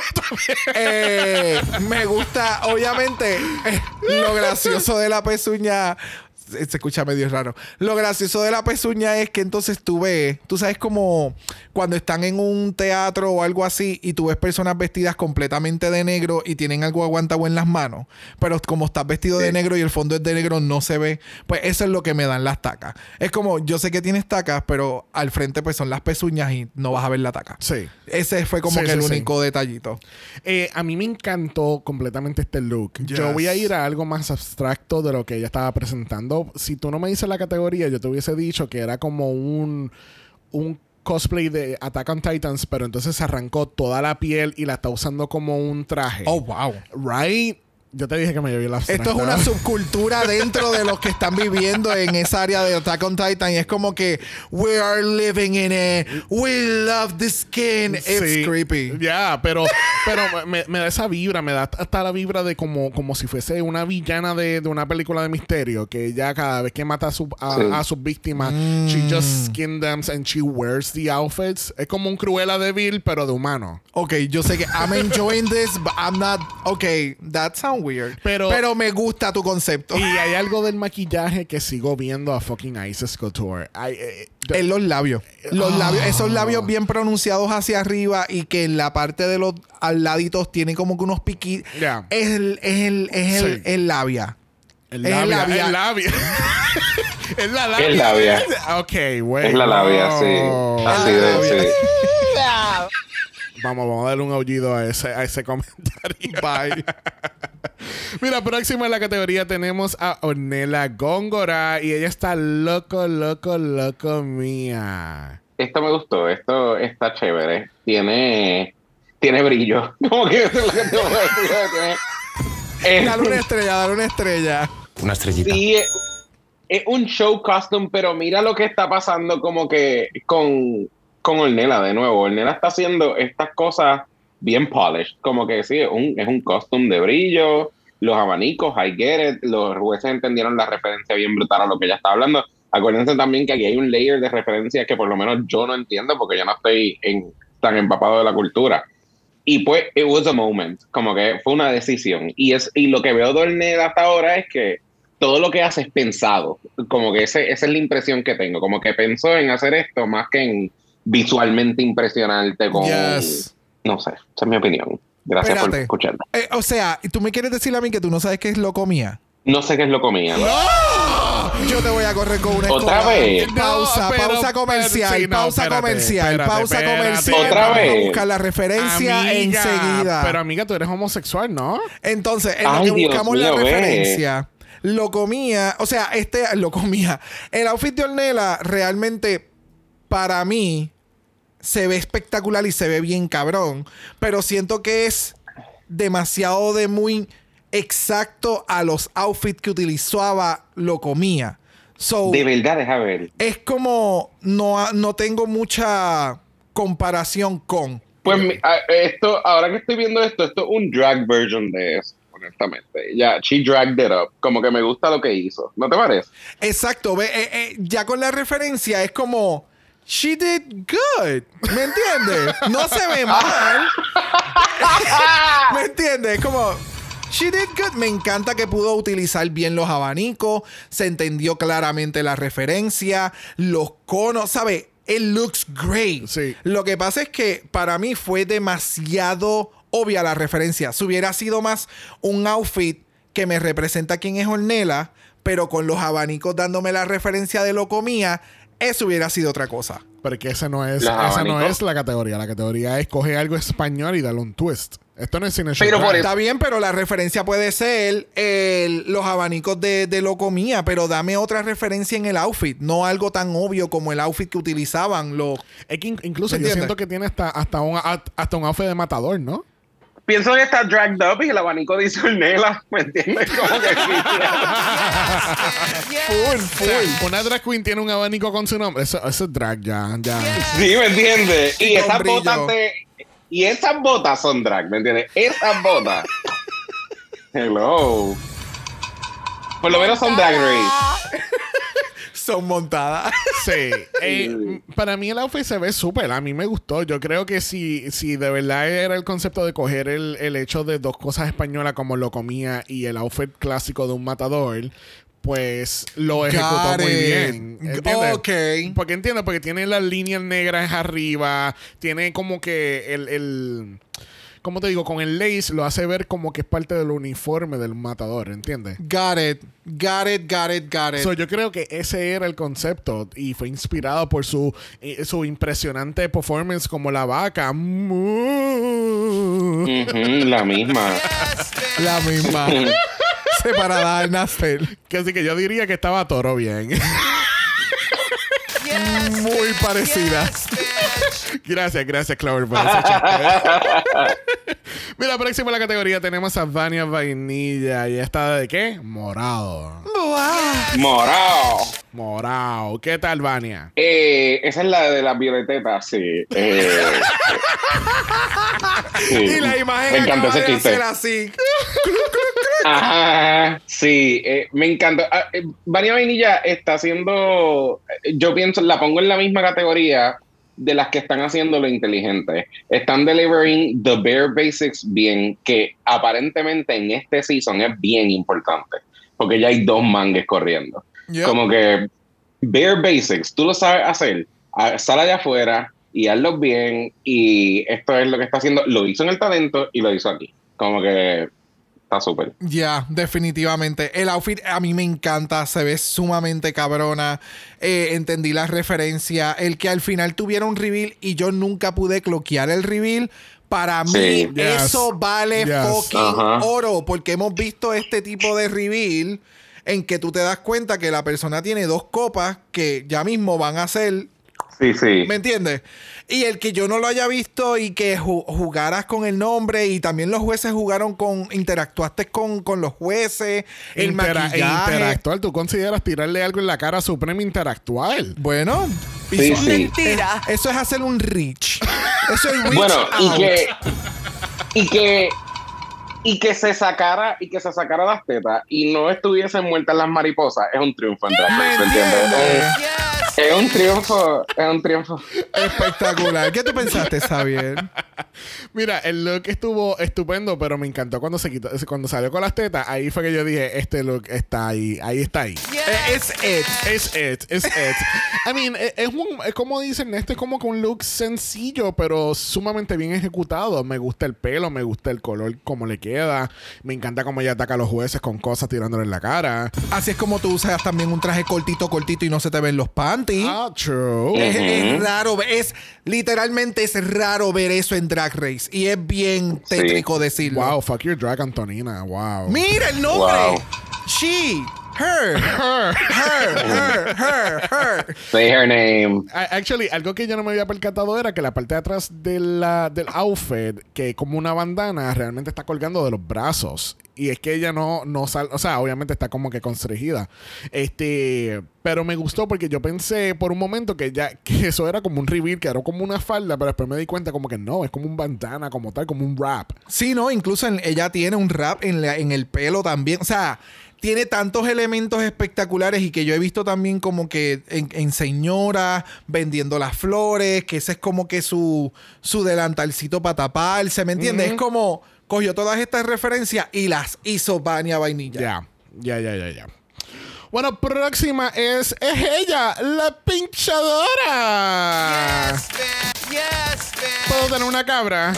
eh, me gusta, obviamente, eh, lo gracioso de la pezuña... se escucha medio raro. Lo gracioso de la pezuña es que entonces tú ves, tú sabes como cuando están en un teatro o algo así y tú ves personas vestidas completamente de negro y tienen algo aguantado en las manos, pero como estás vestido sí. de negro y el fondo es de negro no se ve, pues eso es lo que me dan las tacas. Es como, yo sé que tienes tacas, pero al frente pues son las pezuñas y no vas a ver la taca. Sí. Ese fue como sí, que sí, el sí. único detallito. Eh, a mí me encantó completamente este look. Yes. Yo voy a ir a algo más abstracto de lo que ella estaba presentando. Si tú no me dices la categoría, yo te hubiese dicho que era como un... un cosplay de Attack on Titans, pero entonces se arrancó toda la piel y la está usando como un traje. Oh, wow. Right? Yo te dije que me llevé la abstracta. Esto es una subcultura dentro de los que están viviendo en esa área de Attack on Titan y es como que we are living in it. We love the skin. It's sí. creepy. Ya, yeah, pero, pero me, me da esa vibra, me da hasta la vibra de como, como si fuese una villana de, de una película de misterio, que ella cada vez que mata a, su, a, sí. a sus víctimas, mm. she just skin them and she wears the outfits. Es como un Cruella de Vil, pero de humano. Ok, yo sé que I'm enjoying this, but I'm not... Ok, that sounds weird. Pero, pero me gusta tu concepto. Y hay algo del maquillaje que sigo viendo a fucking Isis Couture. I, eh, en los labios. Los oh. labios. Esos labios bien pronunciados hacia arriba y que en la parte de los al laditos tiene como que unos piquitos. Yeah. Es el, es el, es el, sí. el labia. El labia. El labia. El labia. Es la labia. El labia. Ok, güey. Es la labia, sí. Así de, sí. Vamos, vamos a darle un aullido a ese, a ese comentario. Bye. Mira, próxima en la categoría tenemos a Ornella Góngora y ella está loco, loco, loco mía. Esto me gustó, esto está chévere. Tiene, tiene brillo. Como que es lo que te voy a decir. Tiene... Dale una estrella, dale una estrella. Una estrellita. Sí, es, es un show costume, pero mira lo que está pasando como que con... con Ornella de nuevo. Ornella está haciendo estas cosas bien polished. Como que sí, es un, es un costume de brillo. Los abanicos, I get it. Los jueces entendieron la referencia bien brutal a lo que ella está hablando. Acuérdense también que aquí hay un layer de referencias que por lo menos yo no entiendo porque yo no estoy en, tan empapado de la cultura. Y pues, it was a moment. Como que fue una decisión. Y, es, y lo que veo de Ornella hasta ahora es que todo lo que hace es pensado. Como que ese, esa es la impresión que tengo. Como que pensó en hacer esto más que en visualmente impresionante con... Yes. No sé, esa es mi opinión. Gracias Espérate. por escucharme. Eh, o sea, ¿tú me quieres decir a mí que tú no sabes qué es locomía? No sé qué es locomía. ¡No! Yo te voy a correr con una ¿Otra escoba. vez? Pausa, No, pero, pausa comercial, pero, sí, no, pausa espérate, comercial, espérate, pausa espérate. comercial. ¿Otra Vamos vez? a buscar la referencia Amiga, enseguida. Pero amiga, tú eres homosexual, ¿no? Entonces, en Ay, lo que Dios buscamos mío, la ve. referencia, locomía, o sea, este, locomía. El outfit de Ornella realmente, para mí, se ve espectacular y se ve bien cabrón. Pero siento que es demasiado de muy exacto a los outfits que utilizaba Locomía. So, de verdad, deja ver. Es como no, no tengo mucha comparación con. Pues esto, ahora que estoy viendo esto, esto es un drag version de eso, honestamente. Ya, she dragged it up. Como que me gusta lo que hizo. ¿No te parece? Exacto. Ve, eh, eh, ya con la referencia es como... She did good. ¿Me entiendes? No se ve mal. ¿Me entiendes? Como... She did good. Me encanta que pudo utilizar bien los abanicos. Se entendió claramente la referencia. Los conos. ¿Sabes? It looks great. Sí. Lo que pasa es que para mí fue demasiado obvia la referencia. Si hubiera sido más un outfit que me representa quién es Ornella, pero con los abanicos dándome la referencia de Locomía, eso hubiera sido otra cosa. Porque esa no es, esa no es la categoría. La categoría es coger algo español y darle un twist. Esto no es cine. Pero por está bien, pero la referencia puede ser el, los abanicos de, de Locomía, pero dame otra referencia en el outfit, no algo tan obvio como el outfit que utilizaban los. Es que incluso yo siento que tiene hasta, hasta, un, hasta un outfit de matador, ¿no? Pienso que está dragged up y el abanico dice Ornella, ¿me entiendes? Como que aquí, full, full. O sea, una drag queen tiene un abanico con su nombre. Eso, eso es drag ya, ya. Sí, ¿me entiendes? Y esas botas de... Y esas botas son drag, ¿me entiendes? Esas botas. Hello. Por lo menos son drag race. Son montadas. Sí. Eh, para mí el outfit se ve súper. A mí me gustó. Yo creo que si, si de verdad era el concepto de coger el, el hecho de dos cosas españolas como Locomía y el outfit clásico de un matador, pues lo ejecutó Got muy it. bien. ¿Entiendes? Ok. Porque entiendo, porque tiene las líneas negras arriba, tiene como que el, el ¿cómo te digo? Con el lace lo hace ver como que es parte del uniforme del matador, ¿entiendes? Got it. Got it, got it, got it. So, yo creo que ese era el concepto y fue inspirado por su, eh, su impresionante performance como la vaca. Uh-huh, la misma. La misma. Separada de Nastel. Que así que yo diría que estaba Toro bien. Muy parecida. Gracias, gracias, Clover, por ese chiste. Mira, próximo en la categoría tenemos a Vania Vainilla. ¿Y esta de qué? Morado. Morado. Morado. ¿Qué tal, Vania? Eh, esa es la de las violetetas, sí. Eh, sí. Y la imagen me encantó ese de chiste. hacer así. Ajá, sí, eh, me encantó. Ah, eh, Vania Vainilla está haciendo, yo pienso, la pongo en la misma categoría de las que están haciendo lo inteligente. Están delivering the bare basics bien, que aparentemente en este season es bien importante, porque ya hay dos mangues corriendo. Yep. Como que bare basics, tú lo sabes hacer, sal allá afuera y hazlo bien, y esto es lo que está haciendo. Lo hizo en el talento y lo hizo aquí. Como que está súper. Ya, yeah, definitivamente. El outfit a mí me encanta. Se ve sumamente cabrona. Eh, entendí la referencia. El que al final tuviera un reveal y yo nunca pude cloquear el reveal. Para mí, sí. eso Yes. vale Yes. fucking Ajá. oro. Porque hemos visto este tipo de reveal en que tú te das cuenta que la persona tiene dos copas que ya mismo van a ser... Sí, sí. ¿Me entiendes? Y el que yo no lo haya visto y que ju- jugaras con el nombre y también los jueces jugaron con... Interactuaste con, con los jueces, el Intera- maquillaje. Interactual. ¿Tú consideras tirarle algo en la cara a Supreme interactual? Bueno, Sí, eso, sí. Mentira. eso es hacer un reach. Eso es reach Bueno, y out. que, y que y que se sacara y que se sacara las tetas y no estuviesen muertas las mariposas es un triunfo en Drag Race, ¿me entiendes? Es, es un triunfo, es un triunfo. Espectacular. ¿Qué tú pensaste, Xavier? Mira, el look estuvo estupendo, pero me encantó cuando se quitó, cuando salió con las tetas. Ahí fue que yo dije, este look está ahí, ahí está ahí. Eh, Es it. Es it, es it. I mean, es, es un, es como dicen, este es como que un look sencillo, pero sumamente bien ejecutado. Me gusta el pelo, me gusta el color, como le queda. Me encanta cómo ella ataca a los jueces con cosas tirándole en la cara. Así es como tú usas también un traje cortito, cortito y no se te ven los panties. Ah, true. Es, Ujú. es raro, es literalmente es raro ver eso en Drag Race y es bien tétrico Sí. decirlo. Wow, fuck your drag, Antonina. Wow. Mira el nombre. Wow. She, her, her, her, her, her, her. Say her name. A- Actually, algo que yo no me había percatado era que la parte de atrás de la, del outfit, que como una bandana, realmente está colgando de los brazos. Y es que ella no, no sale, o sea, obviamente está como que constringida. Este, pero me gustó porque yo pensé por un momento que ya, que eso era como un reveal, que era como una falda, pero después me di cuenta como que no, es como un bandana, como tal, como un wrap. Sí, no, incluso en- ella tiene un rap en, la- en el pelo también. O sea, tiene tantos elementos espectaculares y que yo he visto también como que en, en señora vendiendo las flores, que ese es como que su, su delantalcito para taparse, ¿me entiendes? Ujú. Es como cogió todas estas referencias y las hizo Vania Vainilla. Ya, ya, ya, ya, ya. Bueno, próxima es, es ella, la pinchadora. Yes, bitch. Yes, bitch. ¿Puedo tener una cabra?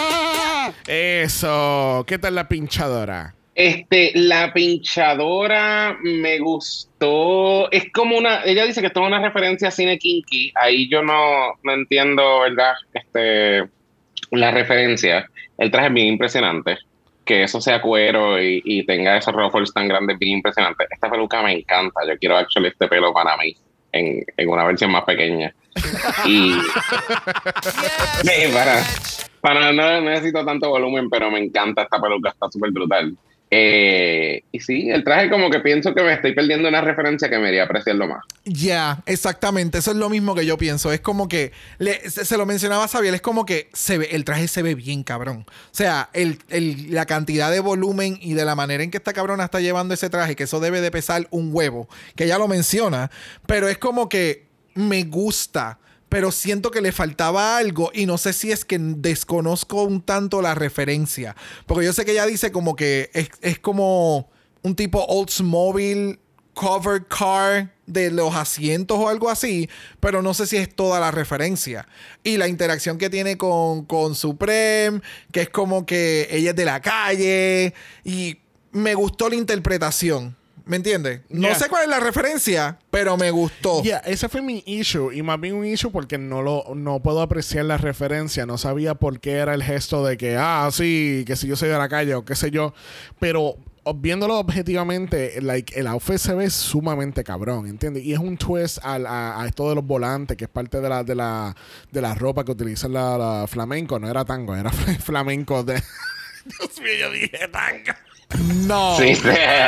Eso. ¿Qué tal la pinchadora? Este, la pinchadora me gustó. Es como una. Ella dice que esto es una referencia a cine kinky. Ahí yo no, no entiendo, ¿verdad? Este, la referencia. El traje es bien impresionante. Que eso sea cuero y, y tenga esos ruffles tan grandes, bien impresionante. Esta peluca me encanta. Yo quiero actually este pelo para mí. En, en una versión más pequeña. Y. Sí, para. Para no necesito tanto volumen, pero me encanta esta peluca. Está súper brutal. Eh, y sí, el traje como que pienso que me estoy perdiendo una referencia que me haría apreciarlo más. Ya, exactamente. Eso es lo mismo que yo pienso. Es como que, le- se, se lo mencionaba Xavier, es como que se ve, el traje se ve bien cabrón. O sea, el, el- la cantidad de volumen y de la manera en que esta cabrona está llevando ese traje, que eso debe de pesar un huevo, que ella lo menciona, pero es como que me gusta, pero siento que le faltaba algo y no sé si es que desconozco un tanto la referencia. Porque yo sé que ella dice como que es, es como un tipo Oldsmobile cover car de los asientos o algo así, pero no sé si es toda la referencia. Y la interacción que tiene con, con Supreme, que es como que ella es de la calle, y me gustó la interpretación. ¿Me entiendes? No Yeah. sé cuál es la referencia, pero me gustó. Yeah, ese fue mi issue. Y más bien un issue porque no lo no puedo apreciar la referencia. No sabía por qué era el gesto de que, ah, sí, que si yo soy de la calle o qué sé yo. Pero viéndolo objetivamente, like, el outfit se ve sumamente cabrón, ¿entiendes? Y es un twist al, a, a esto de los volantes, que es parte de la, de la, de la ropa que utilizan la, la flamenco. No era tango, era flamenco de... Dios mío, yo dije tango. No. Sí.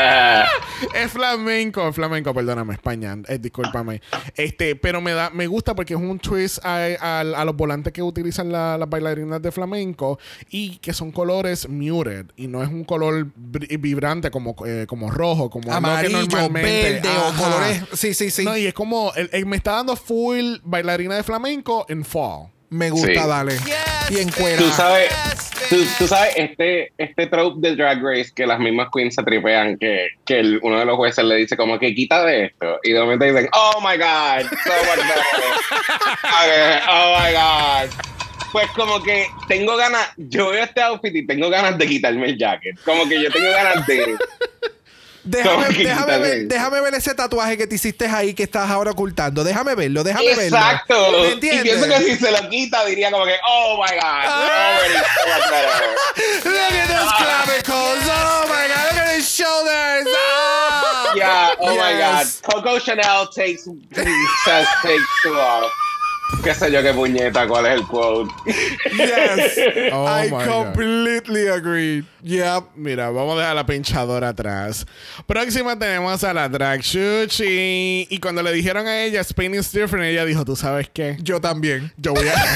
Es flamenco, flamenco, perdóname, España, eh, discúlpame. Este, pero me da, me gusta porque es un twist a, a, a los volantes que utilizan la, las bailarinas de flamenco y que son colores muted y no es un color vibrante como, eh, como rojo, como amarillo, que normalmente, verde o colores. Sí, sí, sí. No, y es como, el, el, me está dando full bailarina de flamenco en fall. Me gusta, Sí. dale. Y en cuera. Tú sabes, tú, tú sabes este, este trope de Drag Race que las mismas queens se tripean, que, que el, uno de los jueces le dice como que quita de esto. Y de momento dicen, oh my God, so much better. Okay, oh my God. Pues como que tengo ganas, yo veo este outfit y tengo ganas de quitarme el jacket. Como que yo tengo ganas de... Déjame, déjame, ver, déjame ver ese tatuaje que te hiciste ahí que estás ahora ocultando. Déjame verlo, déjame Exacto. verlo. ¿Me Y entiendes? pienso que si se lo quita diría como que, oh my God, already so much better. Look at those clavicles. Oh my God, look at his shoulders. Ah. Yeah, oh Yes. my God. Coco Chanel takes, says takes two off. Qué sé yo qué puñeta, cuál es el quote. Yes. Oh I my completely God. agree. Yep. Mira, vamos a dejar la pinchadora atrás. Próxima tenemos a la drag Chuchi. Y cuando le dijeron a ella, Spain is different, ella dijo, ¿tú sabes qué? Yo también. Yo voy a...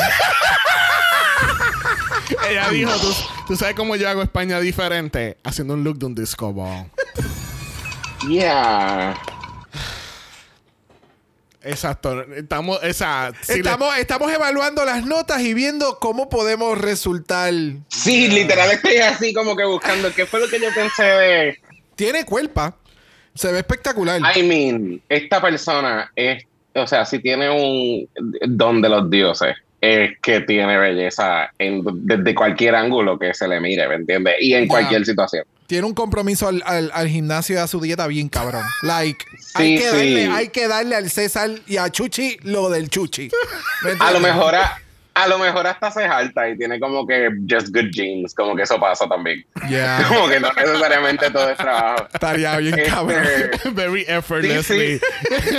Ella dijo, ¿Tú, ¿tú sabes cómo yo hago España diferente? Haciendo un look de un disco ball. Yeah. Exacto. Estamos, esa, si estamos, le... estamos evaluando las notas y viendo cómo podemos resultar. Sí, literal estoy así como que buscando qué fue lo que yo pensé de... Tiene cuerpa. Se ve espectacular. I mean, esta persona es, o sea, si tiene un don de los dioses, es que tiene belleza en, desde cualquier ángulo que se le mire, ¿me entiendes? Y en Ya. cualquier situación. Tiene un compromiso al, al, al gimnasio y a su dieta bien cabrón. Like, Sí, hay, que sí. darle, hay que darle al César y a Chuchi lo del Chuchi. ¿Me A entiendes? lo mejor a, a lo mejor hasta se alta y tiene como que just good genes, como que eso pasa también. Yeah. Como que no necesariamente todo es trabajo. Estaría bien Este, cabrón. Very effortlessly. Sí,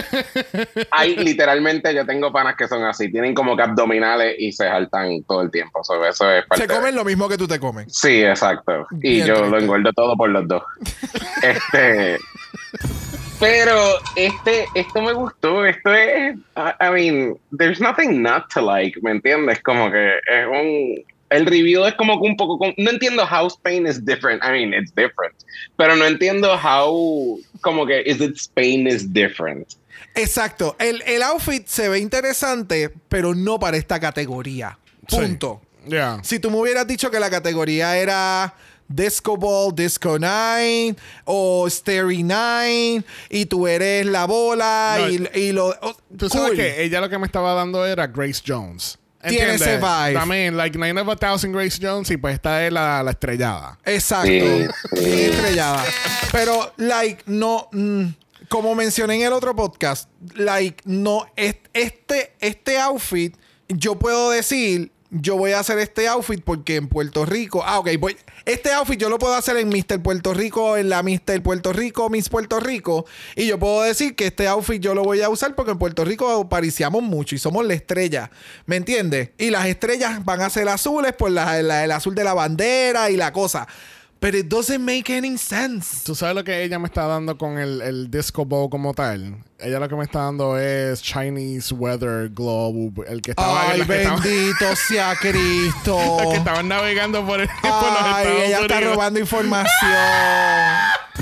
Hay literalmente, yo tengo panas que son así, tienen como que abdominales y se saltan todo el tiempo. So, eso es parte Se comen lo mismo que tú te comes. Sí, exacto. Y Bien yo triste. lo engordo todo por los dos. este. Pero este, esto me gustó. Esto es. I, I mean, there's nothing not to like. ¿Me entiendes? Como que es un. El review es como que un poco. No entiendo how Spain is different. I mean, it's different. Pero no entiendo how. Como que is it Spain is different. Exacto. El, el outfit se ve interesante, pero no para esta categoría. Punto. Yeah. Si tú me hubieras dicho que la categoría era Disco Ball, Disco Nine o Starry Nine y tú eres la bola No, y, y lo... oh, Tú sabes cool. que ella lo que me estaba dando era Grace Jones. Tiene ese vibe. También, like Nine of a Thousand Grace Jones y pues esta es la, la estrellada. Exacto. Sí, sí. Bien estrellada. Pero, like, no... mm, como mencioné en el otro podcast, like, no... est- Este, este outfit, yo puedo decir... Yo voy a hacer este outfit porque en Puerto Rico... Ah, ok. Voy, este outfit yo lo puedo hacer en mister Puerto Rico, en la mister Puerto Rico, Miss Puerto Rico. Y yo puedo decir que este outfit yo lo voy a usar porque en Puerto Rico pariciamos mucho y somos la estrella. ¿Me entiendes? Y las estrellas van a ser azules por la, la- el azul de la bandera y la cosa. But it doesn't make any sense. ¿Tú sabes lo que ella me está dando con el, el disco ball como tal? Ella lo que me está dando es Chinese Weather Globe. El que estaba... Ay, el que estaba- bendito sea Cristo. los que estaban navegando por, el, por los Ay, Estados ella está Unidos. robando información.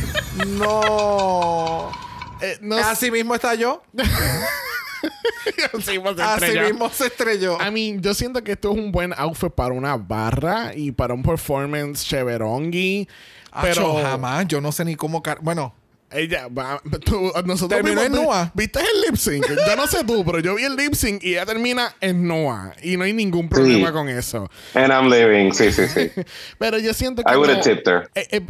No. Eh, no Así mismo está yo. Así mismo se Así estrelló. mismo se estrelló. I mean, yo siento que esto es un buen outfit para una barra y para un performance cheverongui. Pero Pero jamás. Yo no sé ni cómo... car- Bueno, Ella va, tú, nosotros terminó en Noah. ¿Viste el lip sync? Yo no sé tú, pero yo vi el lip sync y ella termina en Noah. Y no hay ningún problema sí. con eso. And I'm leaving. Sí, sí, sí. Pero yo siento que I would no, have tipped her. Eh, eh,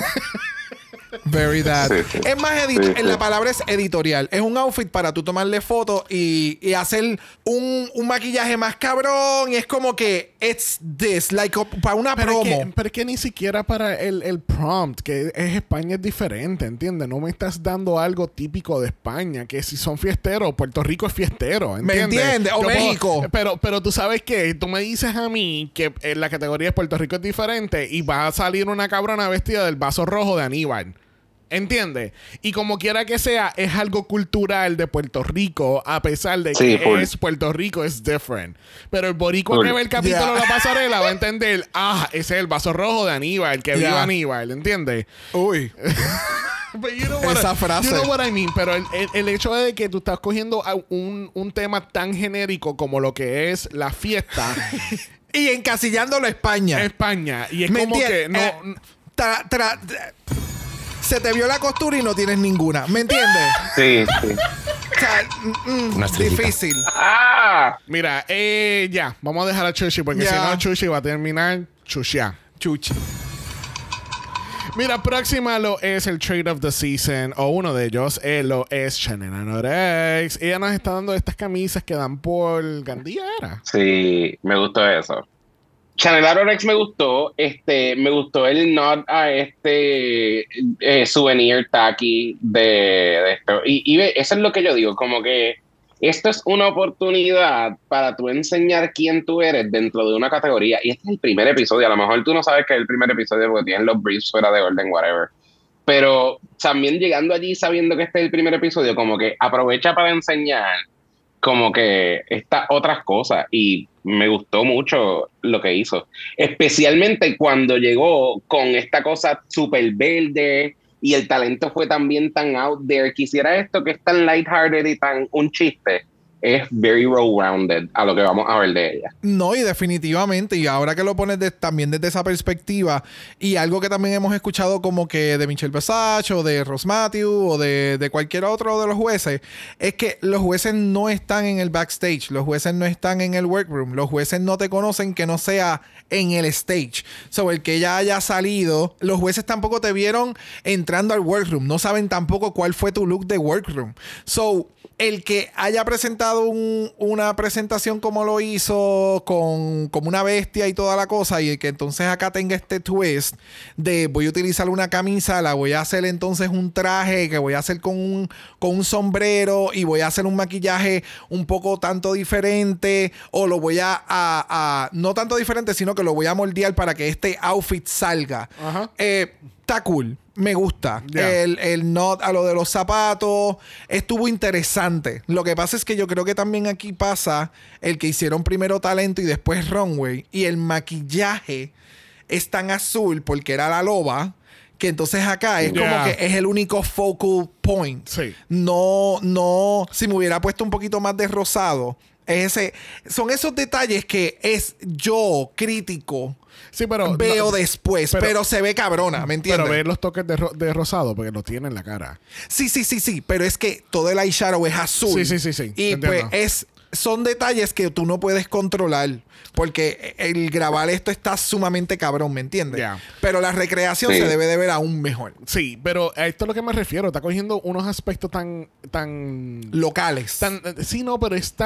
Very that. Sí, sí. Es más edit Sí, sí. la palabra es editorial. Es un outfit para tú tomarle fotos y, y hacer un, un maquillaje más cabrón. Y es como que it's this, like para una pero promo. Es que, pero es que ni siquiera para el, el prompt, que es España es diferente, ¿entiendes? No me estás dando algo típico de España, que si son fiesteros, Puerto Rico es fiestero, ¿entiendes? ¿Me entiendes? O Yo puedo- México. pero, pero tú sabes que tú me dices a mí que en la categoría de Puerto Rico es diferente y va a salir una cabrona vestida del vaso rojo de Aníbal. ¿Entiendes? Y como quiera que sea, es algo cultural de Puerto Rico, a pesar de Sí, que full. es Puerto Rico, es different. Pero el boricua Full. que ve el capítulo Yeah. de la pasarela va a entender, ah, ese es el vaso rojo de Aníbal, que Yeah. viva Aníbal, ¿entiendes? Uy. But you know what Esa I, frase. You know what I mean. Pero el, el, el hecho de que tú estás cogiendo a un, un tema tan genérico como lo que es la fiesta Y encasillándolo a España. España. Y es ¿Me como que entiendes? no... Eh, tra- tra- tra- se te vio la costura y no tienes ninguna. ¿Me entiendes? Sí, sí. O sea, mm, Una estrellita. difícil. ¡Ah! Mira, eh, ya. Vamos a dejar a Chuchi porque Ya. si no, Chuchi va a terminar chuchia. Chuchi. Mira, próxima lo es el Trade of the Season, o uno de ellos, eh, lo es Chanel Anorex. Ella nos está dando estas camisas que dan por Gandía, ¿era? Sí, me gustó eso. Chanel Arorex me gustó. Este, me gustó el nod a este eh, souvenir tacky de, de esto. Y, y ve, eso es lo que yo digo, como que esto es una oportunidad para tú enseñar quién tú eres dentro de una categoría. Y este es el primer episodio. A lo mejor tú no sabes que es el primer episodio porque tienen los briefs fuera de orden, whatever. Pero también llegando allí sabiendo que este es el primer episodio, como que aprovecha para enseñar como que estas otras cosas. Y me gustó mucho lo que hizo. Especialmente cuando llegó con esta cosa súper verde y el talento fue también tan out there. Quisiera esto que es tan lighthearted y tan un chiste. Es very well-rounded a lo que vamos a ver de ella. No, y definitivamente. Y ahora que lo pones de- también desde esa perspectiva, y algo que también hemos escuchado como que de Michelle Visage o de Ross Matthew o de, de cualquier otro de los jueces, es que los jueces no están en el backstage, los jueces no están en el workroom, los jueces no te conocen que no sea en el stage. So, el que ella haya salido, los jueces tampoco te vieron entrando al workroom, no saben tampoco cuál fue tu look de workroom. So, el que haya presentado un- una presentación como lo hizo, con como una bestia y toda la cosa, y el que entonces acá tenga este twist de voy a utilizar una camisa, la voy a hacer entonces un traje que voy a hacer con un, con un sombrero y voy a hacer un maquillaje un poco tanto diferente, o lo voy a, a- a- no tanto diferente, sino que lo voy a moldear para que este outfit salga. Ajá. Eh, está cool. Me gusta. Yeah. El, el nod a lo de los zapatos estuvo interesante. Lo que pasa es que yo creo que también aquí pasa el que hicieron primero talento y después runway. Y el maquillaje es tan azul porque era la loba, que entonces acá es Yeah. como que es el único focal point. Sí. No, no. Si me hubiera puesto un poquito más de rosado. Es ese, son esos detalles que es yo crítico. Sí, pero... Veo no, después, pero, pero- se ve cabrona, ¿me entiendes? Pero ve los toques de, ro- de rosado porque lo tiene en la cara. Sí, sí, sí, sí, pero es que todo el eyeshadow es azul. Sí, sí, sí, sí. Y Entiendo. pues es, son detalles que tú no puedes controlar porque el grabar esto está sumamente cabrón, ¿me entiendes? Yeah. Pero la recreación Sí. se debe de ver aún mejor. Sí, pero a esto es lo que me refiero. Está cogiendo unos aspectos tan... tan Locales. tan sí, no, pero es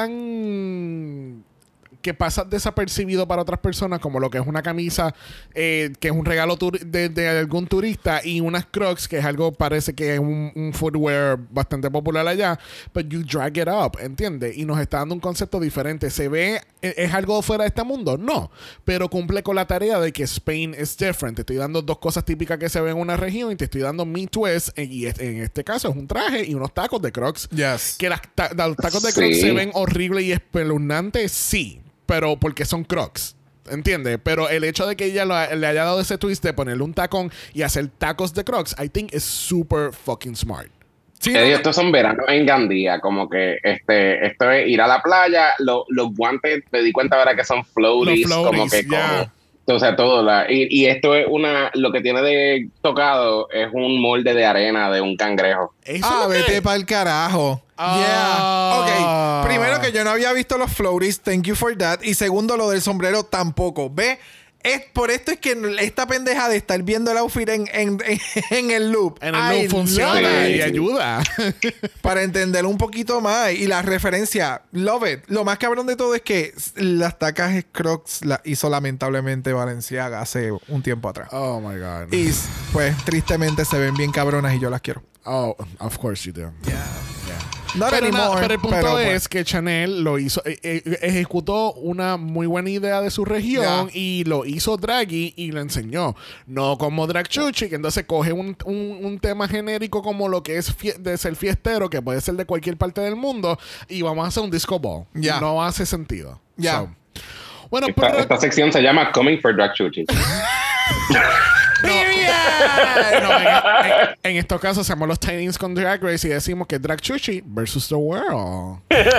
tan... que pasa desapercibido para otras personas, como lo que es una camisa eh, que es un regalo tur- de, de algún turista, y unas Crocs, que es algo, parece que es un, un footwear bastante popular allá, but you drag it up, ¿entiendes? Y nos está dando un concepto diferente. ¿Se ve, es, es algo fuera de este mundo? No, pero cumple con la tarea de que Spain is different. Te estoy dando dos cosas típicas que se ven en una región y te estoy dando mi twist, y es- en este caso es un traje y unos tacos de Crocs. Yes. Que las ta- los tacos de Crocs Sí. se ven horribles y espeluznantes, sí, pero porque son Crocs. ¿Entiendes? Pero el hecho de que ella lo ha- le haya dado ese twist de ponerle un tacón y hacer tacos de Crocs, I think is super fucking smart. Sí, Eh, no, estos son veranos en Gandía, como que este, esto es ir a la playa, lo- los guantes, me di cuenta ahora que son floaties, Los como floaties, que yeah. como O sea, todo. La, y, y esto es una... Lo que tiene de tocado es un molde de arena de un cangrejo. Ah, vete pa'l carajo. Ah. Yeah. Ok. Primero que yo no había visto los floaties. Thank you for that. Y segundo, lo del sombrero tampoco. Ve... Es, por esto es que esta pendeja de estar viendo el outfit en, en, en, en el loop. En el loop funciona y ayuda. Para entender un poquito más. Y la referencia, love it. Lo más cabrón de todo es que las tacas Crocs las hizo lamentablemente Balenciaga hace un tiempo atrás. Oh my God. Y pues tristemente se ven bien cabronas y yo las quiero. Oh, of course you do. Yeah. Yeah. Not pero, anymore, na, pero el punto pero, es pues. que Chanel lo hizo, eh, eh, ejecutó una muy buena idea de su región Yeah. y lo hizo Draghi y lo enseñó. No como Drag Chuchi, que entonces coge un, un, un tema genérico como lo que es fie- de ser fiestero, que puede ser de cualquier parte del mundo, y vamos a hacer un disco ball. Yeah. No hace sentido. Yeah. So, bueno, Esta, pero, esta sección se llama Coming for Drag Chuchi. no, no, en, en, en estos casos hacemos los tidings con Drag Race y decimos que Drag Chuchi versus the world.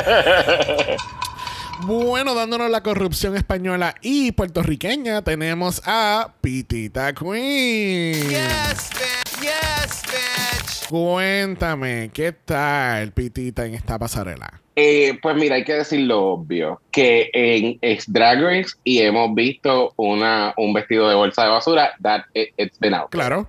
Bueno, dándonos la corrupción española y puertorriqueña, tenemos a Pitita Queen. Yes, bitch. Yes, bitch. Cuéntame, ¿qué tal, Pitita, en esta pasarela? Eh, pues mira, hay que decir lo obvio, que en es Drag Race y hemos visto una, un vestido de bolsa de basura, that it, it's been out. Claro.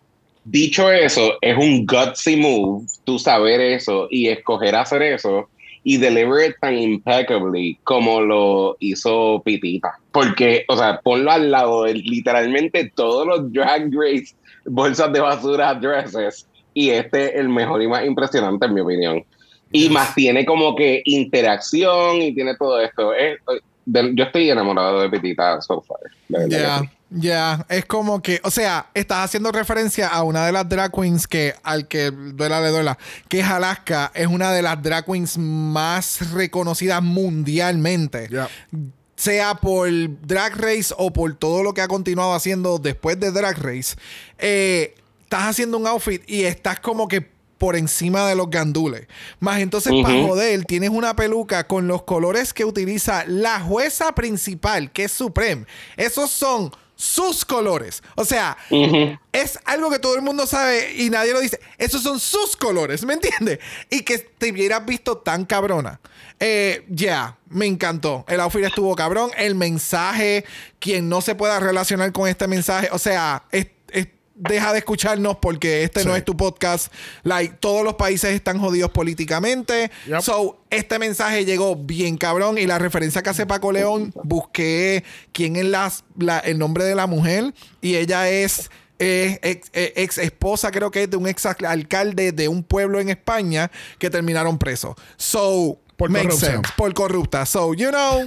Dicho eso, es un gutsy move tú saber eso y escoger hacer eso y deliver it tan impeccably como lo hizo Pitita. Porque, o sea, ponlo al lado de literalmente todos los Drag Race bolsas de basura dresses y este es el mejor y más impresionante en mi opinión. Y yes. Más tiene como que interacción y tiene todo esto. Es, de, yo estoy enamorado de Pitita so far. Ya, yeah, ya. Yeah. Es como que, o sea, estás haciendo referencia a una de las drag queens que, al que duela le duela, que es Alaska, es una de las drag queens más reconocidas mundialmente. Yeah. Sea por Drag Race o por todo lo que ha continuado haciendo después de Drag Race. Eh, estás haciendo un outfit y estás como que por encima de los gandules. Más entonces, uh-huh. para joder, tienes una peluca con los colores que utiliza la jueza principal, que es Supreme. Esos son sus colores. O sea, uh-huh. es algo que todo el mundo sabe y nadie lo dice. Esos son sus colores, ¿me entiendes? Y que te hubieras visto tan cabrona. Eh, ya, yeah, me encantó. El outfit estuvo cabrón. El mensaje, quien no se pueda relacionar con este mensaje, o sea, es, es deja de escucharnos porque este sí. no es tu podcast. Like, todos los países están jodidos políticamente. Yep. So, este mensaje llegó bien cabrón. Y la referencia que hace Paco León, busqué quién es la, la, el nombre de la mujer. Y ella es eh, ex, eh, ex esposa, creo que es de un ex alcalde de un pueblo en España que terminaron presos. So, por corrupción. Por corrupta. So, you know.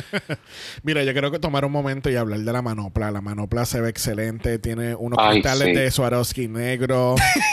Mira, yo creo que tomar un momento y hablar de la manopla. La manopla se ve excelente. Tiene unos Ay, cristales sí. de Swarovski negro.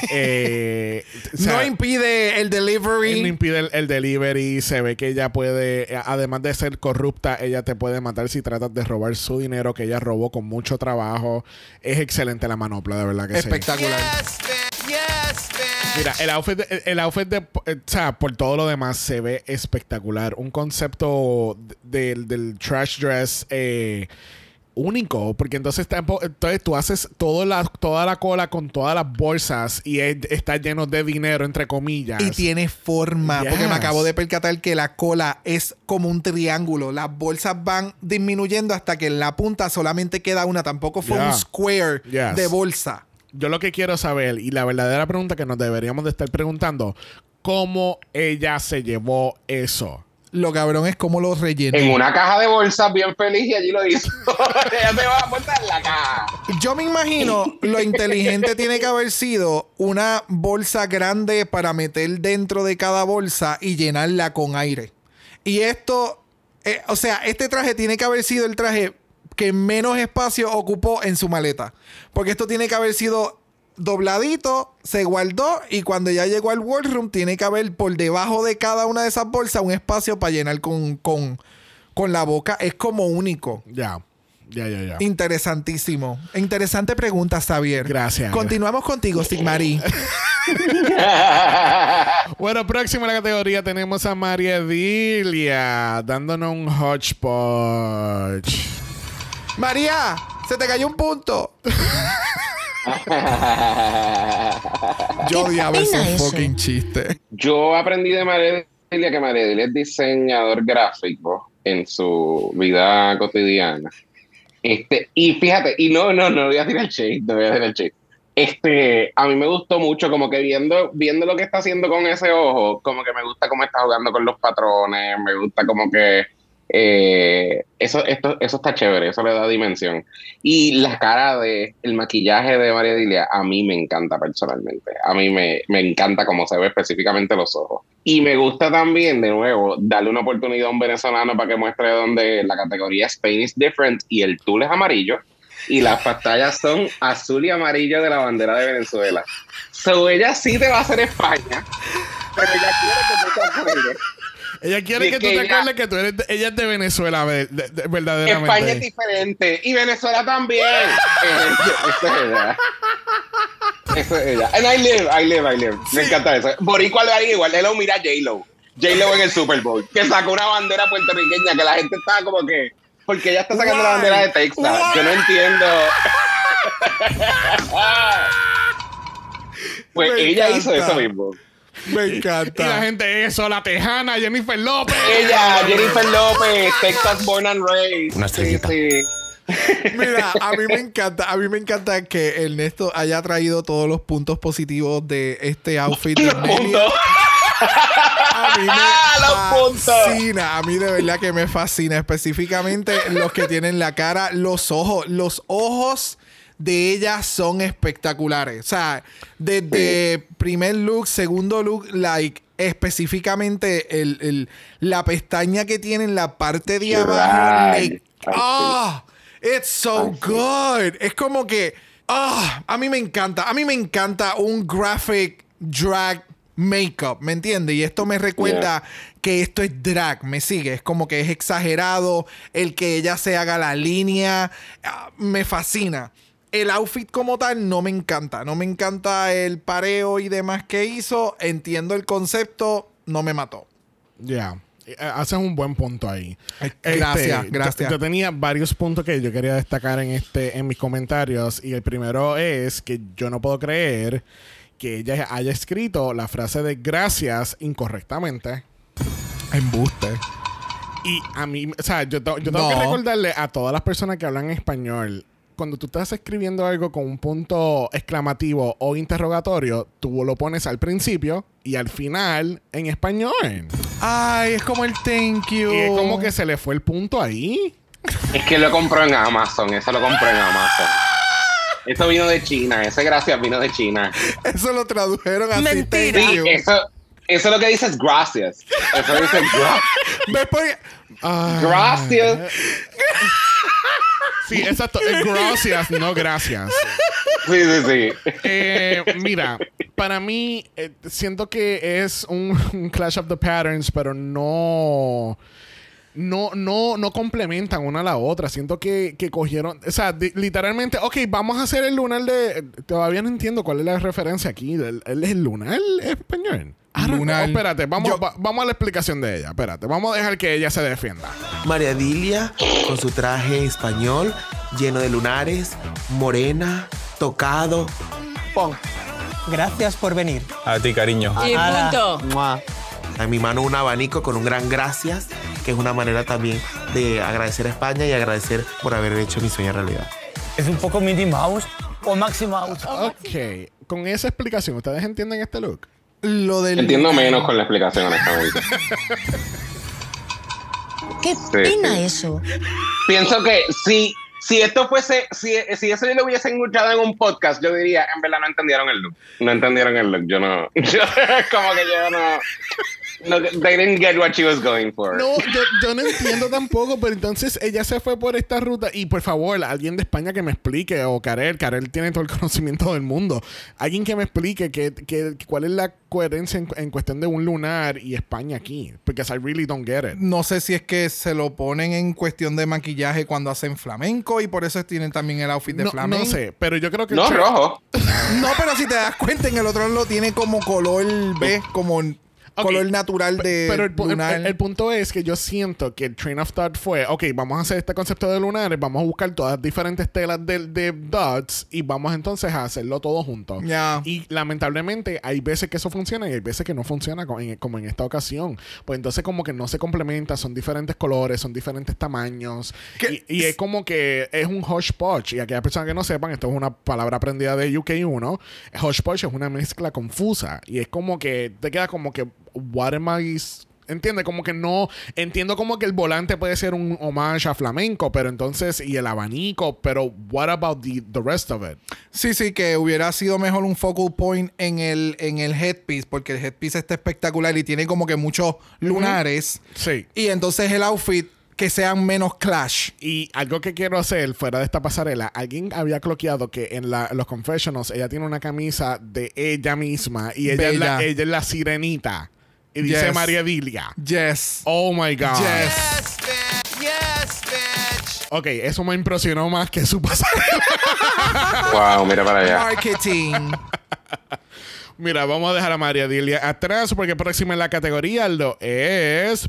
eh, o sea, no impide el delivery. No impide el, el delivery. Se ve que ella puede, además de ser corrupta, ella te puede matar si tratas de robar su dinero que ella robó con mucho trabajo. Es excelente la manopla, de verdad que espectacular. sí. Espectacular. Yes, Mira, el outfit, de, el outfit de, o sea, por todo lo demás se ve espectacular. Un concepto de, de, del trash dress eh, único, porque entonces, entonces tú haces todo la, toda la cola con todas las bolsas y es, está lleno de dinero, entre comillas. Y tiene forma, yes. porque me acabo de percatar que la cola es como un triángulo. Las bolsas van disminuyendo hasta que en la punta solamente queda una. Tampoco fue yeah. un square yes. de bolsa. Yo lo que quiero saber, y la verdadera pregunta que nos deberíamos de estar preguntando, ¿cómo ella se llevó eso? Lo cabrón es cómo lo rellenó. En una caja de bolsas bien feliz y allí lo hizo. Ella te va a aportar la caja. Yo me imagino lo inteligente tiene que haber sido una bolsa grande para meter dentro de cada bolsa y llenarla con aire. Y esto, eh, o sea, este traje tiene que haber sido el traje que menos espacio ocupó en su maleta. Porque esto tiene que haber sido dobladito, se guardó y cuando ya llegó al wardroom tiene que haber por debajo de cada una de esas bolsas un espacio para llenar con, con, con la boca. Es como único. Ya. Ya, ya, ya. Interesantísimo. Interesante pregunta, Xavier. Gracias. Continuamos contigo, Sigmari. Bueno, próximo en la categoría tenemos a María Dilia dándonos un hodgepodge. María, se te cayó un punto. Yo odiaba ese fucking chiste. Yo aprendí de María Delia que María Delia es diseñador gráfico en su vida cotidiana. Este, y fíjate, y no, no, no voy a tirar el shade, no voy a tirar el shade. Este, a mí me gustó mucho, como que viendo, viendo lo que está haciendo con ese ojo, como que me gusta cómo está jugando con los patrones, me gusta como que eh, eso, esto, eso está chévere, eso le da dimensión. Y la cara de, el maquillaje de María Delia, a mí me encanta personalmente. A mí me, me encanta cómo se ve específicamente los ojos. Y me gusta también, de nuevo, darle una oportunidad a un venezolano para que muestre donde la categoría Spain is different y el tul es amarillo. Y las pantallas son azul y amarillo de la bandera de Venezuela. So, ella sí te va a hacer España, pero ella quiere que tú te acuerdes. Ella quiere que, que tú te ella, acuerdes que tú eres de, ella es de Venezuela, de, de, de, verdaderamente. España es diferente. Y Venezuela también. Eso es ella. Eso es ella. And I live, I live, I live. Me sí. encanta eso. Boricua le haría igual. Él lo mira a J-Lo. J-Lo en el Super Bowl. Que sacó una bandera puertorriqueña que la gente estaba como que... Porque ella está sacando Why? la bandera de Texas. Why? Yo no entiendo. Pues me ella encanta. hizo eso mismo. Me encanta. Y la gente, eso, la tejana, Jennifer López. Ella, Jennifer López, Texas born and raised. Una estrellita. Sí, sí. Mira, a mí me encanta, a mí me encanta que Ernesto haya traído todos los puntos positivos de este outfit de Amelia. A mí me fascina, a mí de verdad que me fascina, específicamente los que tienen la cara, los ojos, los ojos de ella son espectaculares. O sea, desde primer look, segundo look, like específicamente el, el, la pestaña que tiene en la parte de abajo. Like, ah, it's so good. Es como que, ah, a mí me encanta, a mí me encanta un graphic drag makeup, ¿me entiendes? Y esto me recuerda yeah. que esto es drag, me sigue, es como que es exagerado el que ella se haga la línea, uh, me fascina. El outfit como tal no me encanta, no me encanta el pareo y demás que hizo, entiendo el concepto, no me mató. Ya, yeah. Haces un buen punto ahí. Gracias, este, gracias. Yo, yo tenía varios puntos que yo quería destacar en este en mis comentarios y el primero es que yo no puedo creer que ella haya escrito la frase de gracias incorrectamente. Embuste. Y a mí, o sea, yo, to, yo tengo no. que recordarle a todas las personas que hablan español, cuando tú estás escribiendo algo con un punto exclamativo o interrogatorio, tú lo pones al principio y al final en español. Ay, es como el thank you. Y es como que se le fue el punto ahí. Es que lo compró en Amazon, eso lo compró en Amazon. Eso vino de China, ese gracias vino de China. Eso lo tradujeron así. Mentira. Sí, eso, eso lo que dice es gracias. Eso dice gracias. ¿Ves por qué? Ah. Gracias. Sí, exacto. Gracias, no gracias. Sí, sí, sí. Eh, mira, para mí, eh, siento que es un, un clash of the patterns, pero no... No, no, no complementan una a la otra. Siento que, que cogieron... O sea, di, literalmente... Ok, vamos a hacer el lunar de... Todavía no entiendo cuál es la referencia aquí. ¿El, el, el lunar español? Ah, lunar. No, espérate. Vamos, Yo... va, vamos a la explicación de ella. Espérate. Vamos a dejar que ella se defienda. María Dilia, con su traje español, lleno de lunares, morena, tocado. Pon. Gracias por venir. A ti, cariño. Y punto. Mua. En mi mano un abanico con un gran gracias, que es una manera también de agradecer a España y agradecer por haber hecho mi sueño realidad. Es un poco Minnie Mouse o Maxi Mouse. Ok, con esa explicación, ¿ustedes entienden este look? Lo del... Entiendo menos con la explicación, honestamente. ¿Qué pena sí. eso? Pienso que si, si esto fuese, si, si eso yo lo hubiese escuchado en un podcast, yo diría, en verdad no entendieron el look. No entendieron el look, yo no... Yo, como que yo no... No, they didn't get what she was going for. No, yo, yo no entiendo tampoco, pero entonces ella se fue por esta ruta y por favor, alguien de España que me explique, o Karel, Karel tiene todo el conocimiento del mundo, alguien que me explique que, que, cuál es la coherencia en, en cuestión de un lunar y España aquí, porque I really don't get it. No sé si es que se lo ponen en cuestión de maquillaje cuando hacen flamenco y por eso tienen también el outfit de no, flamenco. No sé, pero yo creo que... No, rojo. No, pero si te das cuenta, en el otro lo tiene como color, ¿ves? Como... Okay. color natural de Pero el, lunar. el, el, el punto es que yo siento que el train of thought fue, ok, vamos a hacer este concepto de lunares, vamos a buscar todas las diferentes telas de, de dots y vamos entonces a hacerlo todo junto. Yeah. Y lamentablemente hay veces que eso funciona y hay veces que no funciona como en, como en esta ocasión. Pues entonces como que no se complementa, son diferentes colores, son diferentes tamaños. Y, y es como que es un hodgepodge. Y aquellas personas que no sepan, esto es una palabra aprendida de U K uno. Hodgepodge es una mezcla confusa. Y es como que te queda como que what am I... Entiende, como que no entiendo como que el volante puede ser un homage a flamenco, pero entonces y el abanico, pero what about the, the rest of it? Sí, sí, que hubiera sido mejor un focal point en el en el headpiece, porque el headpiece está espectacular y tiene como que muchos lunares. Uh-huh. Sí. Y entonces el outfit que sean menos clash. Y algo que quiero hacer fuera de esta pasarela, alguien había cloqueado que en la, los confessionals ella tiene una camisa de ella misma y ella, es la, ella es la sirenita. Y dice Yes. María Dilia. Yes. Oh my God. Yes. Yes, bitch. Yes, bitch. Ok, eso me impresionó más que su pasarela. Wow, mira para allá. Marketing. Mira, vamos a dejar a María Dilia atrás porque próxima en la categoría lo es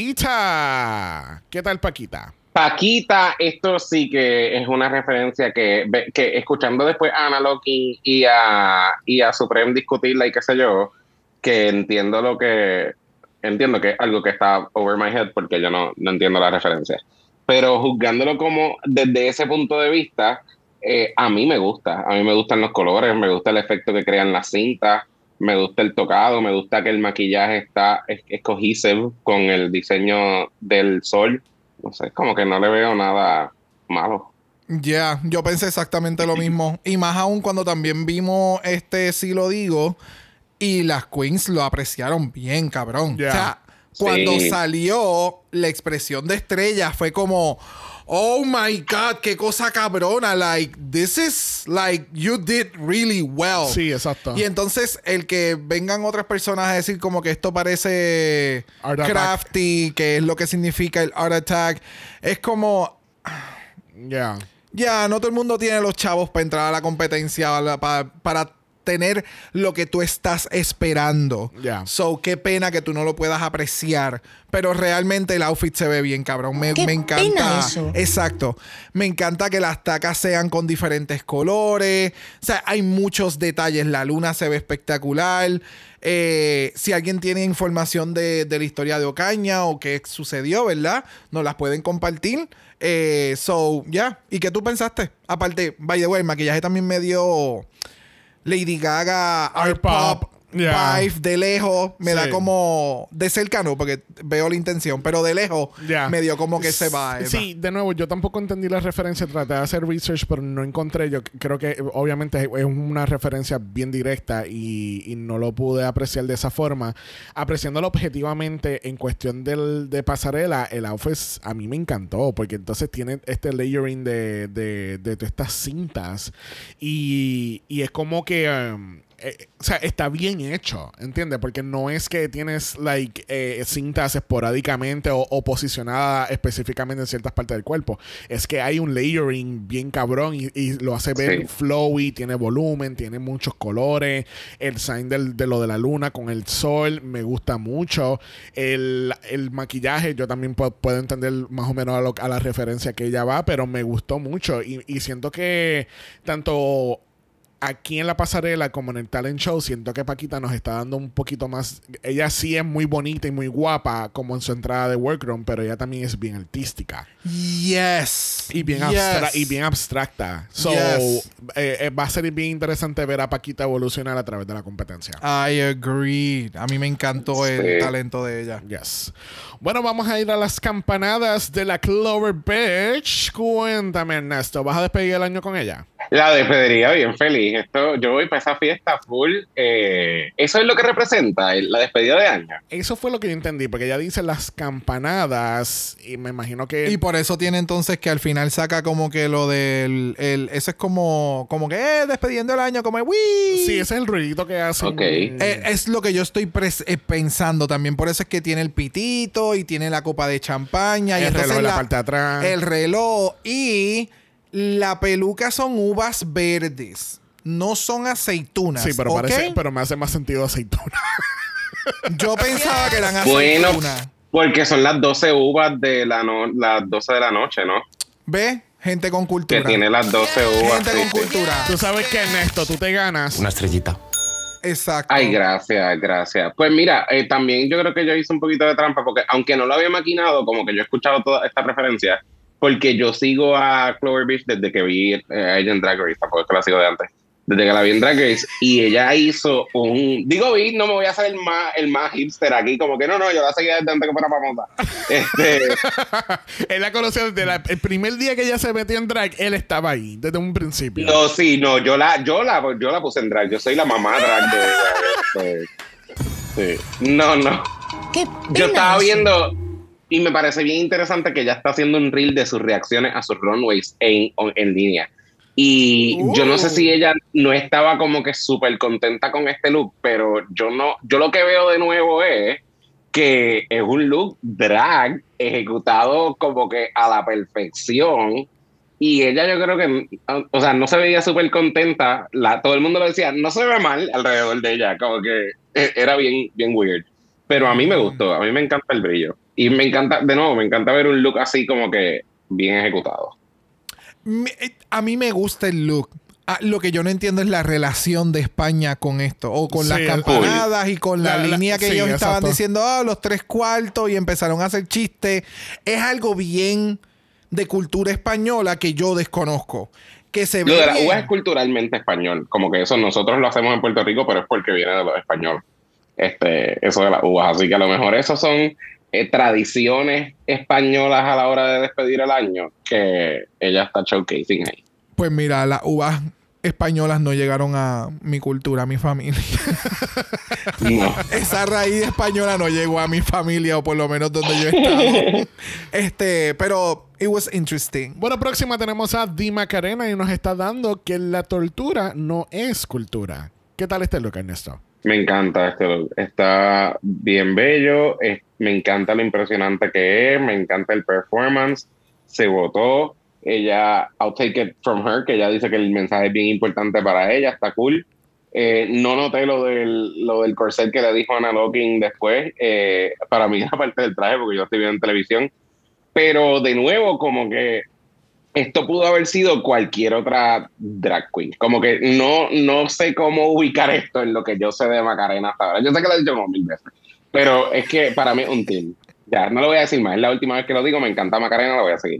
Paquita. ¿Qué tal, Paquita? Paquita, esto sí que es una referencia que, que escuchando después a Analog y, y, a, y a Supreme discutirla y qué sé yo, que entiendo lo que entiendo que es algo que está over my head porque yo no, no entiendo la referencia. Pero juzgándolo como desde ese punto de vista, eh, a mí me gusta. A mí me gustan los colores, me gusta el efecto que crean las cintas, me gusta el tocado, me gusta que el maquillaje está es, es cohesive con el diseño del sol. No sé, como que no le veo nada malo. Ya, yeah, yo pensé exactamente lo mismo. Y más aún cuando también vimos este Sí Lo Digo y las queens lo apreciaron bien, cabrón. Yeah. O sea, cuando Sí. salió la expresión de Estrella fue como, oh my God, qué cosa cabrona. Like, this is, like, you did really well. Sí, exacto. Y entonces el que vengan otras personas a decir como que esto parece Art attack. crafty, que es lo que significa el art attack, es como... Ya. Yeah. Ya, no todo el mundo tiene los chavos para entrar a la competencia para, para, para tener lo que tú estás esperando. Yeah. So, qué pena que tú no lo puedas apreciar. Pero realmente el outfit se ve bien, cabrón. Me, Qué me encanta. pena eso. Exacto. Me encanta que las tacas sean con diferentes colores. O sea, hay muchos detalles. La luna se ve espectacular. Eh, si alguien tiene información de, de la historia de Ocaña o qué sucedió, ¿verdad? Nos las pueden compartir. Eh, so, ya. Yeah. ¿Y qué tú pensaste? Aparte, by the way, el maquillaje también me dio Lady Gaga, Art Pop, Pop yeah. vibe de lejos. Me Sí. da como de cerca, no, porque veo la intención, pero de lejos Yeah. me dio como que se va. Sí, de nuevo, yo tampoco entendí la referencia. Traté de hacer research, pero no encontré. Yo creo que obviamente es una referencia bien directa y, y no lo pude apreciar de esa forma. Apreciándolo objetivamente en cuestión del, de pasarela, el outfit a mí me encantó porque entonces tiene este layering de, de, de todas estas cintas y, y es como que... Um, Eh, o sea, está bien hecho, ¿entiendes? Porque no es que tienes like eh, cintas esporádicamente o, o posicionadas específicamente en ciertas partes del cuerpo. Es que hay un layering bien cabrón y, y lo hace ver Sí. flowy, tiene volumen, tiene muchos colores. El sign del, de lo de la luna con el sol me gusta mucho. El, el maquillaje, yo también puedo, puedo entender más o menos a, lo, a la referencia que ella va, pero me gustó mucho y, y siento que tanto aquí en la pasarela como en el talent show siento que Paquita nos está dando un poquito más. Ella sí es muy bonita y muy guapa como en su entrada de Workroom, pero ella también es bien artística Yes. y bien, Yes. abstra y bien abstracta. So Yes. eh, eh, va a ser bien interesante ver a Paquita evolucionar a través de la competencia. I agree. A mí me encantó el Sí. talento de ella. Yes. Bueno, vamos a ir a las campanadas de la Clover Beach. Cuéntame, Ernesto, ¿vas a despedir el año con ella? La despediría bien feliz. Esto, yo voy para esa fiesta full. Eh, eso es lo que representa el- la despedida de año. Eso fue lo que yo entendí, porque ella dice las campanadas y me imagino que... Y por eso tiene entonces que al final saca como que lo del... El, eso es como, como que, eh, despidiendo el año, como, ¡wii! Sí, ese es el ruidito que hacen. Ok. Eh, es lo que yo estoy pres- eh, pensando también. Por eso es que tiene el pitito y tiene la copa de champaña. y El entonces reloj en la parte de atrás. El reloj y la peluca son uvas verdes. No son aceitunas. Sí, pero, ¿ok? parece, pero me hace más sentido aceituna. Yo pensaba que eran Bueno, aceitunas. porque son las doce uvas de la no, las doce de la noche, ¿no? ¿Ves? Gente con cultura. Que tiene las doce uvas. Gente sí, con sí. cultura. Tú sabes que, Ernesto, tú te ganas Una estrellita. Exacto. Ay, gracias, gracias. Pues mira, eh, también yo creo que yo hice un poquito de trampa porque aunque no lo había maquinado, como que yo he escuchado toda esta referencia, porque yo sigo a Clover Beach desde que vi eh, a ella en Drag Race, tampoco es que la sigo de antes, desde que la vi en Drag Race, y ella hizo un... Digo, vi, no me voy a hacer el más, el más hipster aquí, como que no, no, yo la seguía desde antes que fuera famosa. Este, él la conoció desde la- el primer día que ella se metió en drag, él estaba ahí, desde un principio. no, sí, no, yo la, yo la, yo la puse en drag, yo soy la mamá drag de ella. este, sí. No, no. ¿Qué Yo estaba eso? viendo y me parece bien interesante que ella está haciendo un reel de sus reacciones a sus runways en, en línea. Y Uh. yo no sé si ella no estaba como que súper contenta con este look, pero yo no, yo lo que veo de nuevo es que es un look drag ejecutado como que a la perfección. Y ella yo creo que, o sea, no se veía súper contenta. La, todo el mundo le decía, no se ve mal alrededor de ella, como que era bien, bien weird. Pero a mí me gustó, a mí me encanta el brillo. Y me encanta, de nuevo, me encanta ver un look así como que bien ejecutado. Me- a mí me gusta el look. Ah, lo que yo no entiendo es la relación de España con esto. O con Sí, las el- campanadas y con la, La- la- línea que sí, ellos estaban exacto. diciendo, ah, los tres cuartos, y empezaron a hacer chistes. Es algo bien de cultura española que yo desconozco. Que se ve Lo de la bien. uva es culturalmente español, como que eso nosotros lo hacemos en Puerto Rico, pero es porque viene de los españoles. Este, eso de las uvas. Así que a lo mejor eso son eh, tradiciones españolas a la hora de despedir el año que ella está showcasing ahí. Pues mira, las uvas españolas no llegaron a mi cultura, a mi familia. No. Esa raíz española no llegó a mi familia, o por lo menos donde yo estaba. este, pero it was interesting. Bueno, próxima tenemos a Di Macarena y nos está dando que la tortura no es cultura. ¿Qué tal este look, Ernesto? Me encanta este look. Está bien bello. Es- me encanta lo impresionante que es. Me encanta el performance. Se votó. Ella, I'll take it from her, que ella dice que el mensaje es bien importante para ella. Está cool. Eh, no noté lo del, lo del corset que le dijo Anna Locking después. Eh, para mí era parte del traje porque yo estoy viendo en televisión. Pero de nuevo, como que esto pudo haber sido cualquier otra drag queen. Como que no, no sé cómo ubicar esto en lo que yo sé de Macarena hasta ahora. Yo sé que lo he dicho como mil veces, pero es que para mí es un team. Ya, no lo voy a decir más. Es la última vez que lo digo. Me encanta Macarena, lo voy a seguir.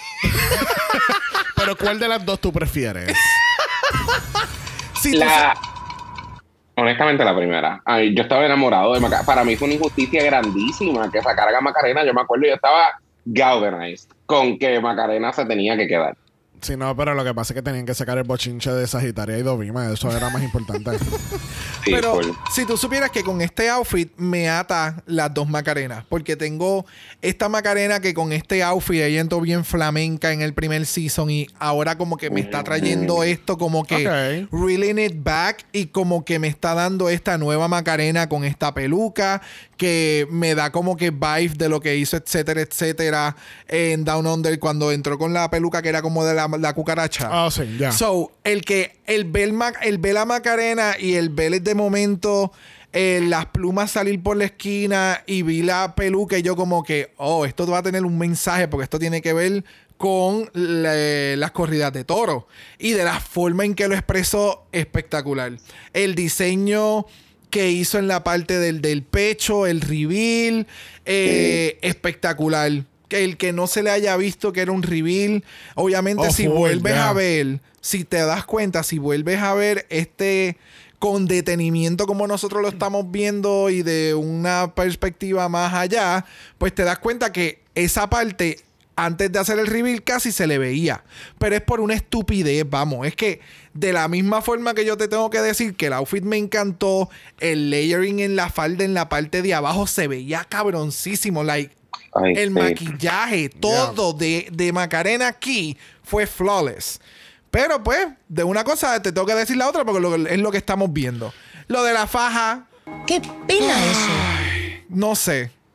Pero ¿cuál de las dos tú prefieres? Sí, tú La, honestamente, la primera. Ay, yo estaba enamorado de Macarena. Para mí fue una injusticia grandísima que sacaran a Macarena. Yo me acuerdo, yo estaba galvanized con que Macarena se tenía que quedar. Sí, no, pero lo que pasa es que tenían que sacar el bochinche de Sagitaria y Dovima. Eso era más importante. Sí, Pero full. si tú supieras que con este outfit me ata las dos Macarenas, porque tengo esta Macarena que con este outfit ella entró bien flamenca en el primer season y ahora como que me está trayendo esto como que Ok. reeling it back, y como que me está dando esta nueva Macarena con esta peluca que me da como que vibe de lo que hizo etcétera etcétera en Down Under cuando entró con la peluca que era como de la, la cucaracha. Ah, sí, ya. So, el que el ver, Ma- el ver a Macarena y el ver de momento eh, las plumas salir por la esquina y vi la peluca y yo como que, oh, esto va a tener un mensaje porque esto tiene que ver con la- las corridas de toro. Y de la forma en que lo expresó, espectacular. El diseño que hizo en la parte del, del pecho, el reveal, eh, espectacular. Que el que no se le haya visto que era un reveal, obviamente Oh, si full, vuelves yeah. a ver, si te das cuenta, si vuelves a ver este con detenimiento como nosotros lo estamos viendo y de una perspectiva más allá, pues te das cuenta que esa parte antes de hacer el reveal casi se le veía. Pero es por una estupidez, vamos. Es que de la misma forma que yo te tengo que decir que el outfit me encantó, el layering en la falda en la parte de abajo se veía cabroncísimo. Like, Ay, el sí. maquillaje, todo de, de Macarena aquí fue flawless. Pero pues, de una cosa te tengo que decir la otra porque lo, es lo que estamos viendo. Lo de la faja, ¡Qué pena eso! no sé.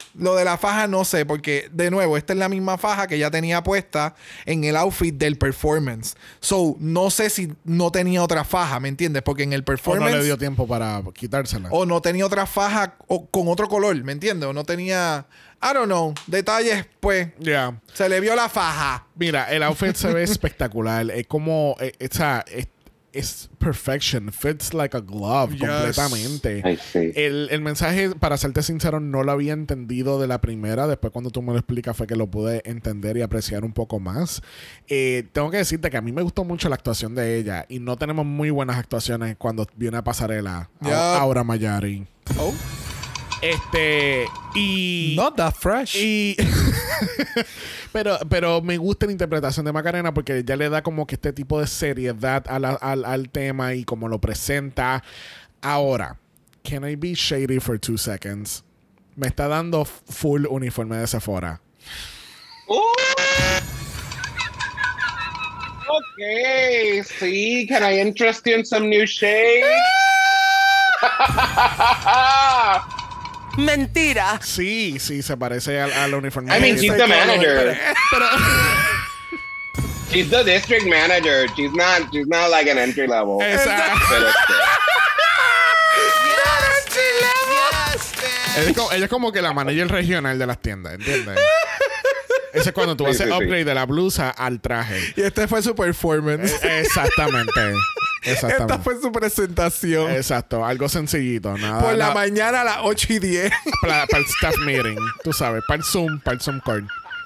Lo de la faja no sé, porque de nuevo, esta es la misma faja que ella tenía puesta en el outfit del performance. So, no sé si no tenía otra faja, ¿me entiendes? Porque en el O performance... no le dio tiempo para quitársela. O no tenía otra faja o- con otro color, ¿me entiendes? O no tenía... I don't know. Detalles, pues. Ya. Yeah. Se le vio la faja. Mira, el outfit se ve espectacular. Es como... Es, es, es, es perfection. Fits like a glove Yes. completamente. Ay, sí. El, el mensaje, para serte sincero, no lo había entendido de la primera. Después, cuando tú me lo explicas, fue que lo pude entender y apreciar un poco más. Eh, tengo que decirte que a mí me gustó mucho la actuación de ella. Y no tenemos muy buenas actuaciones cuando viene a pasarela. Yeah. Aura Mayari. Oh. Este, y... Not that fresh. Y... pero, pero me gusta la interpretación de Macarena porque ya le da como que este tipo de seriedad a la- al, al tema y como lo presenta. Ahora, can I be shady for two seconds? Me está dando full uniforme de Sephora. Ok, sí, can I interest you in some new shades? ¡Mentira! Sí, sí, se parece al, al uniforme. I mean, she's the manager. Pero, She's the district manager. She's not. She's not like an entry level. Exacto. Pero, ella, es como, ella es como que la manager regional de las tiendas, ¿entiendes? Ese es cuando tú Sí, haces sí, sí. upgrade de la blusa al traje. Y este fue su performance. Eh, Exactamente. Exactamente. Esta fue su presentación. Exacto, algo sencillito. Nada, Por la nada- mañana a las ocho y diez. para, para el staff meeting, tú sabes, para el Zoom, para el Zoom call.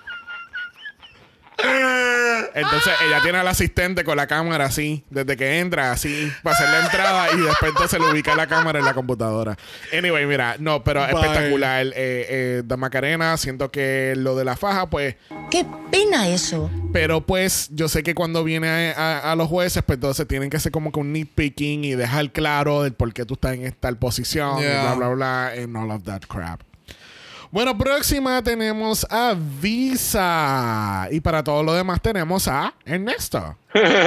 Entonces ella tiene al asistente con la cámara así, desde que entra así, para hacer la entrada y después entonces le ubica la cámara en la computadora. Anyway, mira, no, pero Bye. espectacular. Eh, eh, de Macarena, siento que lo de la faja, pues, ¡Qué pena eso! pero pues yo sé que cuando viene a, a- a los jueces, pues entonces tienen que hacer como que un nitpicking y dejar claro del por qué tú estás en esta posición, y Yeah. bla, bla, bla, and all of that crap. Bueno, próxima tenemos a Visa. Y para todo lo demás tenemos a Ernesto.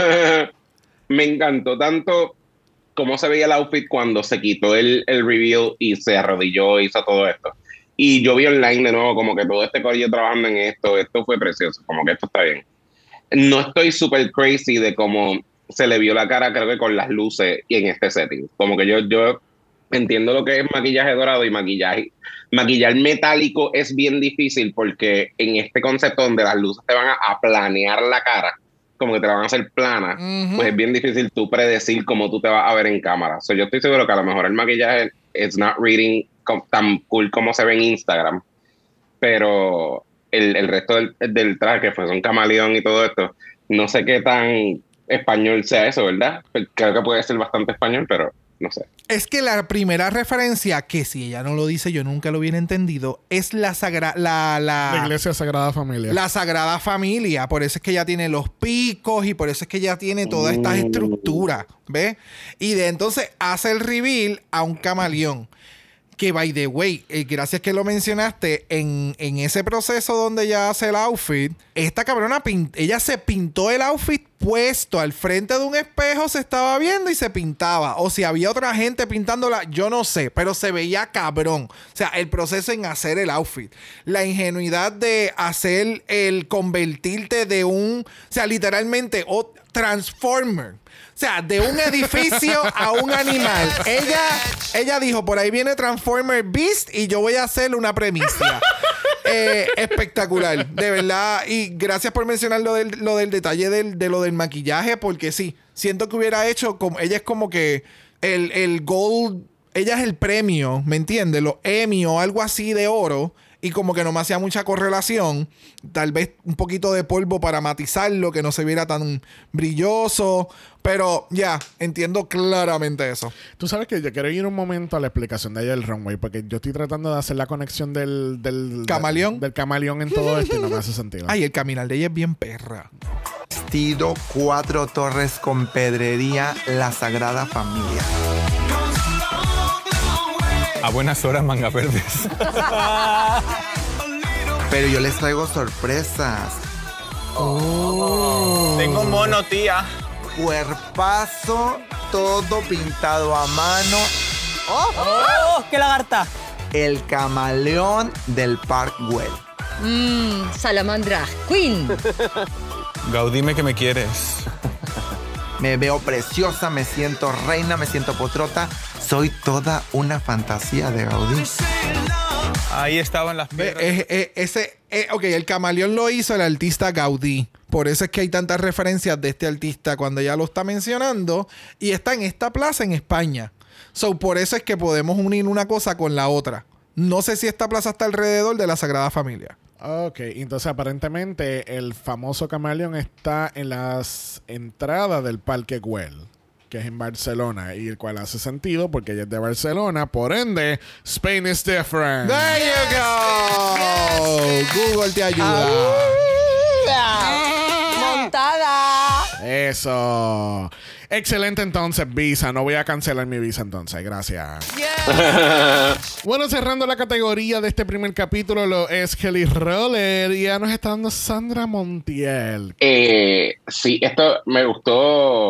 Me encantó tanto cómo se veía el outfit cuando se quitó el, el reveal y se arrodilló y hizo todo esto. Y yo vi online de nuevo como que todo este corillo trabajando en esto. Esto fue precioso, como que esto está bien. No estoy súper crazy de cómo se le vio la cara, creo que con las luces y en este setting. Como que yo, yo entiendo lo que es maquillaje dorado y maquillaje. Maquillar metálico es bien difícil porque en este concepto donde las luces te van a, a planear la cara, como que te la van a hacer plana, Ujú. pues es bien difícil tú predecir cómo tú te vas a ver en cámara. So, yo estoy seguro que a lo mejor el maquillaje it's not reading com- tan cool como se ve en Instagram, pero el, el resto del, del traje, que fue un camaleón y todo esto, no sé qué tan español sea eso, ¿verdad? Creo que puede ser bastante español, pero no sé. Es que la primera referencia, que si ella no lo dice, yo nunca lo hubiera entendido, es la sagrada... La, la, La Iglesia Sagrada Familia. La Sagrada Familia. Por eso es que ella tiene los picos y por eso es que ella tiene todas estas estructuras, ¿ves? Y de entonces hace el reveal a un camaleón. Que, by the way, eh, gracias que lo mencionaste, en, en ese proceso donde ella hace el outfit, esta cabrona, pin- ella se pintó el outfit puesto al frente de un espejo, se estaba viendo y se pintaba. O si había otra gente pintándola, yo no sé, pero se veía cabrón. O sea, el proceso en hacer el outfit. La ingenuidad de hacer el convertirte de un, o sea, literalmente, o Transformer. O sea, de un edificio a un animal. Ella, ella dijo, por ahí viene Transformer Beast y yo voy a hacerle una premisa. Eh, espectacular, de verdad. Y gracias por mencionar lo del, lo del detalle del, de lo del maquillaje, porque sí, siento que hubiera hecho como... Ella es como que el, el gold... Ella es el premio, ¿me entiendes? Los Emmy o algo así de oro. Y como que no me hacía mucha correlación. Tal vez un poquito de polvo para matizarlo, que no se viera tan brilloso. Pero ya, entiendo claramente eso. Tú sabes que yo quiero ir un momento a la explicación de ella del runway, porque yo estoy tratando de hacer la conexión del... del ¿Camaleón? Del, del camaleón en todo esto y no me hace sentido. Ay, el caminar de ella es bien perra. Vestido, cuatro torres con pedrería, la Sagrada Familia. A buenas horas, manga verdes. Pero yo les traigo sorpresas. Oh. Tengo un mono, tía. Cuerpazo, todo pintado a mano. ¡Oh! ¡Oh! ¡Qué lagarta! el camaleón del Park Güell. Mmm, salamandra queen. Gaudí, dime que me quieres. Me veo preciosa, me siento reina, me siento potrota. Soy toda una fantasía de Gaudí. Ahí estaban las piedras. Eh, eh, ese, eh, ok, el camaleón lo hizo el artista Gaudí. Por eso es que hay tantas referencias de este artista cuando ella lo está mencionando. Y está en esta plaza en España. So, por eso es que podemos unir una cosa con la otra. No sé si esta plaza está alrededor de la Sagrada Familia. Ok, entonces aparentemente el famoso camaleón está en las entradas del Parque Güell, que es en Barcelona, y el cual hace sentido porque ella es de Barcelona, por ende, Spain is different. There you go. Google te ayuda. Montada. Eso. Excelente entonces, Visa. No voy a cancelar mi Visa entonces. Gracias. Bueno, cerrando la categoría de este primer capítulo, lo es Kelly Roller. Y ya nos está dando Sandra Montiel. Eh, sí, esto me gustó.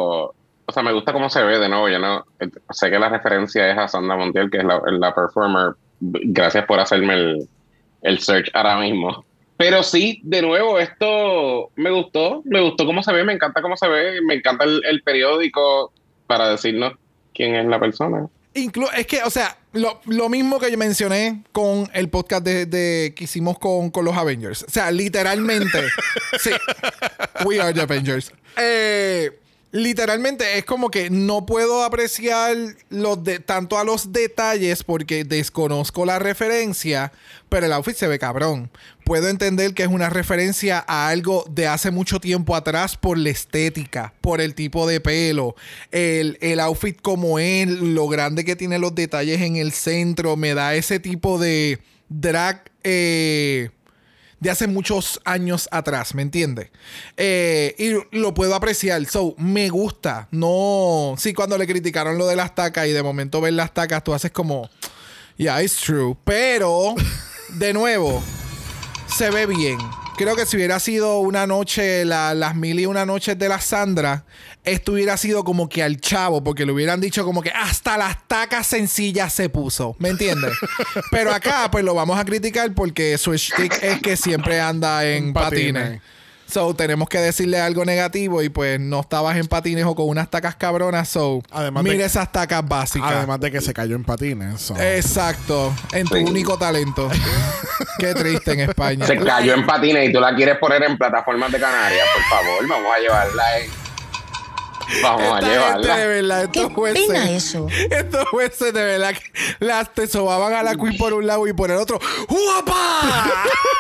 O sea, me gusta cómo se ve de nuevo. Yo no sé que la referencia es a Sandra Montiel, que es la, la performer. Gracias por hacerme el, el search ahora mismo. Pero sí, de nuevo, esto me gustó. Me gustó cómo se ve, me encanta cómo se ve. Me encanta el, el periódico para decirnos quién es la persona. Inclu- es que, o sea, lo, lo mismo que yo mencioné con el podcast de, de que hicimos con, con los Avengers. O sea, literalmente. Sí. We are the Avengers. Eh... Literalmente es como que no puedo apreciar los de, tanto a los detalles porque desconozco la referencia, pero el outfit se ve cabrón. Puedo entender que es una referencia a algo de hace mucho tiempo atrás por la estética, por el tipo de pelo, el, el outfit como él, lo grande que tiene los detalles en el centro, me da ese tipo de drag eh, de hace muchos años atrás, ¿me entiendes? Eh, y lo puedo apreciar. So, me gusta. No... Sí, cuando le criticaron lo de las tacas y de momento ver las tacas, tú haces como... Yeah, it's true. Pero, de nuevo, se ve bien. Creo que si hubiera sido una noche, la, las mil y una noches de la Sandra, esto hubiera sido como que al chavo, porque le hubieran dicho como que hasta las tacas sencillas se puso, ¿me entiendes? Pero acá, pues lo vamos a criticar porque su shtick es que siempre anda en patines. patines. So, tenemos que decirle algo negativo y pues no estabas en patines o con unas tacas cabronas. So, además mira de, esas tacas básicas. Además de que se cayó en patines. So. Exacto. En tu sí. único talento. Qué triste en España. Se cayó en patines y tú la quieres poner en plataformas de Canarias. Por favor, vamos a llevarla en... Vamos Esta a llevarla. De verdad, estos ¿Qué jueces, pena eso? Estos jueces de verdad que las te sobaban a la Queen por un lado y por el otro. ¡Guapa!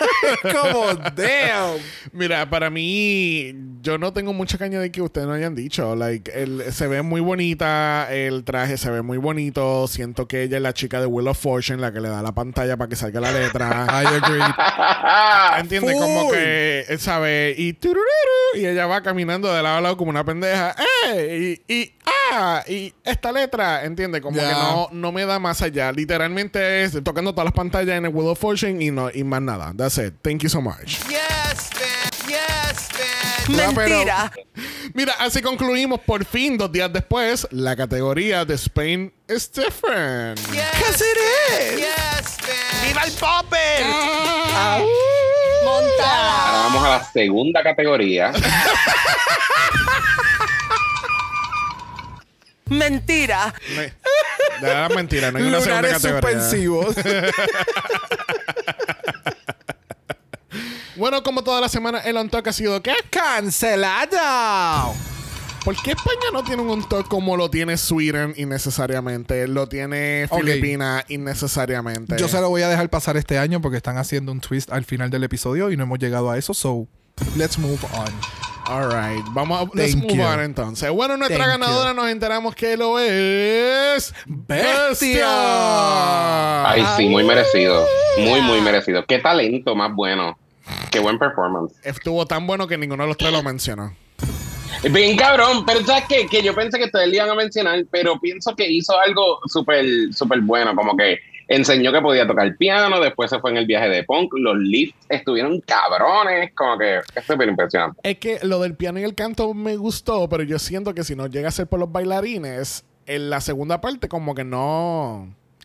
Como damn. Mira, para mí, yo no tengo mucha caña de que ustedes no hayan dicho. Like, el, se ve muy bonita, el traje se ve muy bonito. Siento que ella es la chica de Wheel of Fortune, la que le da la pantalla para que salga la letra. I agree. ¿Entiendes? Full. Como que, ¿sabes? Y turururu, y ella va caminando de lado a lado como una pendeja. ¡Eh! Y, y ah, y esta letra, ¿entiendes? Como yeah. que no, no me da más allá. Literalmente es tocando todas las pantallas en el Wheel of Fortune y no y más nada. That's it. Thank you so much. Yes, bitch. Yes, bitch. No, Mentira. pero, mira, así concluimos por fin, dos días después, la categoría de Spain is different. Yes, Cause it is. Yes, bitch. ¡Viva el popper! Ah. Montada. Ahora vamos a la segunda categoría. Mentira. Me, de verdad, mentira. No hay una segunda Lunares categoría. suspensivos. Bueno, como toda la semana, el on talk ha sido ¿qué? ¡Cancelado! ¿Por qué España no tiene un on talk como lo tiene Sweden innecesariamente? Lo tiene Ok. Filipinas innecesariamente. Yo se lo voy a dejar pasar este año porque están haciendo un twist al final del episodio y no hemos llegado a eso. So, let's move on. All right. Vamos a let's Thank move you. on entonces. Bueno, nuestra Thank ganadora you. nos enteramos que lo es Bestia. Ay, sí, muy merecido. Muy, muy merecido. Qué talento más bueno. Qué buen performance. Estuvo tan bueno que ninguno de los tres lo mencionó. Bien cabrón, pero ¿sabes qué? Que yo pensé que ustedes le iban a mencionar, pero pienso que hizo algo súper, súper bueno, como que enseñó que podía tocar piano, después se fue en el viaje de punk, los lifts estuvieron cabrones, como que es súper impresionante. Es que lo del piano y el canto me gustó, pero yo siento que si no llega a ser por los bailarines, en la segunda parte como que no...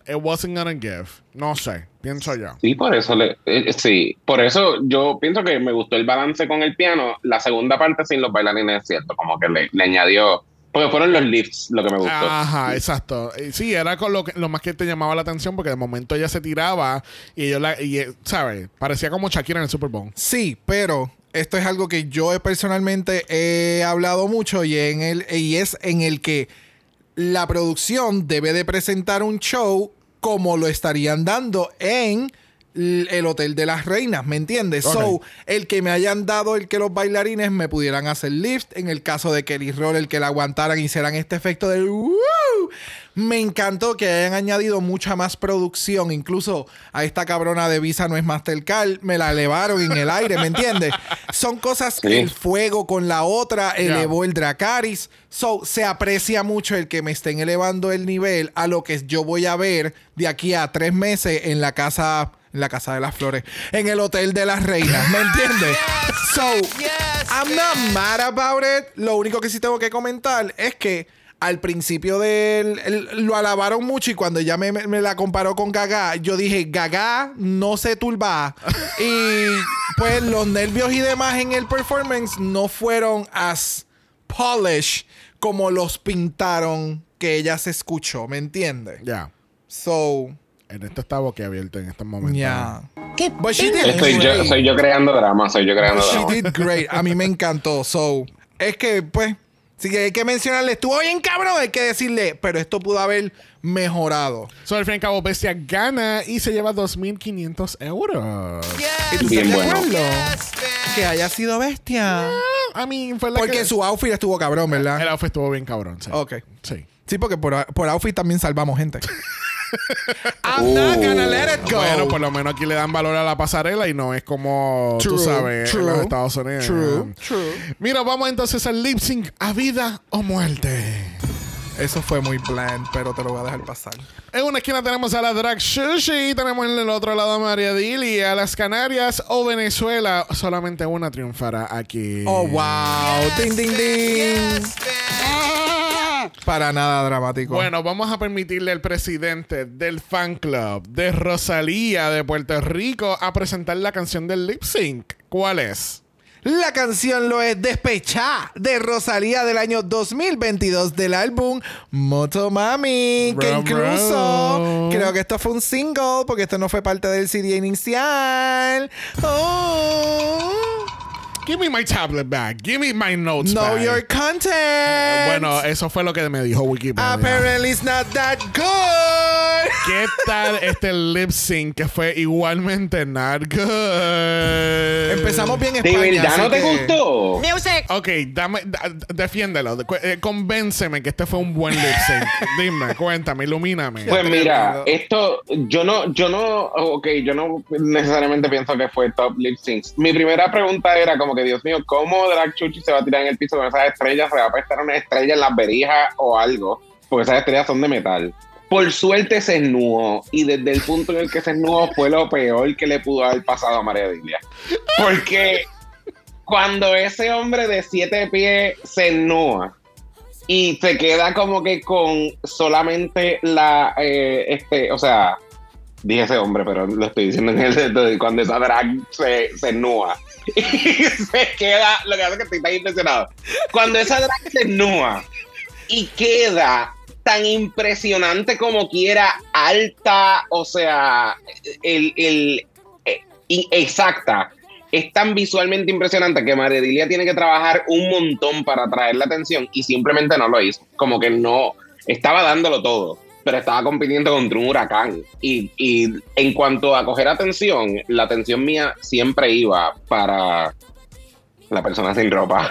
it wasn't gonna give. No sé, pienso yo. Sí, por eso le, eh, sí, por eso yo pienso que me gustó el balance con el piano. La segunda parte sin los bailarines es cierto, como que le, le añadió, porque fueron los lifts lo que me gustó. Ajá, exacto. Sí, era con lo, que, lo más que te llamaba la atención porque de momento ella se tiraba y ellos la, y, ¿sabes? Parecía como Shakira en el Super Bowl. Sí, pero esto es algo que yo personalmente he hablado mucho y, en el, y es en el que la producción debe de presentar un show como lo estarían dando en el Hotel de las Reinas, ¿me entiendes? Okay. So, el que me hayan dado el que los bailarines me pudieran hacer lift, en el caso de Kelly Roll, el que la aguantaran y hicieran este efecto del ¡woo! Me encantó que hayan añadido mucha más producción. Incluso a esta cabrona de Visa no es Mastercard, me la elevaron en el aire, ¿me entiendes? Son cosas que sí. El fuego con la otra elevó yeah. el Dracarys. So, se aprecia mucho el que me estén elevando el nivel a lo que yo voy a ver de aquí a tres meses en la casa... En la Casa de las Flores. En el Hotel de las Reinas. ¿Me entiendes? So, I'm not mad about it. Lo único que sí tengo que comentar es que al principio del... El, lo alabaron mucho y cuando ella me, me la comparó con Gaga, yo dije, Gaga no se turba. Y pues los nervios y demás en el performance no fueron as polished como los pintaron que ella se escuchó. ¿Me entiendes? Ya. Yeah. So... En esto está boquiabierto en estos momentos. Yeah. ¿Qué? But she did soy, yo, soy yo creando drama, soy yo creando But drama. She did great. A mí me encantó. So, es que, pues, si hay que mencionarle, estuvo bien cabrón, hay que decirle, pero esto pudo haber mejorado. So, al fin y al cabo, Bestia gana y se lleva dos mil quinientos euros. Yes. ¿Y tú bien bueno. Yes, que haya sido Bestia? Yeah, I mean, fue la porque que... su outfit estuvo cabrón, ¿verdad? El outfit estuvo bien cabrón, sí. Ok. Sí. Sí, porque por, por outfit también salvamos gente. I'm not gonna let it go. Bueno, por lo menos aquí le dan valor a la pasarela y no es como true, tú sabes true, en los Estados Unidos. True, true. Mira, vamos entonces al lip sync a vida o muerte. Eso fue muy bland, pero te lo voy a dejar pasar. En una esquina tenemos a la Drag Sushi, tenemos en el otro lado a María Dilia, a las Canarias o Venezuela. Solamente una triunfará aquí. Oh, wow. Yes, ding, ding, ding. Yes, para nada dramático. Bueno, vamos a permitirle al presidente del fan club de Rosalía de Puerto Rico a presentar la canción del lip sync. ¿Cuál es? La canción lo es Despechá de Rosalía del año dos mil veintidós del álbum Motomami. Que incluso bro. creo que esto fue un single porque esto no fue parte del C D inicial. Oh. Give me my tablet back. Give me my notes Know back. your content. Uh, bueno, eso fue lo que me dijo Wikipedia. Apparently it's not that good. ¿Qué tal este lip sync que fue igualmente not good? Empezamos bien España. ¿De verdad no te que... gustó? Music. Ok, dame, da, defiéndelo. De, eh, convénceme que este fue un buen lip sync. Dime, cuéntame, ilumíname. Pues mira, esto, yo no, yo no, ok, yo no necesariamente pienso que fue top lip syncs. Mi primera pregunta era como que, Dios mío, ¿cómo Drag Chuchi se va a tirar en el piso con esas estrellas? ¿Se va a prestar una estrella en las berijas o algo? Porque esas estrellas son de metal. Por suerte se esnuó, y desde el punto en el que se esnuó fue lo peor que le pudo haber pasado a María Dilia. Porque cuando ese hombre de siete pies se esnúa y se queda como que con solamente la, eh, este, o sea, dije ese hombre, pero lo estoy diciendo en el cuando esa drag se, se esnúa y se queda, lo que hace es que estoy tan impresionado. Cuando esa drag se esnúa y queda tan impresionante como quiera, alta, o sea, el, el, el exacta, es tan visualmente impresionante que María Dilia tiene que trabajar un montón para atraer la atención y simplemente no lo hizo. Como que no, estaba dándolo todo, pero estaba compitiendo contra un huracán. Y, y en cuanto a coger atención, la atención mía siempre iba para la persona sin ropa.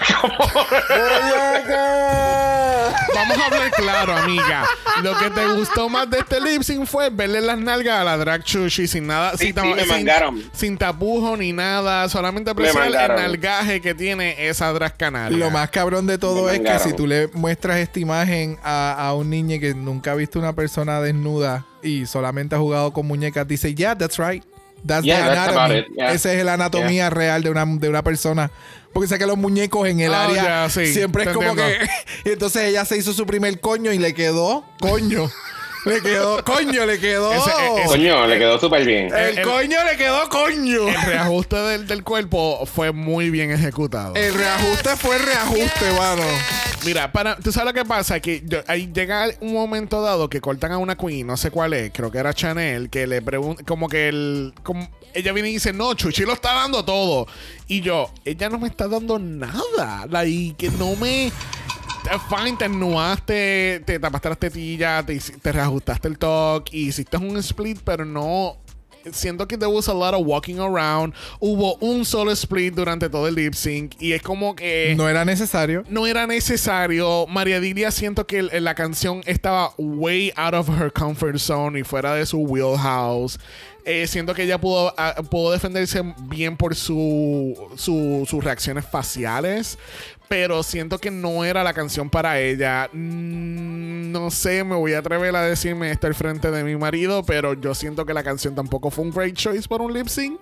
Vamos a hablar claro, amiga. Lo que te gustó más de este lip sync fue verle las nalgas a la Drag Chuchi sin nada, sí, sin, sí, me sin, mangaron. sin tapujo ni nada, solamente apreciar el nalgaje que tiene esa drag canaria. Lo más cabrón de todo me es mangaron. que si tú le muestras esta imagen a, a un niño que nunca ha visto una persona desnuda y solamente ha jugado con muñecas, dice, yeah, that's right. That's yeah, the that's anatomy. yeah. Esa es la anatomía yeah. real de una, de una persona. Porque sé que los muñecos en el oh, área yeah, sí, siempre es como entiendo. que... Y entonces ella se hizo su primer coño y le quedó coño. Le quedó, coño, le quedó. Ese- ese- Coño, le quedó súper bien. El, el- coño le quedó coño. El reajuste del, del cuerpo fue muy bien ejecutado. El reajuste fue el reajuste, mano. Mira, para, tú sabes lo que pasa, que yo- ahí llega un momento dado que cortan a una queen, no sé cuál es, creo que era Chanel, que le pregunta, como que el, como, ella viene y dice, no, Chuchi lo está dando todo. Y yo, ella no me está dando nada. Like, que no me... Fine, te ennuaste, te tapaste las tetillas, te, hici- te reajustaste el talk, y hiciste un split, pero no... Siento que there was a lot of walking around. Hubo un solo split durante todo el lip sync. Y es como que... No era necesario. No era necesario. María Dilia, siento que el- la canción estaba way out of her comfort zone y fuera de su wheelhouse. Eh, siento que ella pudo, ah, pudo defenderse bien por su, su- sus reacciones faciales. Pero siento que no era la canción para ella. Mm, no sé, me voy a atrever a decirme esto al frente de mi marido, pero yo siento que la canción tampoco fue un great choice por un lip sync.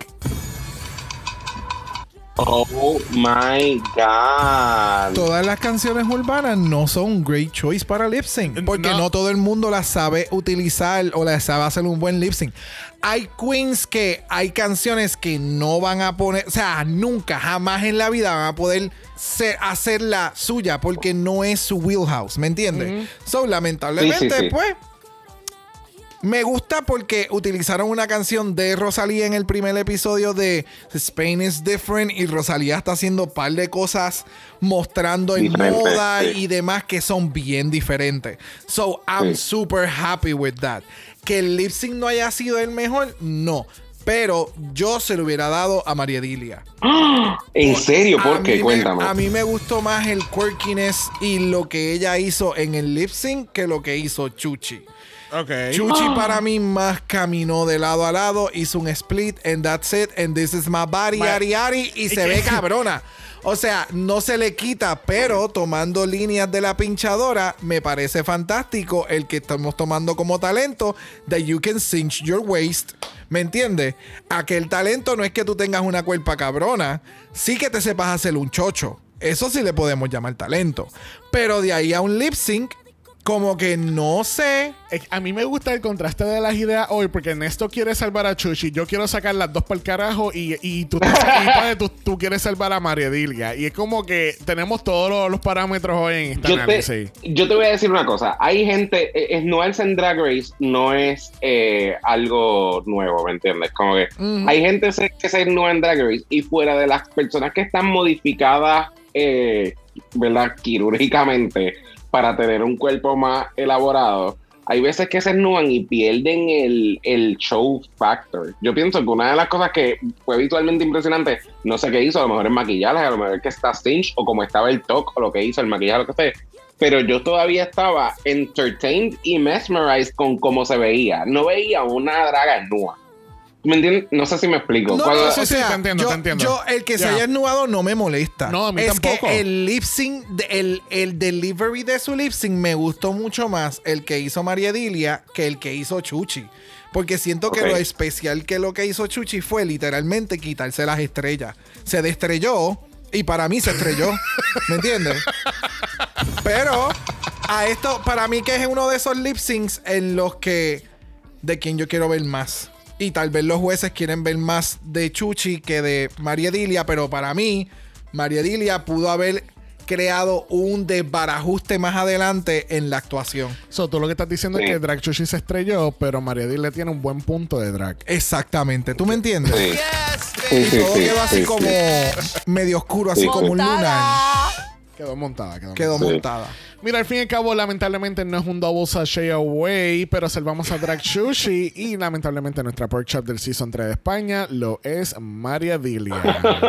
Oh my God. Todas las canciones urbanas no son un great choice para lip sync. Porque no. no todo el mundo las sabe utilizar o las sabe hacer un buen lip sync. Hay queens que hay canciones que no van a poner, o sea, nunca, jamás en la vida van a poder ser, hacer la suya porque no es su wheelhouse, ¿me entiendes? Mm-hmm. So, lamentablemente, sí, sí, sí. pues, me gusta porque utilizaron una canción de Rosalía en el primer episodio de Spain is Different y Rosalía está haciendo un par de cosas mostrando en Diferente, moda sí. y demás que son bien diferentes. So, I'm sí. super happy with that. Que el lip sync no haya sido el mejor, no. Pero yo se lo hubiera dado a María Dilia. ¿En serio? ¿Por qué? Cuéntame. Me, a mí me gustó más el quirkiness y lo que ella hizo en el lip sync que lo que hizo Chuchi. Okay. Chuchi oh. para mí más caminó de lado a lado, hizo un split and that's it, and this is my body, yari, yari, y se ve cabrona. O sea, no se le quita, pero tomando líneas de la pinchadora, me parece fantástico el que estamos tomando como talento that you can cinch your waist. ¿Me entiendes? Aquel talento no es que tú tengas una cuerpa cabrona, sí que te sepas hacer un chocho. Eso sí le podemos llamar talento. Pero de ahí a un lip sync, como que no sé. A mí me gusta el contraste de las ideas hoy, porque Néstor quiere salvar a Chuchi, yo quiero sacar las dos para el carajo y, y, tú, y tú, tú quieres salvar a María Dilia. Y es como que tenemos todos los, los parámetros hoy en esta yo análisis. Te, yo te voy a decir una cosa. Hay gente, es Noels en Drag Race no es eh, algo nuevo, ¿me entiendes? Como que uh-huh. hay gente que se Noel en Drag Race y fuera de las personas que están modificadas, eh, ¿verdad? Quirúrgicamente, para tener un cuerpo más elaborado, hay veces que se esnúan y pierden el, el show factor. Yo pienso que una de las cosas que fue visualmente impresionante, no sé qué hizo, a lo mejor es maquillaje, a lo mejor que está cinch, o como estaba el talk, o lo que hizo, el maquillaje, lo que sea, pero yo todavía estaba entertained y mesmerized con cómo se veía. No veía una draga nua. ¿Me entiendes? No sé si me explico. No, Cuando, no, sí, sí, sea, te entiendo, yo, te entiendo. Yo, el que yeah. se haya esnudado no me molesta. No, a mí es tampoco. Que el lip sync, el, el delivery de su lip sync me gustó mucho más el que hizo María Dilia que el que hizo Chuchi. Porque siento okay. que lo especial que lo que hizo Chuchi fue literalmente quitarse las estrellas. Se destrelló y para mí se estrelló. ¿Me entiendes? Pero a esto, para mí que es uno de esos lip syncs en los que de quien yo quiero ver más. Y tal vez los jueces quieren ver más de Chuchi que de María Dilia, pero para mí, María Dilia pudo haber creado un desbarajuste más adelante en la actuación. So, tú lo que estás diciendo sí. es que Drag Chuchi se estrelló, pero María Dilia tiene un buen punto de drag. Exactamente. ¿Tú me entiendes? Sí. Y sí, todo sí, quedó sí, así sí, como sí. medio oscuro, así Sí. como un lunar. Quedó montada, quedó, quedó montada. montada. Mira, al fin y al cabo, lamentablemente no es un double sachet away, pero salvamos a Drag Chuchi y lamentablemente nuestra pork chop del Season tres de España lo es María Dilia.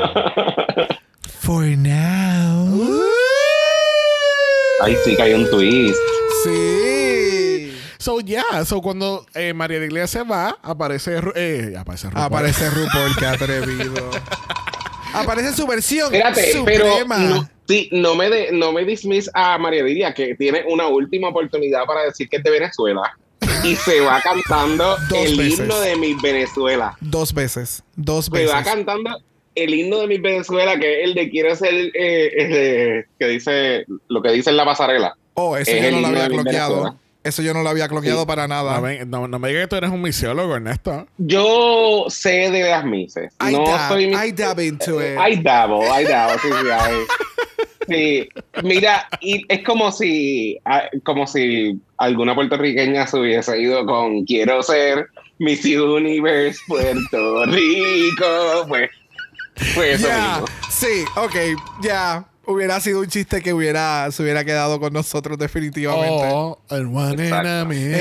For now. Ay, sí, que hay un twist. Sí. So, yeah. So, cuando eh, María Dilia se va, aparece... Eh, aparece RuPaul. Aparece RuPaul, qué atrevido. Aparece su versión Espérate, suprema. Pero no, sí, no me, de, no me dismiss a María Dilia, que tiene una última oportunidad para decir que es de Venezuela. Y se va cantando el veces. himno de mi Venezuela. Dos veces. Dos se veces. Se va cantando el himno de mi Venezuela, que es el de quiero ser, eh, el de, que dice lo que dice en la pasarela. Oh, ese ya no lo había bloqueado. Eso yo no lo había cloqueado Sí. para nada. No, ven, no, no me digas que tú eres un misiólogo, Ernesto. Yo sé de las mises. I no dab, soy I dab into it. I dabble, I dabble, sí, sí, I- sí. Mira, y es como si, ah, como si alguna puertorriqueña se hubiese ido con quiero ser Miss Universe Puerto Rico. Pues, pues eso Ya, mismo. sí, ok, ya. Hubiera sido un chiste que hubiera, se hubiera quedado con nosotros definitivamente. Oh, and one in a million.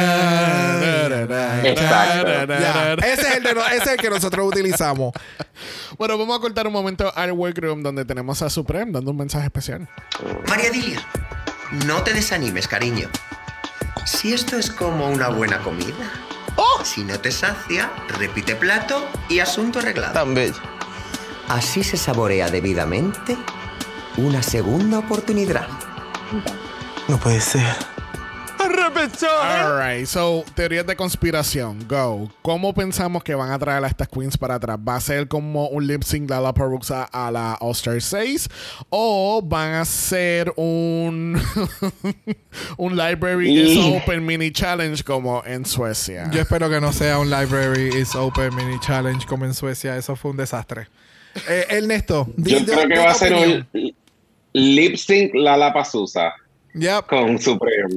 Exacto. Ya, ese es el de no- ese es el que nosotros utilizamos. Bueno, vamos a cortar un momento al workroom donde tenemos a Supreme dando un mensaje especial. María Dilia, no te desanimes, cariño. Si esto es como una buena comida, si no te sacia, repite plato y asunto arreglado. Tan bello. Así se saborea debidamente una segunda oportunidad. No puede ser. Alright, so teorías de conspiración. Go. ¿Cómo pensamos que van a traer a estas queens para atrás? ¿Va a ser como un lip sync de Lollapalooza a la All Star seis? ¿O van a ser un un Library is Open mini challenge como en Suecia? Yo espero que no sea un Library is Open mini challenge como en Suecia. Eso fue un desastre. Eh, Ernesto, Yo di- creo di- que di va a tu ser opinión. un lip sync Lollapalooza. Yep. Con Supreme.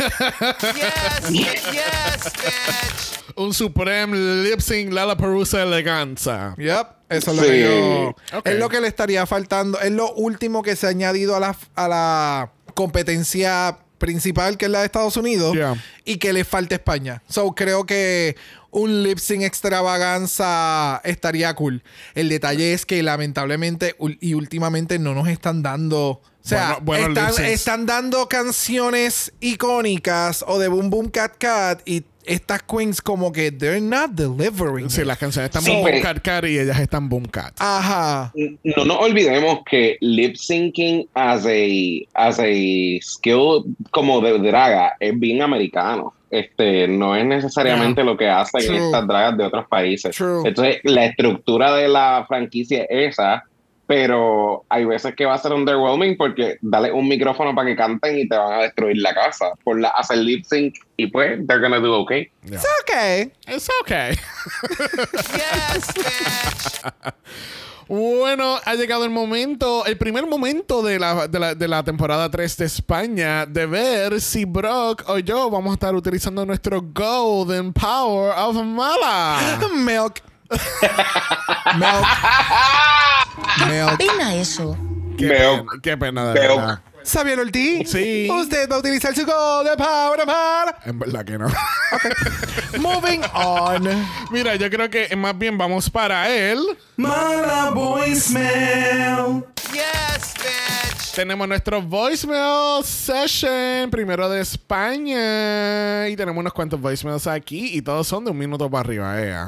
Un Supreme lip sync Lollapalooza eleganza. Yep. Eso es lo Sí. que yo. Ok. Es lo que le estaría faltando. Es lo último que se ha añadido a la, a la competencia principal, que es la de Estados Unidos, Yeah. y que le falta España. So creo que un lip sync extravaganza estaría cool. El detalle es que lamentablemente ul- y últimamente no nos están dando. O sea, Bueno- buenos están, lip syncs. están dando canciones icónicas o de Boom Boom Cat Cat y estas queens como que they're not delivering. Sí, it. las canciones están Sí, boom pero- cat cat y ellas están boom cat. Ajá. No nos olvidemos que lip syncing as a, as a skill como de draga es bien americano. Este, no es necesariamente Yeah. lo que hacen True. estas dragas de otros países. True. Entonces, la estructura de la franquicia es esa, pero hay veces que va a ser underwhelming porque dale un micrófono para que canten y te van a destruir la casa por la, hacer lip sync y pues they're gonna do okay. It's okay. It's okay. Bueno, ha llegado el momento, el primer momento de la, de la, de la temporada tres de España de ver si Brock o yo vamos a estar utilizando nuestro Golden Power of Mala. Milk. Milk. Milk. Pena eso. Qué, Milk. pena, qué pena de Milk. verdad. ¿Sabían Ortiz? Sí. Usted va a utilizar su Golden Power of Mala. En verdad que no. Moving on. Mira, yo creo que más bien vamos para él. Mala voicemail. Yes, bitch. Tenemos nuestro voicemail session, primero de España. Y tenemos unos cuantos voicemails aquí y todos son de un minuto para arriba. Eh.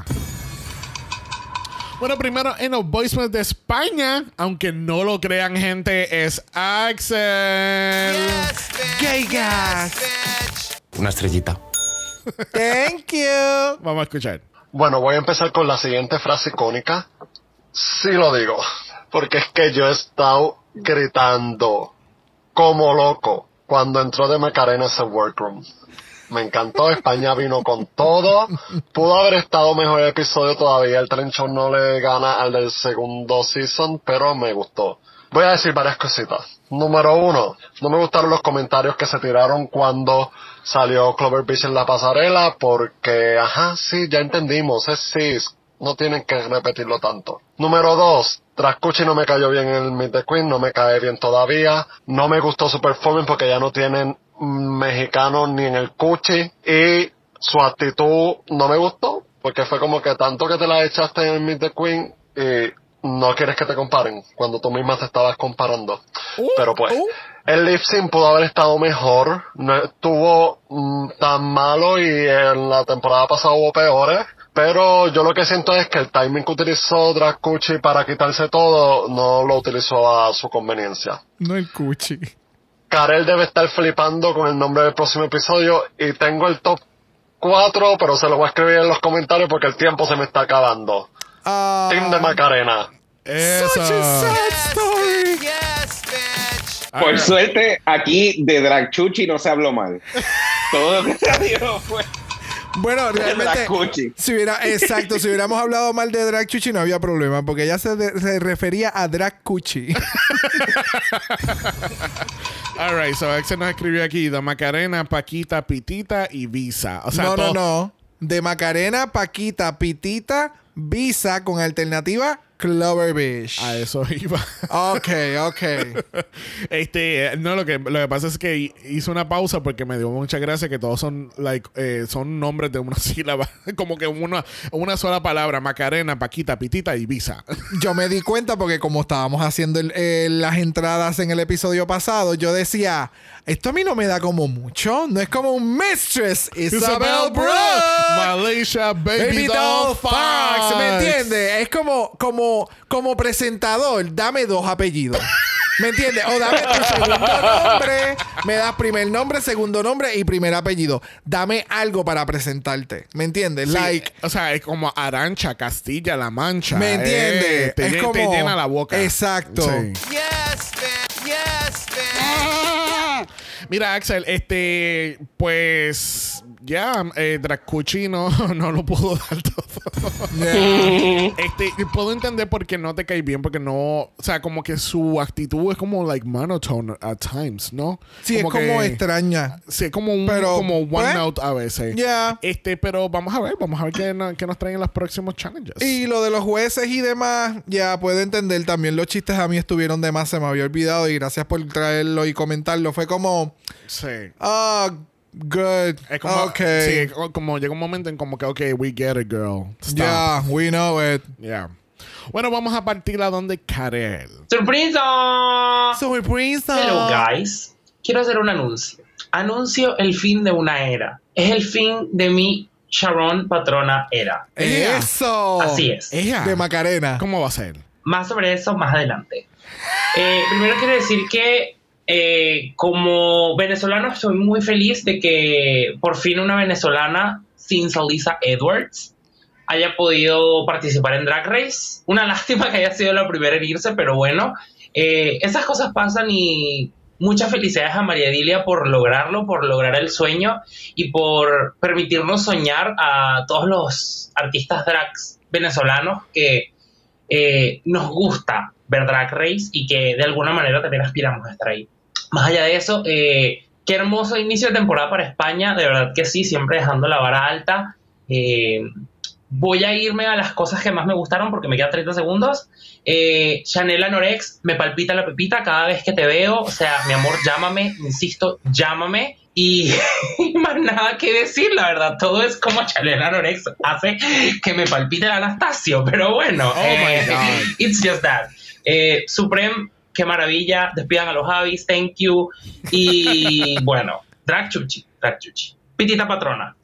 Bueno, primero en los voicemails de España, aunque no lo crean, gente, es Axel. Gay gas. Una estrellita. Thank you. Vamos a escuchar. Bueno, voy a empezar con la siguiente frase icónica. Sí lo digo, porque es que yo he estado gritando como loco cuando entró de Macarena ese workroom. Me encantó, España vino con todo. Pudo haber estado mejor el episodio todavía. El trenchón no le gana al del segundo season, pero me gustó. Voy a decir varias cositas. Número uno, no me gustaron los comentarios que se tiraron cuando salió Clover Beach en la pasarela, porque, ajá, sí, ya entendimos, es cis, no tienen que repetirlo tanto. Número dos, Trascuchi no me cayó bien en el Meet the Queen, no me cae bien todavía. No me gustó su performance porque ya no tienen mexicanos ni en el Cuchi, y su actitud no me gustó, porque fue como que tanto que te la echaste en el Meet the Queen y no quieres que te comparen cuando tú misma te estabas comparando. Uh, Pero pues, uh. el lip sync pudo haber estado mejor, no estuvo mm, tan malo y en la temporada pasada hubo peores. Pero yo lo que siento es que el timing que utilizó Drascucci para quitarse todo no lo utilizó a su conveniencia. No el Cuchi. Karel debe estar flipando con el nombre del próximo episodio y tengo el top cuatro, pero se lo voy a escribir en los comentarios porque el tiempo se me está acabando. Uh, Team de Macarena. Eso. Such a sad story. Yes, bitch. Por Ah, suerte, aquí de Dragchuchi no se habló mal. Todo lo que salió fue... Bueno, realmente, Drag si hubiera, exacto, si hubiéramos hablado mal de Drag Chuchi no había problema, porque ella se, de, se refería a Drag Cuchi. All right, so Axel nos escribió aquí de Macarena, Paquita, Pitita y Visa. O sea, no, todo... no, no. De Macarena, Paquita, Pitita, Visa con alternativa Clover Beach. A eso iba. Ok, ok. Este, no, lo que, lo que pasa es que hice una pausa porque me dio mucha gracia que todos son like, eh, son nombres de una sílaba, como que una, una sola palabra, Macarena, Paquita, Pitita y Visa. Yo me di cuenta porque como estábamos haciendo el, eh, las entradas en el episodio pasado, yo decía, esto a mí no me da como mucho, no es como un Mistress Isabel Brooke, Malaysia Baby, Baby Doll Doll Fox. Fox, ¿me entiendes? Es como, como como presentador, dame dos apellidos. ¿Me entiendes? O dame tu segundo nombre, me das primer nombre, segundo nombre y primer apellido. Dame algo para presentarte. ¿Me entiendes? Sí, like, o sea, es como Arancha, Castilla-La Mancha. ¿me entiendes? Eh, te, es te como llena la boca. Exacto. Sí. Yes, bitch. Yes, bitch. Mira, Axel, este, pues ya, eh, Dracucci no, no lo pudo dar todo. Yeah. Este, puedo entender por qué no te cae bien, porque no, o sea, como que su actitud es como like monotone at times, ¿no? Sí, como es como que, extraña. Sí, es como un pero, como one pues, note a veces. Yeah. Este, pero vamos a ver, vamos a ver qué, no, qué nos traen en los próximos challenges. Y lo de los jueces y demás, ya puedo entender. También los chistes a mí estuvieron de más, se me había olvidado. Y gracias por traerlo y comentarlo. Fue como, sí. Ah, oh, good. Es como, okay. Sí, como llega un momento en como que, ok, we get it, girl. Stop. Yeah, we know it. Yeah. Bueno, vamos a partir a donde Karel. ¡Sorpresa! ¡Sorpresa! Hello, guys. Quiero hacer un anuncio. Anuncio el fin de una era. Es el fin de mi Sharon Patrona era. ¡Eso! Así es. Ella. De Macarena. ¿Cómo va a ser? Más sobre eso más adelante. Eh, primero quiero decir que eh, como venezolano estoy muy feliz de que por fin una venezolana, Cinzalisa Edwards, haya podido participar en Drag Race. Una lástima que haya sido la primera en irse, pero bueno, eh, esas cosas pasan y muchas felicidades a María Edilia por lograrlo, por lograr el sueño y por permitirnos soñar a todos los artistas drags venezolanos que eh, nos gusta ver Drag Race y que de alguna manera también aspiramos a estar ahí. Más allá de eso, eh, qué hermoso inicio de temporada para España, de verdad que sí, siempre dejando la vara alta. Eh, voy a irme a las cosas que más me gustaron porque me quedan treinta segundos. Eh, Chanel Anorex, me palpita la pepita cada vez que te veo, o sea, mi amor, llámame, insisto, llámame. Y, y más nada que decir, la verdad, todo es como Chanel Anorex hace que me palpite el Anastasio, pero bueno, oh eh, my God. It's just that. Eh, Supreme, qué maravilla, despidan a los Javis, thank you. Y bueno, Drag Chuchi, Drag Chuchi. Pitita Patrona.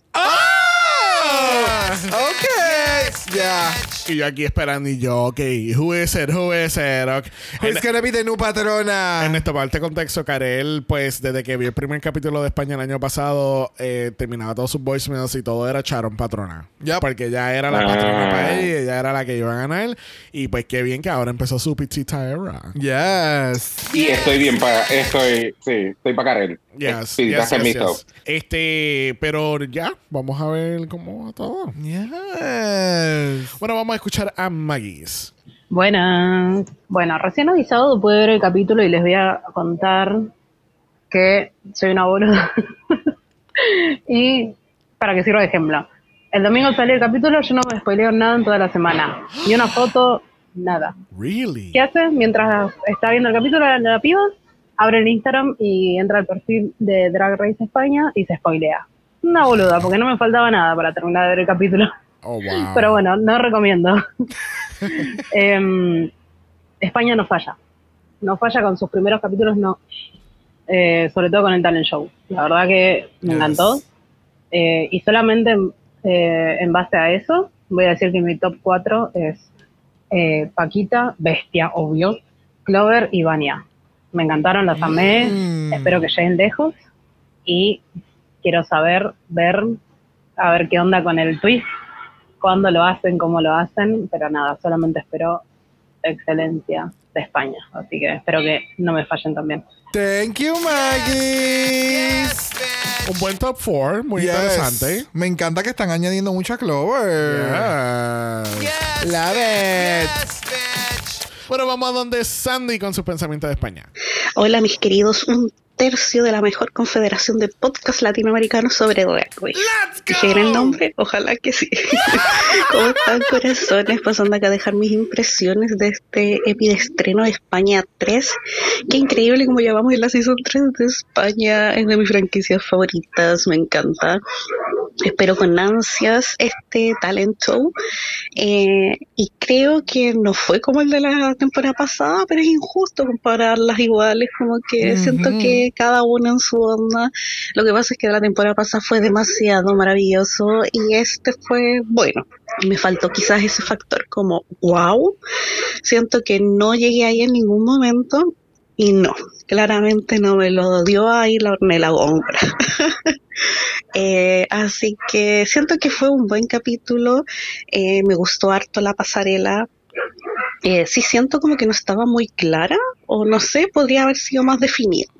Oh, ok, ya. Yeah. Y yo aquí esperando y yo, ok, who is it, who is it? Okay. Who's gonna be the new patrona? En esta parte de contexto, Karel, pues desde que vi el primer capítulo de España el año pasado, eh, terminaba todos sus voicemails y todo era Sharon Patrona. Yep. Porque ella era la ah. patrona para ella y ella era la que iba a ganar. Y pues qué bien que ahora empezó su Pitita era. Yes. Y estoy bien para, estoy, sí, estoy para Karel. Yes, sí, yes, yes, yes. yes. Este, pero ya, vamos a ver cómo va todo. Yes. Bueno, vamos a escuchar a Maggie's. Buenas. Bueno, recién avisado pude ver el capítulo y les voy a contar que soy una boluda. Y para que sirva de ejemplo. El domingo salió el capítulo, yo no me spoileo nada en toda la semana. Ni una foto, nada. Really? ¿Qué hace? Mientras está viendo el capítulo, la, la piba abre el Instagram y entra al perfil de Drag Race España y se spoilea. Una boluda, porque no me faltaba nada para terminar de ver el capítulo. Oh, wow. Pero bueno, no recomiendo. eh, España no falla. No falla con sus primeros capítulos, no. Eh, sobre todo con el talent show. La verdad que me yes. encantó. Eh, y solamente eh, en base a eso, voy a decir que mi top cuatro es eh, Paquita, Bestia, obvio, Clover y Vania. Me encantaron, las amé. Mm. Espero que lleguen lejos. Y quiero saber, ver, a ver qué onda con el twist. Cuándo lo hacen, cómo lo hacen. Pero nada, solamente espero excelencia de España. Así que espero que no me fallen también. Thank you, Maggie. Un buen top four, muy Yes. interesante. Me encanta que están añadiendo mucha Clover. Yes. Love it. Bueno, vamos a donde Sandy con sus pensamientos de España. Hola, mis queridos. Un tercio de la mejor confederación de podcast latinoamericanos sobre Drag Race. ¿Dije bien el nombre? Ojalá que sí. ¿Cómo están, corazones? Pasando acá a dejar mis impresiones de este epidestreno de España tres. Qué increíble como llevamos en la Season tres de España. Es de mis franquicias favoritas. Me encanta. Espero con ansias este talent show. Eh, y creo que no fue como el de la temporada pasada, pero es injusto compararlas iguales. Como que Ujú. siento que cada una en su onda. Lo que pasa es que la temporada pasada fue demasiado maravilloso y este fue bueno. Me faltó quizás ese factor como wow. Siento que no llegué ahí en ningún momento y no, claramente no me lo dio ahí la Ornella Góngora. Eh, así que siento que fue un buen capítulo. Eh, me gustó harto la pasarela. Eh, sí siento como que no estaba muy clara, o no sé, podría haber sido más definido.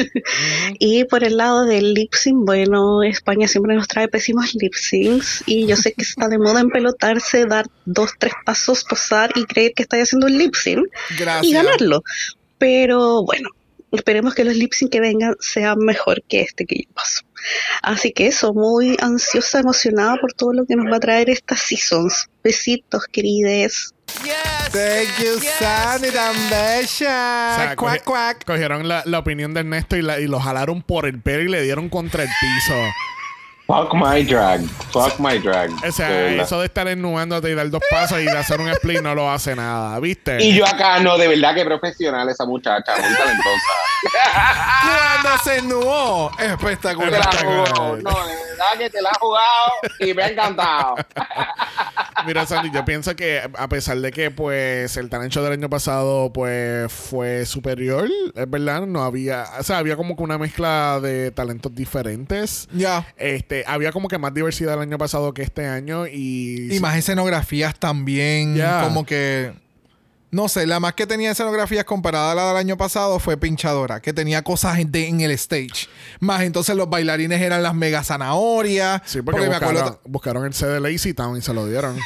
Y por el lado del lip sync, bueno, España siempre nos trae pésimos lip syncs y yo sé que está de moda empelotarse, dar dos, tres pasos, posar y creer que estáis haciendo un lip sync Gracias. y ganarlo. Pero bueno, esperemos que los lip sync que vengan sean mejor que este que yo paso. Así que eso, muy ansiosa, emocionada por todo lo que nos va a traer estas seasons. Besitos, querides. Thank you, Sandy, tan bella. O sea, Cuac, cogi- cuac. Cogieron la, la opinión de Ernesto y, la, y lo jalaron por el pelo y le dieron contra el piso. Fuck my drag. Fuck my drag. O sea, De verdad. eso de estar ennuándote y dar dos pasos y de hacer un split no lo hace nada, ¿viste? Y yo acá, no, de verdad que profesional esa muchacha, muy talentosa. Cuando se nuó. Te Espectacular. la jugó. No, de verdad que te la ha jugado y me ha encantado. Mira, Sandy, yo pienso que a pesar de que pues el talent show del año pasado pues fue superior, es verdad, no había, o sea, había como que una mezcla de talentos diferentes. Ya. Este, había como que más diversidad el año pasado que este año y Y más escenografías también. Ya. Como que. No sé, la más que tenía escenografías comparada a la del año pasado fue Pinchadora, que tenía cosas en, de- en el stage. Más entonces los bailarines eran las mega zanahorias. Sí, porque, me buscaron, acuerdo. buscaron el C de Lazy Town y se lo dieron.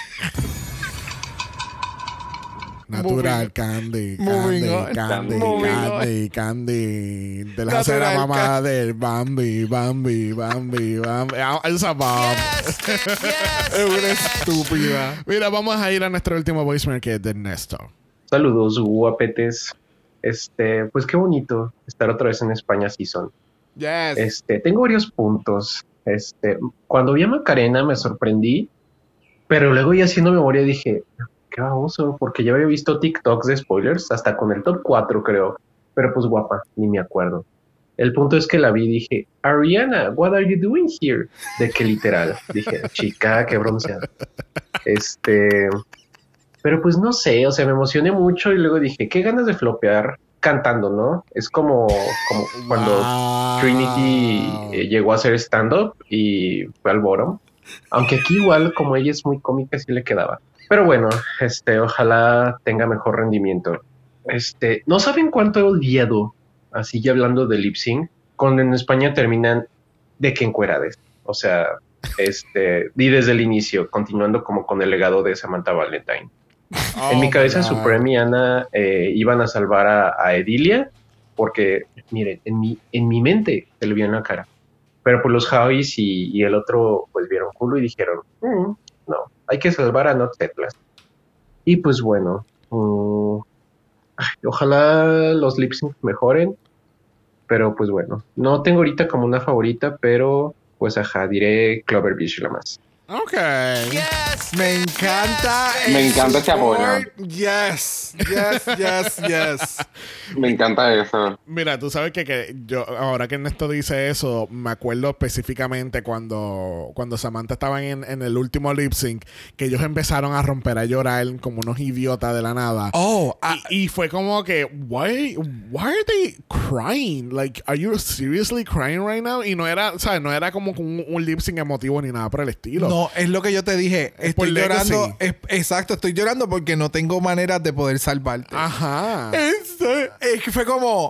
Natural Moving- Candy, moving Candy, on. Candy, Moving Candy, Candy. De la Natural acera mamá Can- del Bambi, Bambi, Bambi, Bambi. Ah, esa Bambi. Es una estúpida. Mira, vamos a ir a nuestro último voicemail que es de Ernesto. Saludos, guapetes. Este, pues qué bonito estar otra vez en España Season. Yes. Este, tengo varios puntos. Este, cuando vi a Macarena me sorprendí, pero luego ya haciendo memoria dije, qué baboso, porque ya había visto TikToks de spoilers, hasta con el top cuatro creo, pero pues guapa, ni me acuerdo. El punto es que la vi y dije, Ariana, what are you doing here? De que literal, dije, chica, qué bronceada. Este, pero pues no sé, o sea, me emocioné mucho y luego dije, qué ganas de flopear cantando, ¿no? Es como, como cuando Trinity eh, llegó a hacer stand-up y fue al bottom. Aunque aquí igual, como ella es muy cómica, sí le quedaba. Pero bueno, este, ojalá tenga mejor rendimiento. Este, ¿no saben cuánto he odiado, así ya hablando de lip sync, cuando en España terminan de que encuerades? O sea, este, y desde el inicio, continuando como con el legado de Samantha Valentine. Oh, en mi cabeza, my God. Supreme y Ana eh, iban a salvar a, a Edilia, porque, miren, en mi, en mi mente se le vio en la cara. Pero pues los Javis y, y el otro pues vieron culo y dijeron, "Mm, no, hay que salvar a Notfetlas". Y pues bueno, mm, ay, ojalá los lip sync mejoren, pero pues bueno, no tengo ahorita como una favorita, pero pues ajá, diré Clover Beach la más. Ok. Me encanta. Me el encanta este apoyo. support. Yes, yes, yes, yes. Me encanta eso. Mira, tú sabes que, que yo, ahora que Ernesto dice eso, me acuerdo específicamente cuando, cuando Samantha estaba en, en el último lip sync, que ellos empezaron a romper a llorar como unos idiotas de la nada. Oh, y, y fue como que, why, why are they crying? Like, are you seriously crying right now? Y no era, ¿sabes? No era como un, un lip sync emotivo ni nada por el estilo. No, es lo que yo te dije. Es por Estoy legacy. llorando. es- exacto, estoy llorando porque no tengo maneras de poder salvarte. Ajá. Es, es que fue como.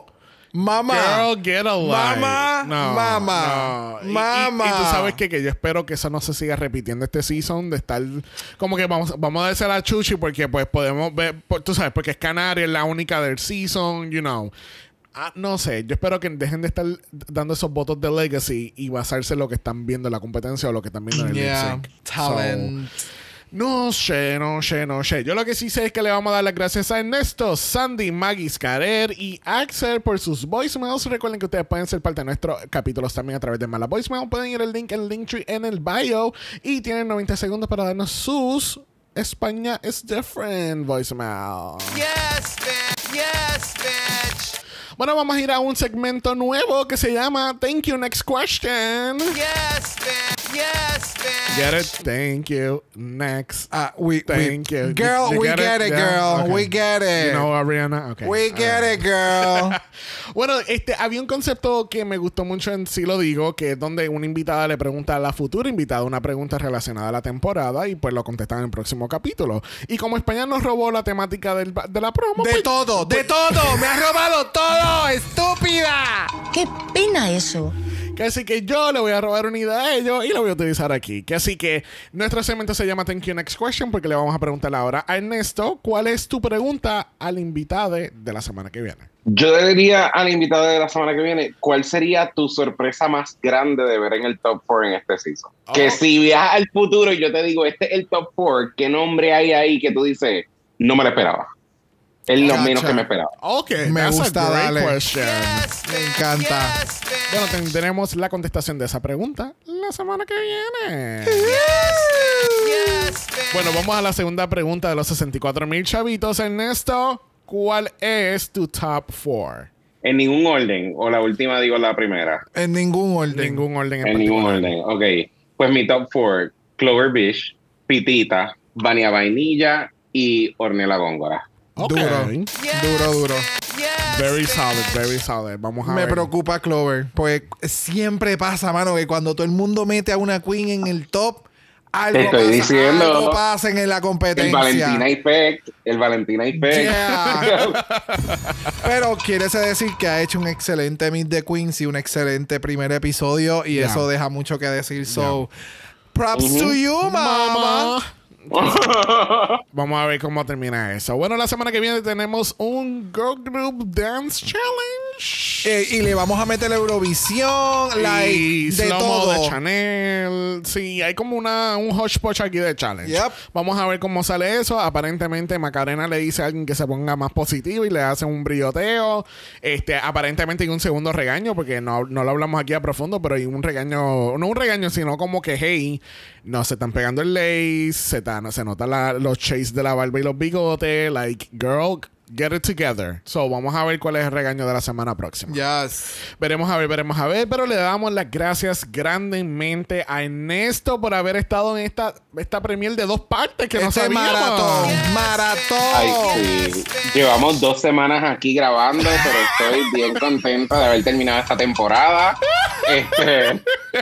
Mamá. Girl, get a life. Mamá. No, Mamá. no. Y- Mamá. Y, y tú sabes qué? Que yo espero que eso no se siga repitiendo este season, de estar como que vamos, vamos a decir a Chuchi porque pues podemos ver, por- tú sabes, porque es Canaria, es la única del season, you know. Ah, no sé, yo espero que dejen de estar dando esos votos de legacy y basarse en lo que están viendo en la competencia o lo que están viendo en el Yeah, lip sync. talent. So, no sé, no sé, no sé. Yo lo que sí sé es que le vamos a dar las gracias a Ernesto, Sandy, Maggie Scarer y Axel por sus voicemails. Recuerden que ustedes pueden ser parte de nuestros capítulos también a través de Mala Voicemail. Pueden ir al link en el Linktree en el bio y tienen noventa segundos para darnos sus España is different voicemail. Yes, bitch. Yes, bitch. Bueno, vamos a ir a un segmento nuevo que se llama Thank You Next Question. Yes, bitch. Yes, bitch. Get it? Thank you. Next. Uh, we, Thank we, you. Girl, You we get get it, Yeah? girl. Okay. We get it. You know Ariana? Okay. We get it, girl. Bueno, este, había un concepto que me gustó mucho en Sí Lo Digo, que es donde una invitada le pregunta a la futura invitada una pregunta relacionada a la temporada y pues lo contestan en el próximo capítulo. Y como España nos robó la temática del, de la promo... De pues, todo, de todo. Me has robado todo, estúpida. ¡Qué pena eso! Que así que yo le voy a robar una idea a ellos y la voy a utilizar aquí. Que así que nuestro segmento se llama Thank You Next Question porque le vamos a preguntar ahora a Ernesto, ¿cuál es tu pregunta al invitado de la semana que viene? Yo le diría al invitado de la semana que viene, ¿cuál sería tu sorpresa más grande de ver en el top cuatro en este season? Oh. Que si viajas al futuro y yo te digo, este es el top cuatro, ¿qué nombre hay ahí que tú dices, no me lo esperaba? Es lo Gotcha. menos que me esperaba. Ok, Me that's gusta, a great dale. question. Me encanta. Bueno, tendremos la contestación de esa pregunta la semana que viene. Bueno, vamos a la segunda pregunta de los sesenta y cuatro mil chavitos. Ernesto, ¿cuál es tu top cuatro? En ningún orden, o la última digo la primera. En ningún orden. Ningún orden en, En ningún particular. orden, ok. Pues mi top cuatro, Clover Beach, Pitita, Vania Vainilla y Ornella Góngora. Okay. Duro. Duro, duro. Very solid, very solid. Vamos a Me ver. preocupa Clover. Pues siempre pasa, mano, que cuando todo el mundo mete a una queen en el top, algo Te estoy pasa, diciendo. algo pasa en la El competencia. Valentina Effect, el Valentina Effect. Yeah. Pero quiere decir que ha hecho un excelente Meet the Queens y un excelente primer episodio y Yeah. eso deja mucho que decir. So, props Ujú. to you, mama. Vamos a ver cómo termina eso. Bueno, la semana que viene tenemos un Girl Group Dance Challenge. Eh, y le vamos a meter la Eurovisión, like, y de slow-mo todo. de Chanel. Sí, hay como una, un hodgepodge aquí de challenge. Yep. Vamos a ver cómo sale eso. Aparentemente Macarena le dice a alguien que se ponga más positivo y le hace un brilloteo. Este, aparentemente hay un segundo regaño porque no, no lo hablamos aquí a profundo, pero hay un regaño, no un regaño, sino como que hey, no se están pegando el lace, se, tan, se notan la, los shades de la barba y los bigotes, like girl, get it together. So vamos a ver cuál es el regaño de la semana próxima. Yes. Veremos a ver, veremos a ver, pero le damos las gracias grandemente a Ernesto por haber estado en esta, esta premier de dos partes que no Este sabíamos. maratón, maratón. Ay, sí. Llevamos dos semanas aquí grabando, pero estoy bien contento de haber terminado esta temporada. Este.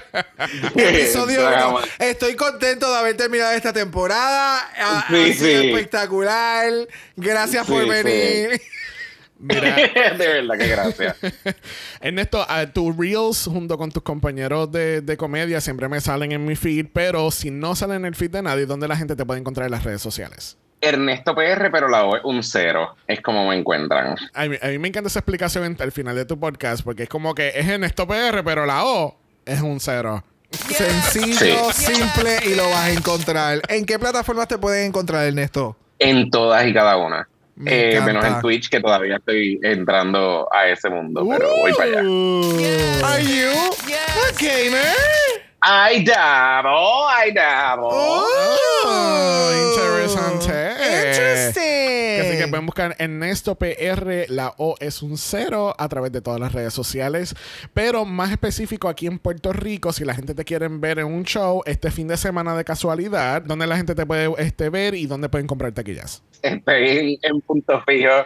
Episodio Eso, uno. Estoy contento de haber terminado esta temporada. Ha, Sí, ha sido sí. espectacular. Gracias Sí, por sí. venir. Mira, De verdad que gracias. Ernesto, uh, tus reels junto con tus compañeros de, de comedia siempre me salen en mi feed, pero si no salen en el feed de nadie, ¿dónde la gente te puede encontrar en las redes sociales? Ernesto P R, pero la O es un cero. Es como me encuentran. A mí, a mí me encanta esa explicación en- al final de tu podcast, porque es como que es Ernesto P R, pero la O es un cero. Sencillo, Sí. simple y lo vas a encontrar. ¿En qué plataformas te pueden encontrar, Ernesto? En todas y cada una. Me Eh, encanta. menos en Twitch, que todavía estoy entrando a ese mundo, pero voy para allá. Are you a gamer? I dabble, I dabble. Oh, interesante. Interesting. Así que pueden buscar Ernesto P R, la O es un cero a través de todas las redes sociales. Pero más específico aquí en Puerto Rico, si la gente te quiere ver en un show este fin de semana de casualidad, ¿dónde la gente te puede este, ver y dónde pueden comprar taquillas? Estoy en, en punto fijo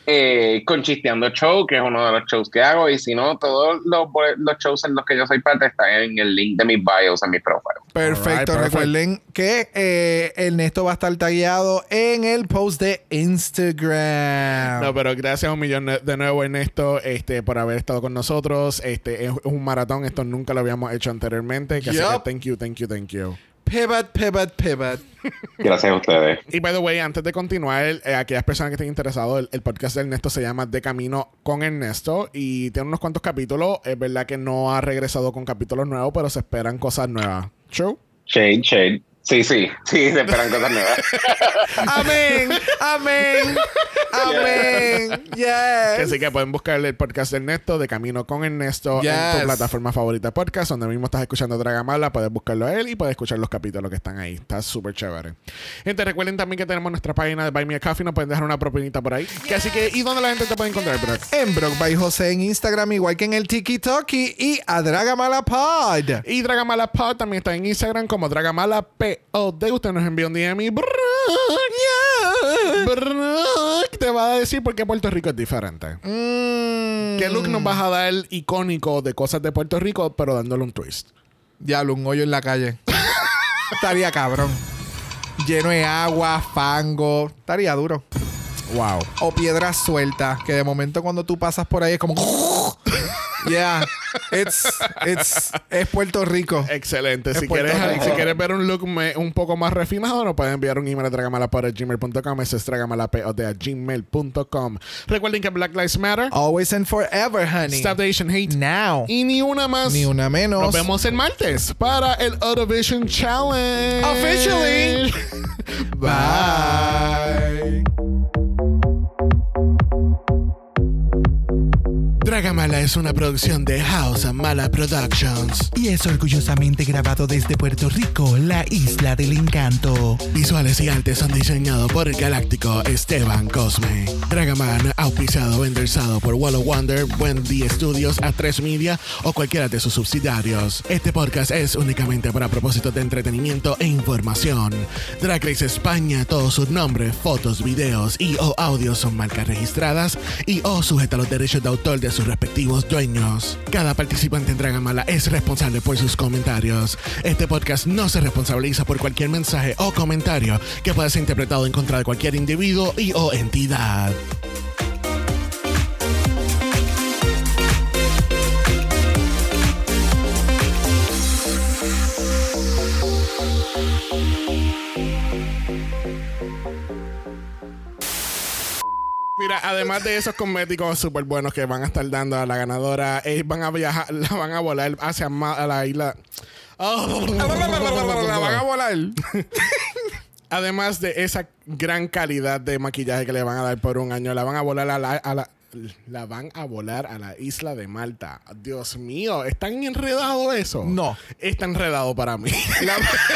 eh, con Chisteando Show, que es uno de los shows que hago, y si no, todos los, los shows en los que yo soy parte están en el link de mis bios, en mi profile. Perfecto. Right, recuerden que eh, Ernesto va a estar tagueado en el post de Instagram. No, pero gracias un millón de nuevo, Ernesto, este, por haber estado con nosotros. Este es un maratón, esto nunca lo habíamos hecho anteriormente. Así Yep. que thank you, thank you, thank you. Pivot, pivot, pivot. Gracias a ustedes. Y by the way, antes de continuar, eh, aquellas personas que estén interesados, el, el podcast de Ernesto se llama De Camino con Ernesto y tiene unos cuantos capítulos. Es verdad que no ha regresado con capítulos nuevos, pero se esperan cosas nuevas. ¿True? Shade, shade. Sí, sí, sí, se esperan cosas nuevas. Amén, amén, amén. Yes. Así que pueden buscar el podcast de Ernesto, De Camino con Ernesto, yes. en tu plataforma favorita de podcast, donde mismo estás escuchando Dragamala. Puedes buscarlo a él y puedes escuchar los capítulos que están ahí. Está súper chévere. Gente, recuerden también que tenemos nuestra página de Buy Me a Coffee. Nos pueden dejar una propinita por ahí. Que así que, ¿y dónde la gente te puede encontrar, Brock? En Brock by José en Instagram, igual que en el TikToki, y a Dragamala Pod. Y Dragamala Pod también está en Instagram como Dragamala P O D. Usted nos envía un D M y Brock, yeah. Brock te va a decir por qué Puerto Rico es diferente. Mm. ¿Qué look nos vas a dar icónico de cosas de Puerto Rico, pero dándole un twist? Diablo, un hoyo en la calle. Estaría cabrón. Lleno de agua, fango. Estaría duro. Wow. O piedras sueltas, que de momento cuando tú pasas por ahí es como... Yeah, it's, it's, es Puerto Rico. Excelente. Es Si Puerto quieres, Rico. si quieres ver un look me, un poco más refinado, nos pueden enviar un email a dragamalapod arroba gmail punto com. Ese es dragamalapod arroba gmail punto com. Recuerden que Black Lives Matter. Always and forever, honey. Stop the Asian hate. Now. Y ni una más. Ni una menos. Nos vemos el martes para el Autovision Challenge. Officially. Bye. Dragamala es una producción de House Mala Productions y es orgullosamente grabado desde Puerto Rico, la isla del encanto. Visuales y artes son diseñados por el galáctico Esteban Cosme. Dragaman, auspiciado o endorsado por Wall of Wonder, Wendy Studios, A tres Media o cualquiera de sus subsidiarios. Este podcast es únicamente para propósitos de entretenimiento e información. Drag Race España, todos sus nombres, fotos, videos y o audios son marcas registradas y o sujeta a los derechos de autor de sus respectivos dueños. Cada participante en Dragamala es responsable por sus comentarios. Este podcast no se responsabiliza por cualquier mensaje o comentario que pueda ser interpretado en contra de cualquier individuo y o entidad. Mira, además de esos cosméticos súper buenos que van a estar dando a la ganadora, eh, van a viajar, la van a volar hacia ma- a la isla. Oh. La van a volar. Además de esa gran calidad de maquillaje que le van a dar por un año, la van a volar a la, a la la van a volar a la isla de Malta. Dios mío, ¿es tan enredado eso? No. Es tan enredado para mí. La...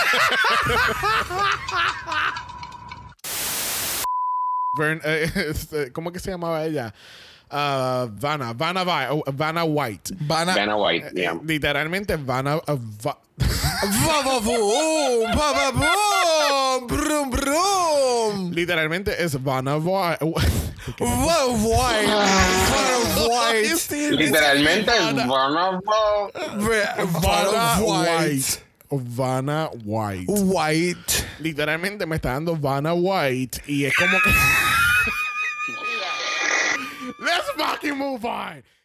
Vern, eh, ¿cómo que se llamaba ella? Uh, Vanna, Vanna, Vi- Vanna White. Vanna, Vanna White, yeah. Eh, literalmente Vanna... Uh, va- Boom, ba, ba, boom, brum, brum. literalmente es Vanna White. Wow, White. Vanna White. Literalmente es Vanna Vanna White. Vanna White. White. Literalmente me está dando Vanna White y es como que... Let's fucking move on.